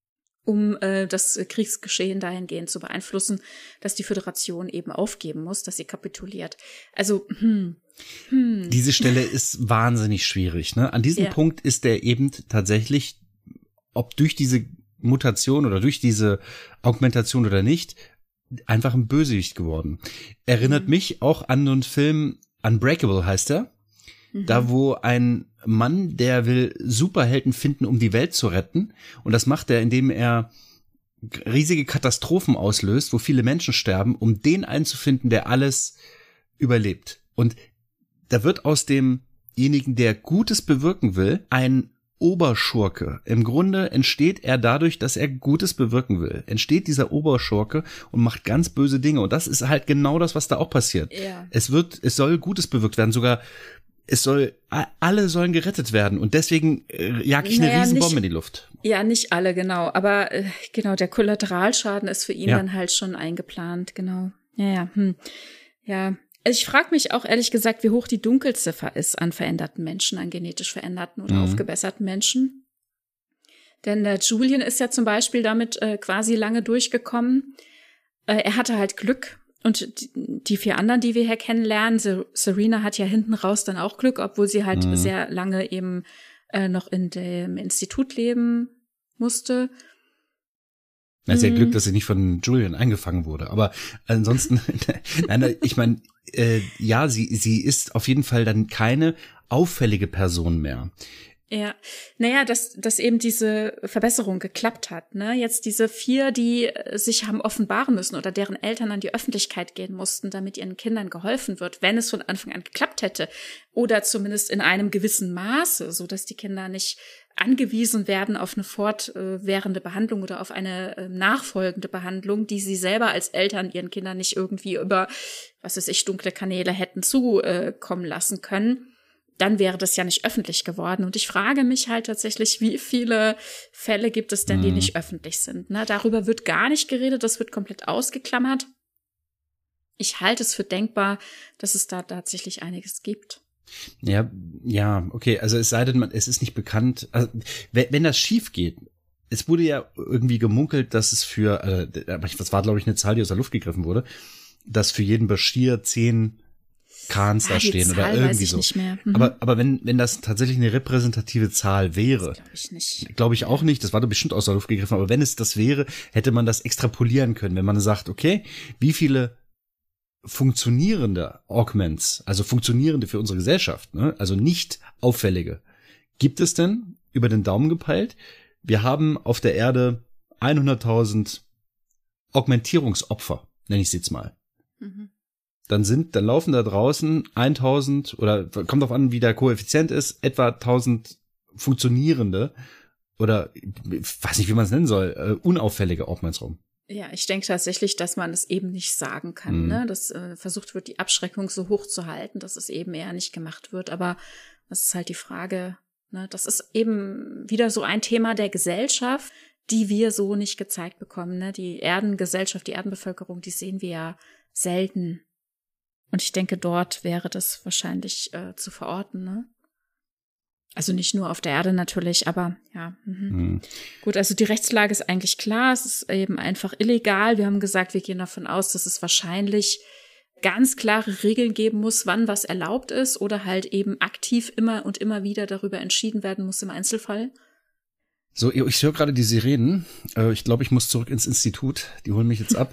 um äh, das Kriegsgeschehen dahingehend zu beeinflussen, dass die Föderation eben aufgeben muss, dass sie kapituliert. Also, hm, hm. Diese Stelle ist wahnsinnig schwierig, ne? An diesem ja. Punkt ist er eben tatsächlich, ob durch diese Mutation oder durch diese Augmentation oder nicht, einfach ein Bösewicht geworden. Erinnert mhm. mich auch an einen Film, Unbreakable heißt er, mhm. da wo ein Mann, der will Superhelden finden, um die Welt zu retten, und das macht er, indem er riesige Katastrophen auslöst, wo viele Menschen sterben, um den einzufinden, der alles überlebt. Und da wird aus demjenigen, der Gutes bewirken will, ein Oberschurke. Im Grunde entsteht er dadurch, dass er Gutes bewirken will. Entsteht dieser Oberschurke und macht ganz böse Dinge. Und das ist halt genau das, was da auch passiert. Ja. Es wird, es soll Gutes bewirkt werden. Sogar, es soll, alle sollen gerettet werden. Und deswegen äh, jag ich naja, eine Riesenbombe nicht, in die Luft. Ja, nicht alle, genau. Aber äh, genau, der Kollateralschaden ist für ihn ja. dann halt schon eingeplant. Genau. Ja, ja. Hm. Ja. Ich frage mich auch ehrlich gesagt, wie hoch die Dunkelziffer ist an veränderten Menschen, an genetisch veränderten oder mhm. aufgebesserten Menschen. Denn der Julian ist ja zum Beispiel damit äh, quasi lange durchgekommen. Äh, er hatte halt Glück. Und die, die vier anderen, die wir hier kennenlernen, Serena hat ja hinten raus dann auch Glück, obwohl sie halt mhm. sehr lange eben äh, noch in dem Institut leben musste. Ja, sehr Glück, dass sie nicht von Julian eingefangen wurde. Aber ansonsten, nein, ich meine, äh, ja, sie sie ist auf jeden Fall dann keine auffällige Person mehr. Ja, naja, dass, dass eben diese Verbesserung geklappt hat, ne? Jetzt diese vier, die sich haben offenbaren müssen oder deren Eltern an die Öffentlichkeit gehen mussten, damit ihren Kindern geholfen wird, wenn es von Anfang an geklappt hätte. Oder zumindest in einem gewissen Maße, so dass die Kinder nicht angewiesen werden auf eine fortwährende Behandlung oder auf eine nachfolgende Behandlung, die sie selber als Eltern ihren Kindern nicht irgendwie über, was weiß ich, dunkle Kanäle hätten zukommen lassen können. Dann wäre das ja nicht öffentlich geworden. Und ich frage mich halt tatsächlich, wie viele Fälle gibt es denn, die nicht öffentlich sind? Ne? Darüber wird gar nicht geredet, das wird komplett ausgeklammert. Ich halte es für denkbar, dass es da tatsächlich einiges gibt. Ja, ja, okay, also es sei denn, man, es ist nicht bekannt, also wenn, wenn das schief geht, es wurde ja irgendwie gemunkelt, dass es für, äh, aber das war, glaube ich, eine Zahl, die aus der Luft gegriffen wurde, dass für jeden Bashir zehn Khans ah, da stehen oder irgendwie so. Mhm. Aber, aber wenn, wenn das tatsächlich eine repräsentative Zahl wäre, glaube ich nicht. Glaube ich auch nicht, das war doch bestimmt aus der Luft gegriffen, aber wenn es das wäre, hätte man das extrapolieren können, wenn man sagt, okay, wie viele funktionierende Augments, also funktionierende für unsere Gesellschaft, ne, also nicht auffällige, gibt es denn über den Daumen gepeilt? Wir haben auf der Erde hunderttausend Augmentierungsopfer, nenne ich es jetzt mal. Mhm. Dann sind, dann laufen da draußen tausend oder kommt drauf an, wie der Koeffizient ist, etwa tausend funktionierende oder ich weiß nicht, wie man es nennen soll, uh, unauffällige Augments rum. Ja, ich denke tatsächlich, dass man es eben nicht sagen kann, mhm. ne? Dass äh, versucht wird, die Abschreckung so hoch zu halten, dass es eben eher nicht gemacht wird. Aber das ist halt die Frage, ne? Das ist eben wieder so ein Thema der Gesellschaft, die wir so nicht gezeigt bekommen, ne? Die Erdengesellschaft, die Erdenbevölkerung, die sehen wir ja selten. Und ich denke, dort wäre das wahrscheinlich äh, zu verorten, ne? Also nicht nur auf der Erde natürlich, aber ja. Mhm. Mhm. Gut, also die Rechtslage ist eigentlich klar. Es ist eben einfach illegal. Wir haben gesagt, wir gehen davon aus, dass es wahrscheinlich ganz klare Regeln geben muss, wann was erlaubt ist oder halt eben aktiv immer und immer wieder darüber entschieden werden muss im Einzelfall. So, ich höre gerade die Sirenen. Ich glaube, ich muss zurück ins Institut. Die holen mich jetzt ab.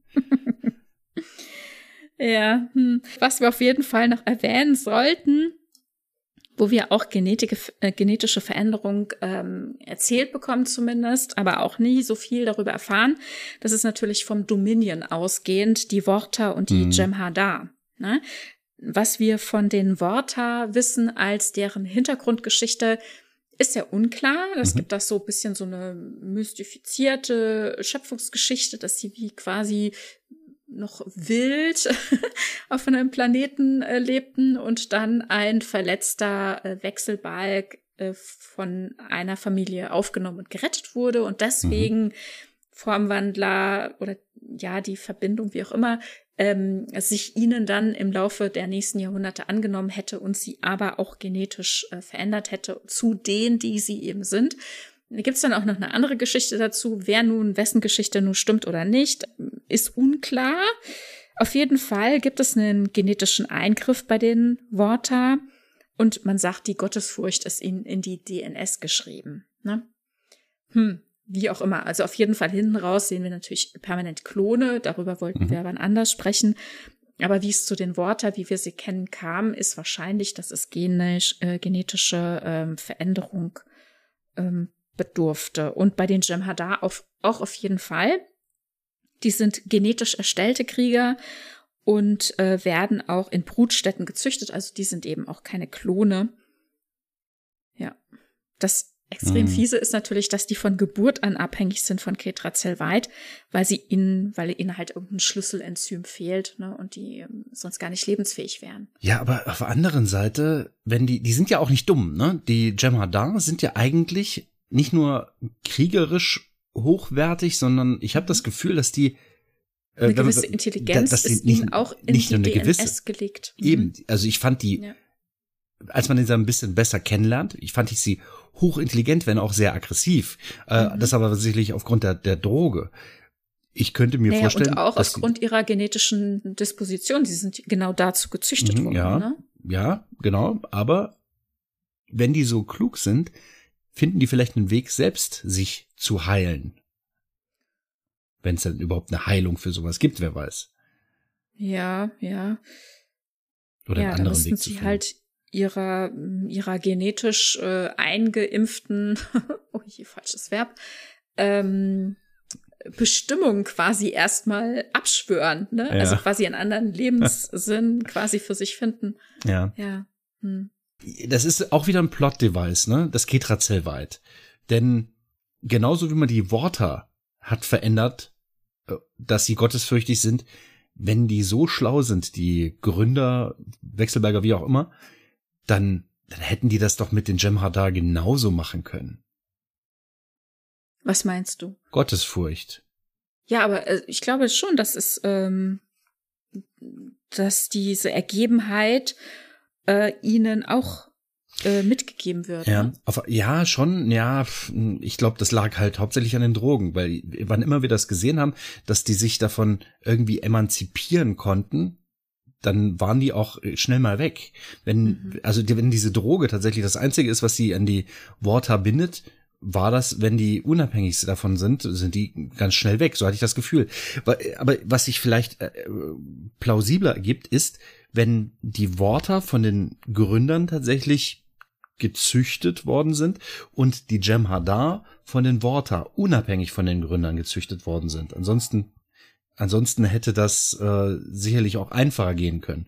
Ja, hm. Was wir auf jeden Fall noch erwähnen sollten, wo wir auch genetische, äh, genetische Veränderung ähm, erzählt bekommen zumindest, aber auch nie so viel darüber erfahren. Das ist natürlich vom Dominion ausgehend, die Vorta und die mhm. Jem'Hadar. Ne? Was wir von den Vorta wissen als deren Hintergrundgeschichte, ist ja unklar. Es mhm. gibt da so ein bisschen so eine mystifizierte Schöpfungsgeschichte, dass sie wie quasi noch wild auf einem Planeten äh, lebten und dann ein verletzter äh, Wechselbalg äh, von einer Familie aufgenommen und gerettet wurde und deswegen mhm. Formwandler oder ja die Verbindung, wie auch immer, ähm, sich ihnen dann im Laufe der nächsten Jahrhunderte angenommen hätte und sie aber auch genetisch äh, verändert hätte zu denen, die sie eben sind. Da gibt's dann auch noch eine andere Geschichte dazu. Wer nun, wessen Geschichte nun stimmt oder nicht, ist unklar. Auf jeden Fall gibt es einen genetischen Eingriff bei den Vorta und man sagt, die Gottesfurcht ist ihnen in die D N S geschrieben. Ne? Hm, wie auch immer. Also auf jeden Fall hinten raus sehen wir natürlich permanent Klone. Darüber wollten mhm. wir wann anders sprechen. Aber wie es zu den Vorta, wie wir sie kennen, kam, ist wahrscheinlich, dass es genisch, äh, genetische ähm, Veränderung ähm, bedurfte. Und bei den Jem'Hadar auf, auch auf jeden Fall. Die sind genetisch erstellte Krieger und äh, werden auch in Brutstätten gezüchtet. Also die sind eben auch keine Klone. Ja. Das extrem mhm. fiese ist natürlich, dass die von Geburt an abhängig sind von Ketrazell White, weil sie ihnen, weil ihnen halt irgendein Schlüsselenzym fehlt, ne, und die ähm, sonst gar nicht lebensfähig wären. Ja, aber auf der anderen Seite, wenn die, die sind ja auch nicht dumm, ne? Die Jem'Hadar sind ja eigentlich nicht nur kriegerisch hochwertig, sondern ich habe das Gefühl, dass die äh, eine gewisse man, Intelligenz dass ist nicht, ihnen auch in nicht die nur eine D N S gewisse, gelegt. Eben, mhm. also ich fand die, ja. als man sie ein bisschen besser kennenlernt, ich fand ich sie hochintelligent, wenn auch sehr aggressiv. Äh, mhm. Das aber sicherlich aufgrund der, der Droge. Ich könnte mir naja, vorstellen, und auch dass aufgrund die, ihrer genetischen Disposition, die sind genau dazu gezüchtet mhm, worden. Ja, ne? ja, genau. Aber wenn die so klug sind, finden die vielleicht einen Weg, selbst sich zu heilen. Wenn es dann überhaupt eine Heilung für sowas gibt, wer weiß. Ja, ja. Oder ja, einen anderen Weg zu sie finden. Halt ihrer, ihrer genetisch äh, eingeimpften, oh je, falsches Verb, ähm, Bestimmung quasi erstmal abschwören, ne? Ja. Also quasi einen anderen Lebenssinn quasi für sich finden. Ja. Ja. Hm. Das ist auch wieder ein Plot-Device, ne? Das Ketrazell White. Denn genauso wie man die Vorta hat verändert, dass sie gottesfürchtig sind, wenn die so schlau sind, die Gründer, Wechselberger, wie auch immer, dann, dann hätten die das doch mit den Jem'Hadar genauso machen können. Was meinst du? Gottesfurcht. Ja, aber äh, ich glaube schon, dass es, ähm, dass diese Ergebenheit äh, ihnen auch äh, mitgegeben wird. Ja, ne? auf, ja, schon, ja, ich glaube, das lag halt hauptsächlich an den Drogen, weil wann immer wir das gesehen haben, dass die sich davon irgendwie emanzipieren konnten, dann waren die auch schnell mal weg. Wenn, mhm. also die, wenn diese Droge tatsächlich das Einzige ist, was sie an die Vorta bindet, war das, wenn die unabhängig davon sind, sind die ganz schnell weg. So hatte ich das Gefühl. Aber was sich vielleicht äh, plausibler ergibt, ist, wenn die Vorta von den Gründern tatsächlich gezüchtet worden sind und die Jem'Hadar von den Vorta unabhängig von den Gründern gezüchtet worden sind. Ansonsten, ansonsten hätte das äh, sicherlich auch einfacher gehen können.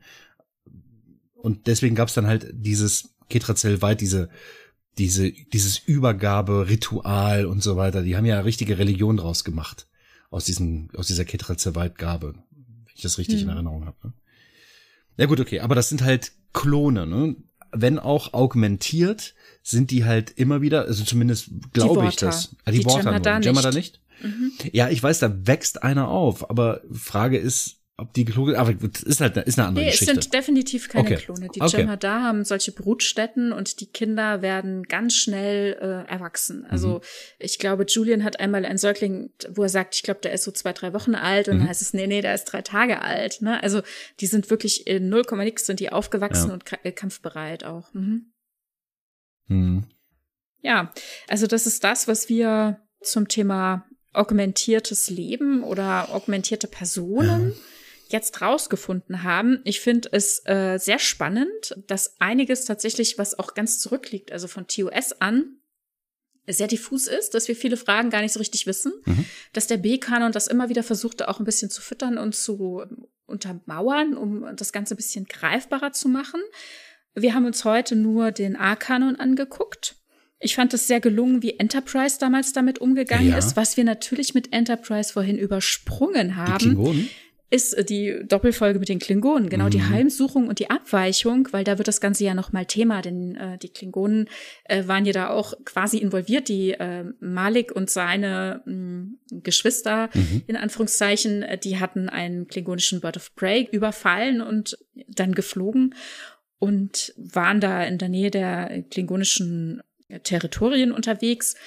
Und deswegen gab es dann halt dieses Ketrazell White, diese diese dieses Übergabe-Ritual und so weiter. Die haben ja richtige Religion draus gemacht aus diesem aus dieser Ketrazell White-Gabe, wenn ich das richtig hm. in Erinnerung habe. Ne? Ja gut, okay, aber das sind halt Klone, ne? Wenn auch augmentiert, sind die halt immer wieder, also zumindest glaube ich das. Ah, die die Vorta Jem'Hadar nur. Jem'Hadar nicht? Mhm. Ja, ich weiß, da wächst einer auf, aber Frage ist, ob die Klone, aber das ist halt ist eine andere nee, Geschichte. Es sind definitiv keine okay. Klone. Die okay. Jem'Hadar haben solche Brutstätten und die Kinder werden ganz schnell äh, erwachsen. Also mhm. ich glaube, Julian hat einmal einen Säugling, wo er sagt, ich glaube, der ist so zwei, drei Wochen alt und mhm. dann heißt es, nee, nee, der ist drei Tage alt. Ne? Also die sind wirklich in null Komma nix sind die aufgewachsen ja. und k- kampfbereit auch. Mhm. Mhm. Ja, also das ist das, was wir zum Thema augmentiertes Leben oder augmentierte Personen ja. jetzt rausgefunden haben. Ich finde es äh, sehr spannend, dass einiges tatsächlich, was auch ganz zurückliegt, also von T O S an, sehr diffus ist, dass wir viele Fragen gar nicht so richtig wissen, mhm. dass der B-Kanon das immer wieder versuchte, auch ein bisschen zu füttern und zu untermauern, um das Ganze ein bisschen greifbarer zu machen. Wir haben uns heute nur den A-Kanon angeguckt. Ich fand es sehr gelungen, wie Enterprise damals damit umgegangen ja. ist. Was wir natürlich mit Enterprise vorhin übersprungen haben, die Klingonen? Ist die Doppelfolge mit den Klingonen. Genau, mhm. die Heimsuchung und die Abweichung, weil da wird das Ganze ja noch mal Thema, denn äh, die Klingonen äh, waren ja da auch quasi involviert. Die äh, Malik und seine mh, Geschwister, mhm. in Anführungszeichen, die hatten einen klingonischen Bird of Prey überfallen und dann geflogen und waren da in der Nähe der klingonischen Territorien unterwegs.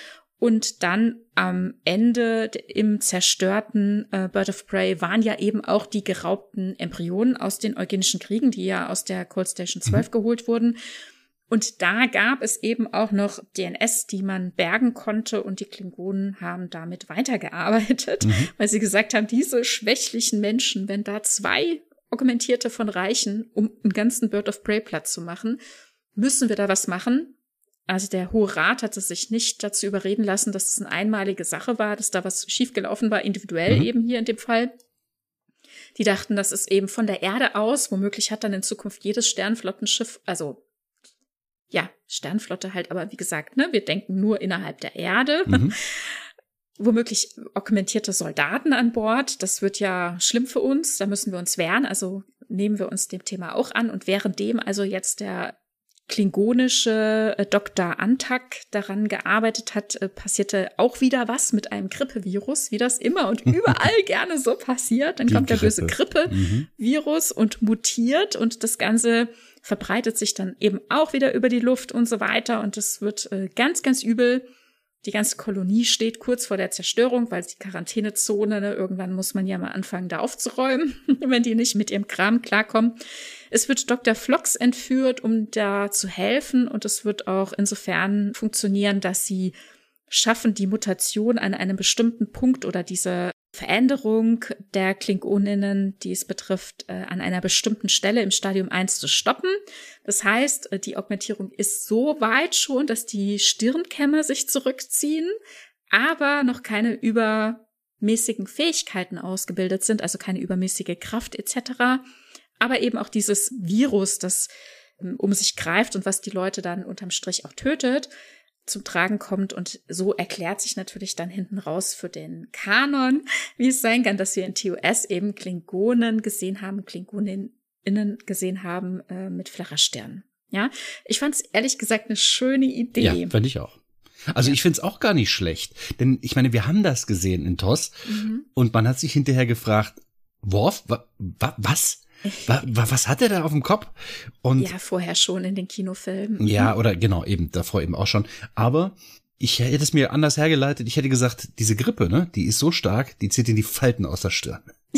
Und dann am Ende im zerstörten äh, Bird of Prey waren ja eben auch die geraubten Embryonen aus den Eugenischen Kriegen, die ja aus der Cold Station zwölf mhm. geholt wurden. Und da gab es eben auch noch D N S, die man bergen konnte, und die Klingonen haben damit weitergearbeitet, mhm. weil sie gesagt haben, diese schwächlichen Menschen, wenn da zwei Augmentierte von reichen, um einen ganzen Bird of Prey platt zu machen, müssen wir da was machen. Also der Hohe Rat hatte sich nicht dazu überreden lassen, dass es eine einmalige Sache war, dass da was schiefgelaufen war, individuell mhm. eben hier in dem Fall. Die dachten, das ist eben von der Erde aus, womöglich hat dann in Zukunft jedes Sternflottenschiff, also ja, Sternflotte halt, aber wie gesagt, ne, wir denken nur innerhalb der Erde. Mhm. Womöglich augmentierte Soldaten an Bord, das wird ja schlimm für uns, da müssen wir uns wehren, also nehmen wir uns dem Thema auch an. Und währenddem also jetzt der klingonische äh, Doktor Antak daran gearbeitet hat, äh, passierte auch wieder was mit einem Grippevirus, wie das immer und überall gerne so passiert. Dann Die kommt der Grippe. böse Grippevirus mhm. und mutiert, und das Ganze verbreitet sich dann eben auch wieder über die Luft und so weiter. Und es wird äh, ganz, ganz übel. Die ganze Kolonie steht kurz vor der Zerstörung, weil die Quarantänezone, ne, irgendwann muss man ja mal anfangen, da aufzuräumen, wenn die nicht mit ihrem Kram klarkommen. Es wird Doktor Phlox entführt, um da zu helfen, und es wird auch insofern funktionieren, dass sie schaffen, die Mutation an einem bestimmten Punkt oder diese Veränderung der Klingoninnen, die es betrifft, äh, an einer bestimmten Stelle im Stadium eins zu stoppen. Das heißt, äh, die Augmentierung ist so weit schon, dass die Stirnkämme sich zurückziehen, aber noch keine übermäßigen Fähigkeiten ausgebildet sind, also keine übermäßige Kraft et cetera. Aber eben auch dieses Virus, das ähm, um sich greift und was die Leute dann unterm Strich auch tötet, zum Tragen kommt. Und so erklärt sich natürlich dann hinten raus für den Kanon, wie es sein kann, dass wir in T O S eben Klingonen gesehen haben, Klingoninnen gesehen haben äh, mit Flachersternen. Ja, ich fand es ehrlich gesagt eine schöne Idee. Ja, fand ich auch. Also ja. Ich finde es auch gar nicht schlecht, denn ich meine, wir haben das gesehen in T O S mhm. und man hat sich hinterher gefragt, Worf, wa, wa, was? Was, was hat er da auf dem Kopf? Und ja, vorher schon in den Kinofilmen. Ja, oder genau, eben, davor eben auch schon. Aber ich hätte es mir anders hergeleitet. Ich hätte gesagt, diese Grippe, ne, die ist so stark, die zieht in die Falten aus der Stirn.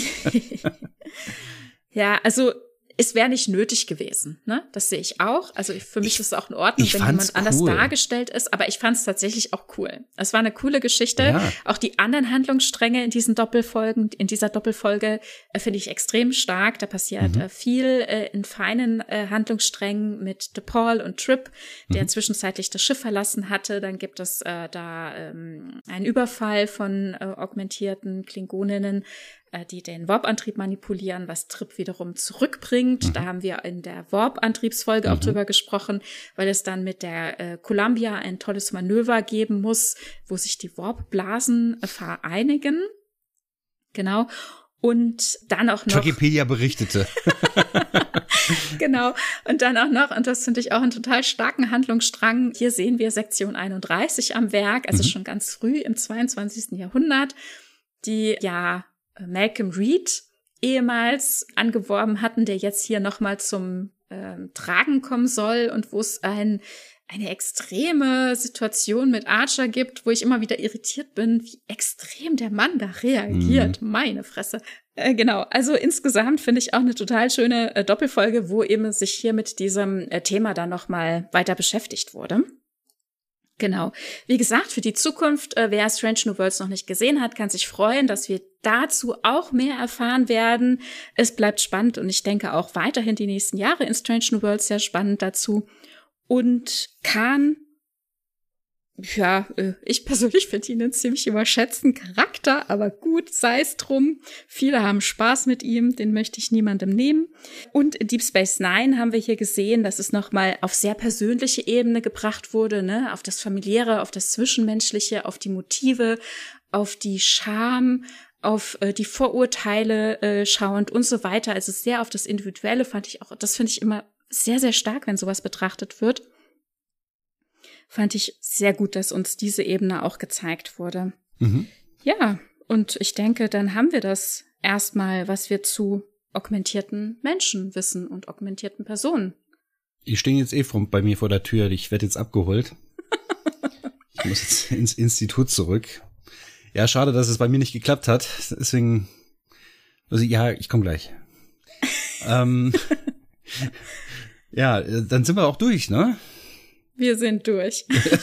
Ja, also es wäre nicht nötig gewesen, ne? Das sehe ich auch. Also für mich ich, ist es auch in Ordnung, wenn jemand cool. anders dargestellt ist, aber ich fand es tatsächlich auch cool. Es war eine coole Geschichte. Ja. Auch die anderen Handlungsstränge in diesen Doppelfolgen, in dieser Doppelfolge äh, finde ich extrem stark. Da passiert mhm. äh, viel äh, in feinen äh, Handlungssträngen mit DePaul und Trip, der mhm. zwischenzeitlich das Schiff verlassen hatte. Dann gibt es äh, da ähm, einen Überfall von äh, augmentierten Klingoninnen, die den Warp-Antrieb manipulieren, was Trip wiederum zurückbringt. Mhm. Da haben wir in der Warp-Antriebsfolge mhm. auch drüber gesprochen, weil es dann mit der äh, Columbia ein tolles Manöver geben muss, wo sich die Warp-Blasen äh, vereinigen. Genau. Und dann auch noch Wikipedia berichtete. Genau. Und dann auch noch, und das finde ich auch einen total starken Handlungsstrang, hier sehen wir Sektion einunddreißig am Werk, also mhm. schon ganz früh im zweiundzwanzigsten Jahrhundert, die ja Malcolm Reed ehemals angeworben hatten, der jetzt hier nochmal zum ähm, Tragen kommen soll, und wo es ein, eine extreme Situation mit Archer gibt, wo ich immer wieder irritiert bin, wie extrem der Mann da reagiert. Mhm. Meine Fresse. Äh, genau, also insgesamt finde ich auch eine total schöne äh, Doppelfolge, wo eben sich hier mit diesem äh, Thema dann nochmal weiter beschäftigt wurde. Genau. Wie gesagt, für die Zukunft, äh, wer Strange New Worlds noch nicht gesehen hat, kann sich freuen, dass wir dazu auch mehr erfahren werden. Es bleibt spannend, und ich denke auch weiterhin die nächsten Jahre in Strange New Worlds sehr spannend dazu. Und Khan, ja, äh, ich persönlich finde ihn einen ziemlich überschätzten Charakter, aber gut, sei es drum. Viele haben Spaß mit ihm, den möchte ich niemandem nehmen. Und in Deep Space Nine haben wir hier gesehen, dass es nochmal auf sehr persönliche Ebene gebracht wurde, ne, auf das Familiäre, auf das Zwischenmenschliche, auf die Motive, auf die Scham, auf äh, die Vorurteile äh, schauend und so weiter. Also sehr auf das Individuelle fand ich auch, das finde ich immer sehr, sehr stark, wenn sowas betrachtet wird. Fand ich sehr gut, dass uns diese Ebene auch gezeigt wurde. Mhm. Ja, und ich denke, dann haben wir das erstmal, was wir zu augmentierten Menschen wissen und augmentierten Personen. Die stehen jetzt eh bei mir vor der Tür, ich werde jetzt abgeholt. Ich muss jetzt ins Institut zurück. Ja, schade, dass es bei mir nicht geklappt hat. Deswegen, also ja, ich komme gleich. ähm, ja, dann sind wir auch durch, ne? Wir sind durch.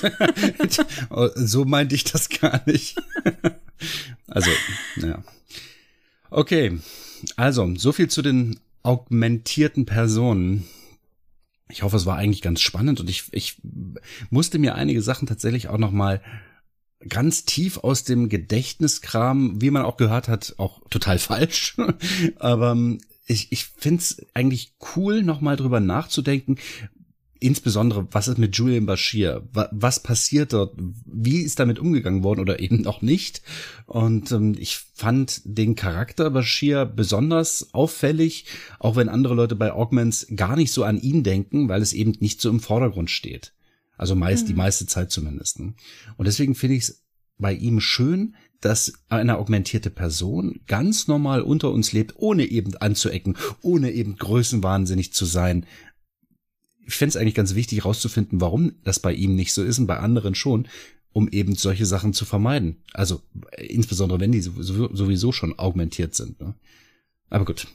So meinte ich das gar nicht. Also, ja. Okay, also, so viel zu den augmentierten Personen. Ich hoffe, es war eigentlich ganz spannend und ich, ich musste mir einige Sachen tatsächlich auch noch mal ganz tief aus dem Gedächtnis kramen, wie man auch gehört hat, auch total falsch. Aber ich, ich finde es eigentlich cool, noch mal drüber nachzudenken, insbesondere, was ist mit Julian Bashir? Was passiert dort? Wie ist damit umgegangen worden oder eben noch nicht? Und ähm, ich fand den Charakter Bashir besonders auffällig, auch wenn andere Leute bei Augments gar nicht so an ihn denken, weil es eben nicht so im Vordergrund steht. Also meist, mhm. die meiste Zeit zumindest. Und deswegen finde ich es bei ihm schön, dass eine augmentierte Person ganz normal unter uns lebt, ohne eben anzuecken, ohne eben größenwahnsinnig zu sein. Ich fände es eigentlich ganz wichtig, rauszufinden, warum das bei ihm nicht so ist und bei anderen schon, um eben solche Sachen zu vermeiden. Also insbesondere, wenn die sowieso schon augmentiert sind. Ne? Aber gut.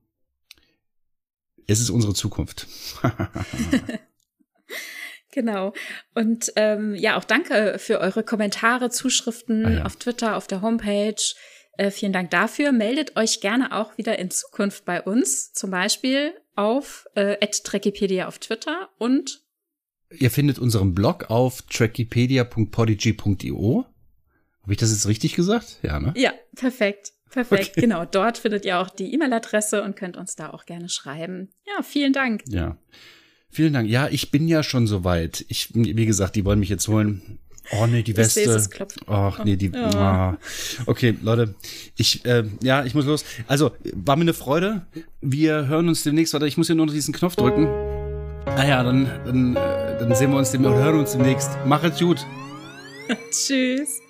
Es ist unsere Zukunft. Genau. Und ähm, ja, auch danke für eure Kommentare, Zuschriften ah, ja. auf Twitter, auf der Homepage. Äh, vielen Dank dafür. Meldet euch gerne auch wieder in Zukunft bei uns, zum Beispiel auf äh, at Trekkipedia auf Twitter und ihr findet unseren Blog auf trekkipedia punkt podigy punkt io. Habe ich das jetzt richtig gesagt? Ja, ne? Ja, perfekt. Perfekt, okay. Genau. Dort findet ihr auch die E-Mail-Adresse und könnt uns da auch gerne schreiben. Ja, vielen Dank. Ja, vielen Dank. Ja, ich bin ja schon soweit. Ich, wie gesagt, die wollen mich jetzt holen. Oh nee, die Weste. Ich sehe, es klopft. Ach nee, die. Oh. Ah. Okay, Leute, ich äh, ja, ich muss los. Also war mir eine Freude. Wir hören uns demnächst. Warte, ich muss hier nur noch diesen Knopf drücken. Ah ja, dann dann, äh, dann sehen wir uns dem, hören uns demnächst. Macht's gut. Tschüss.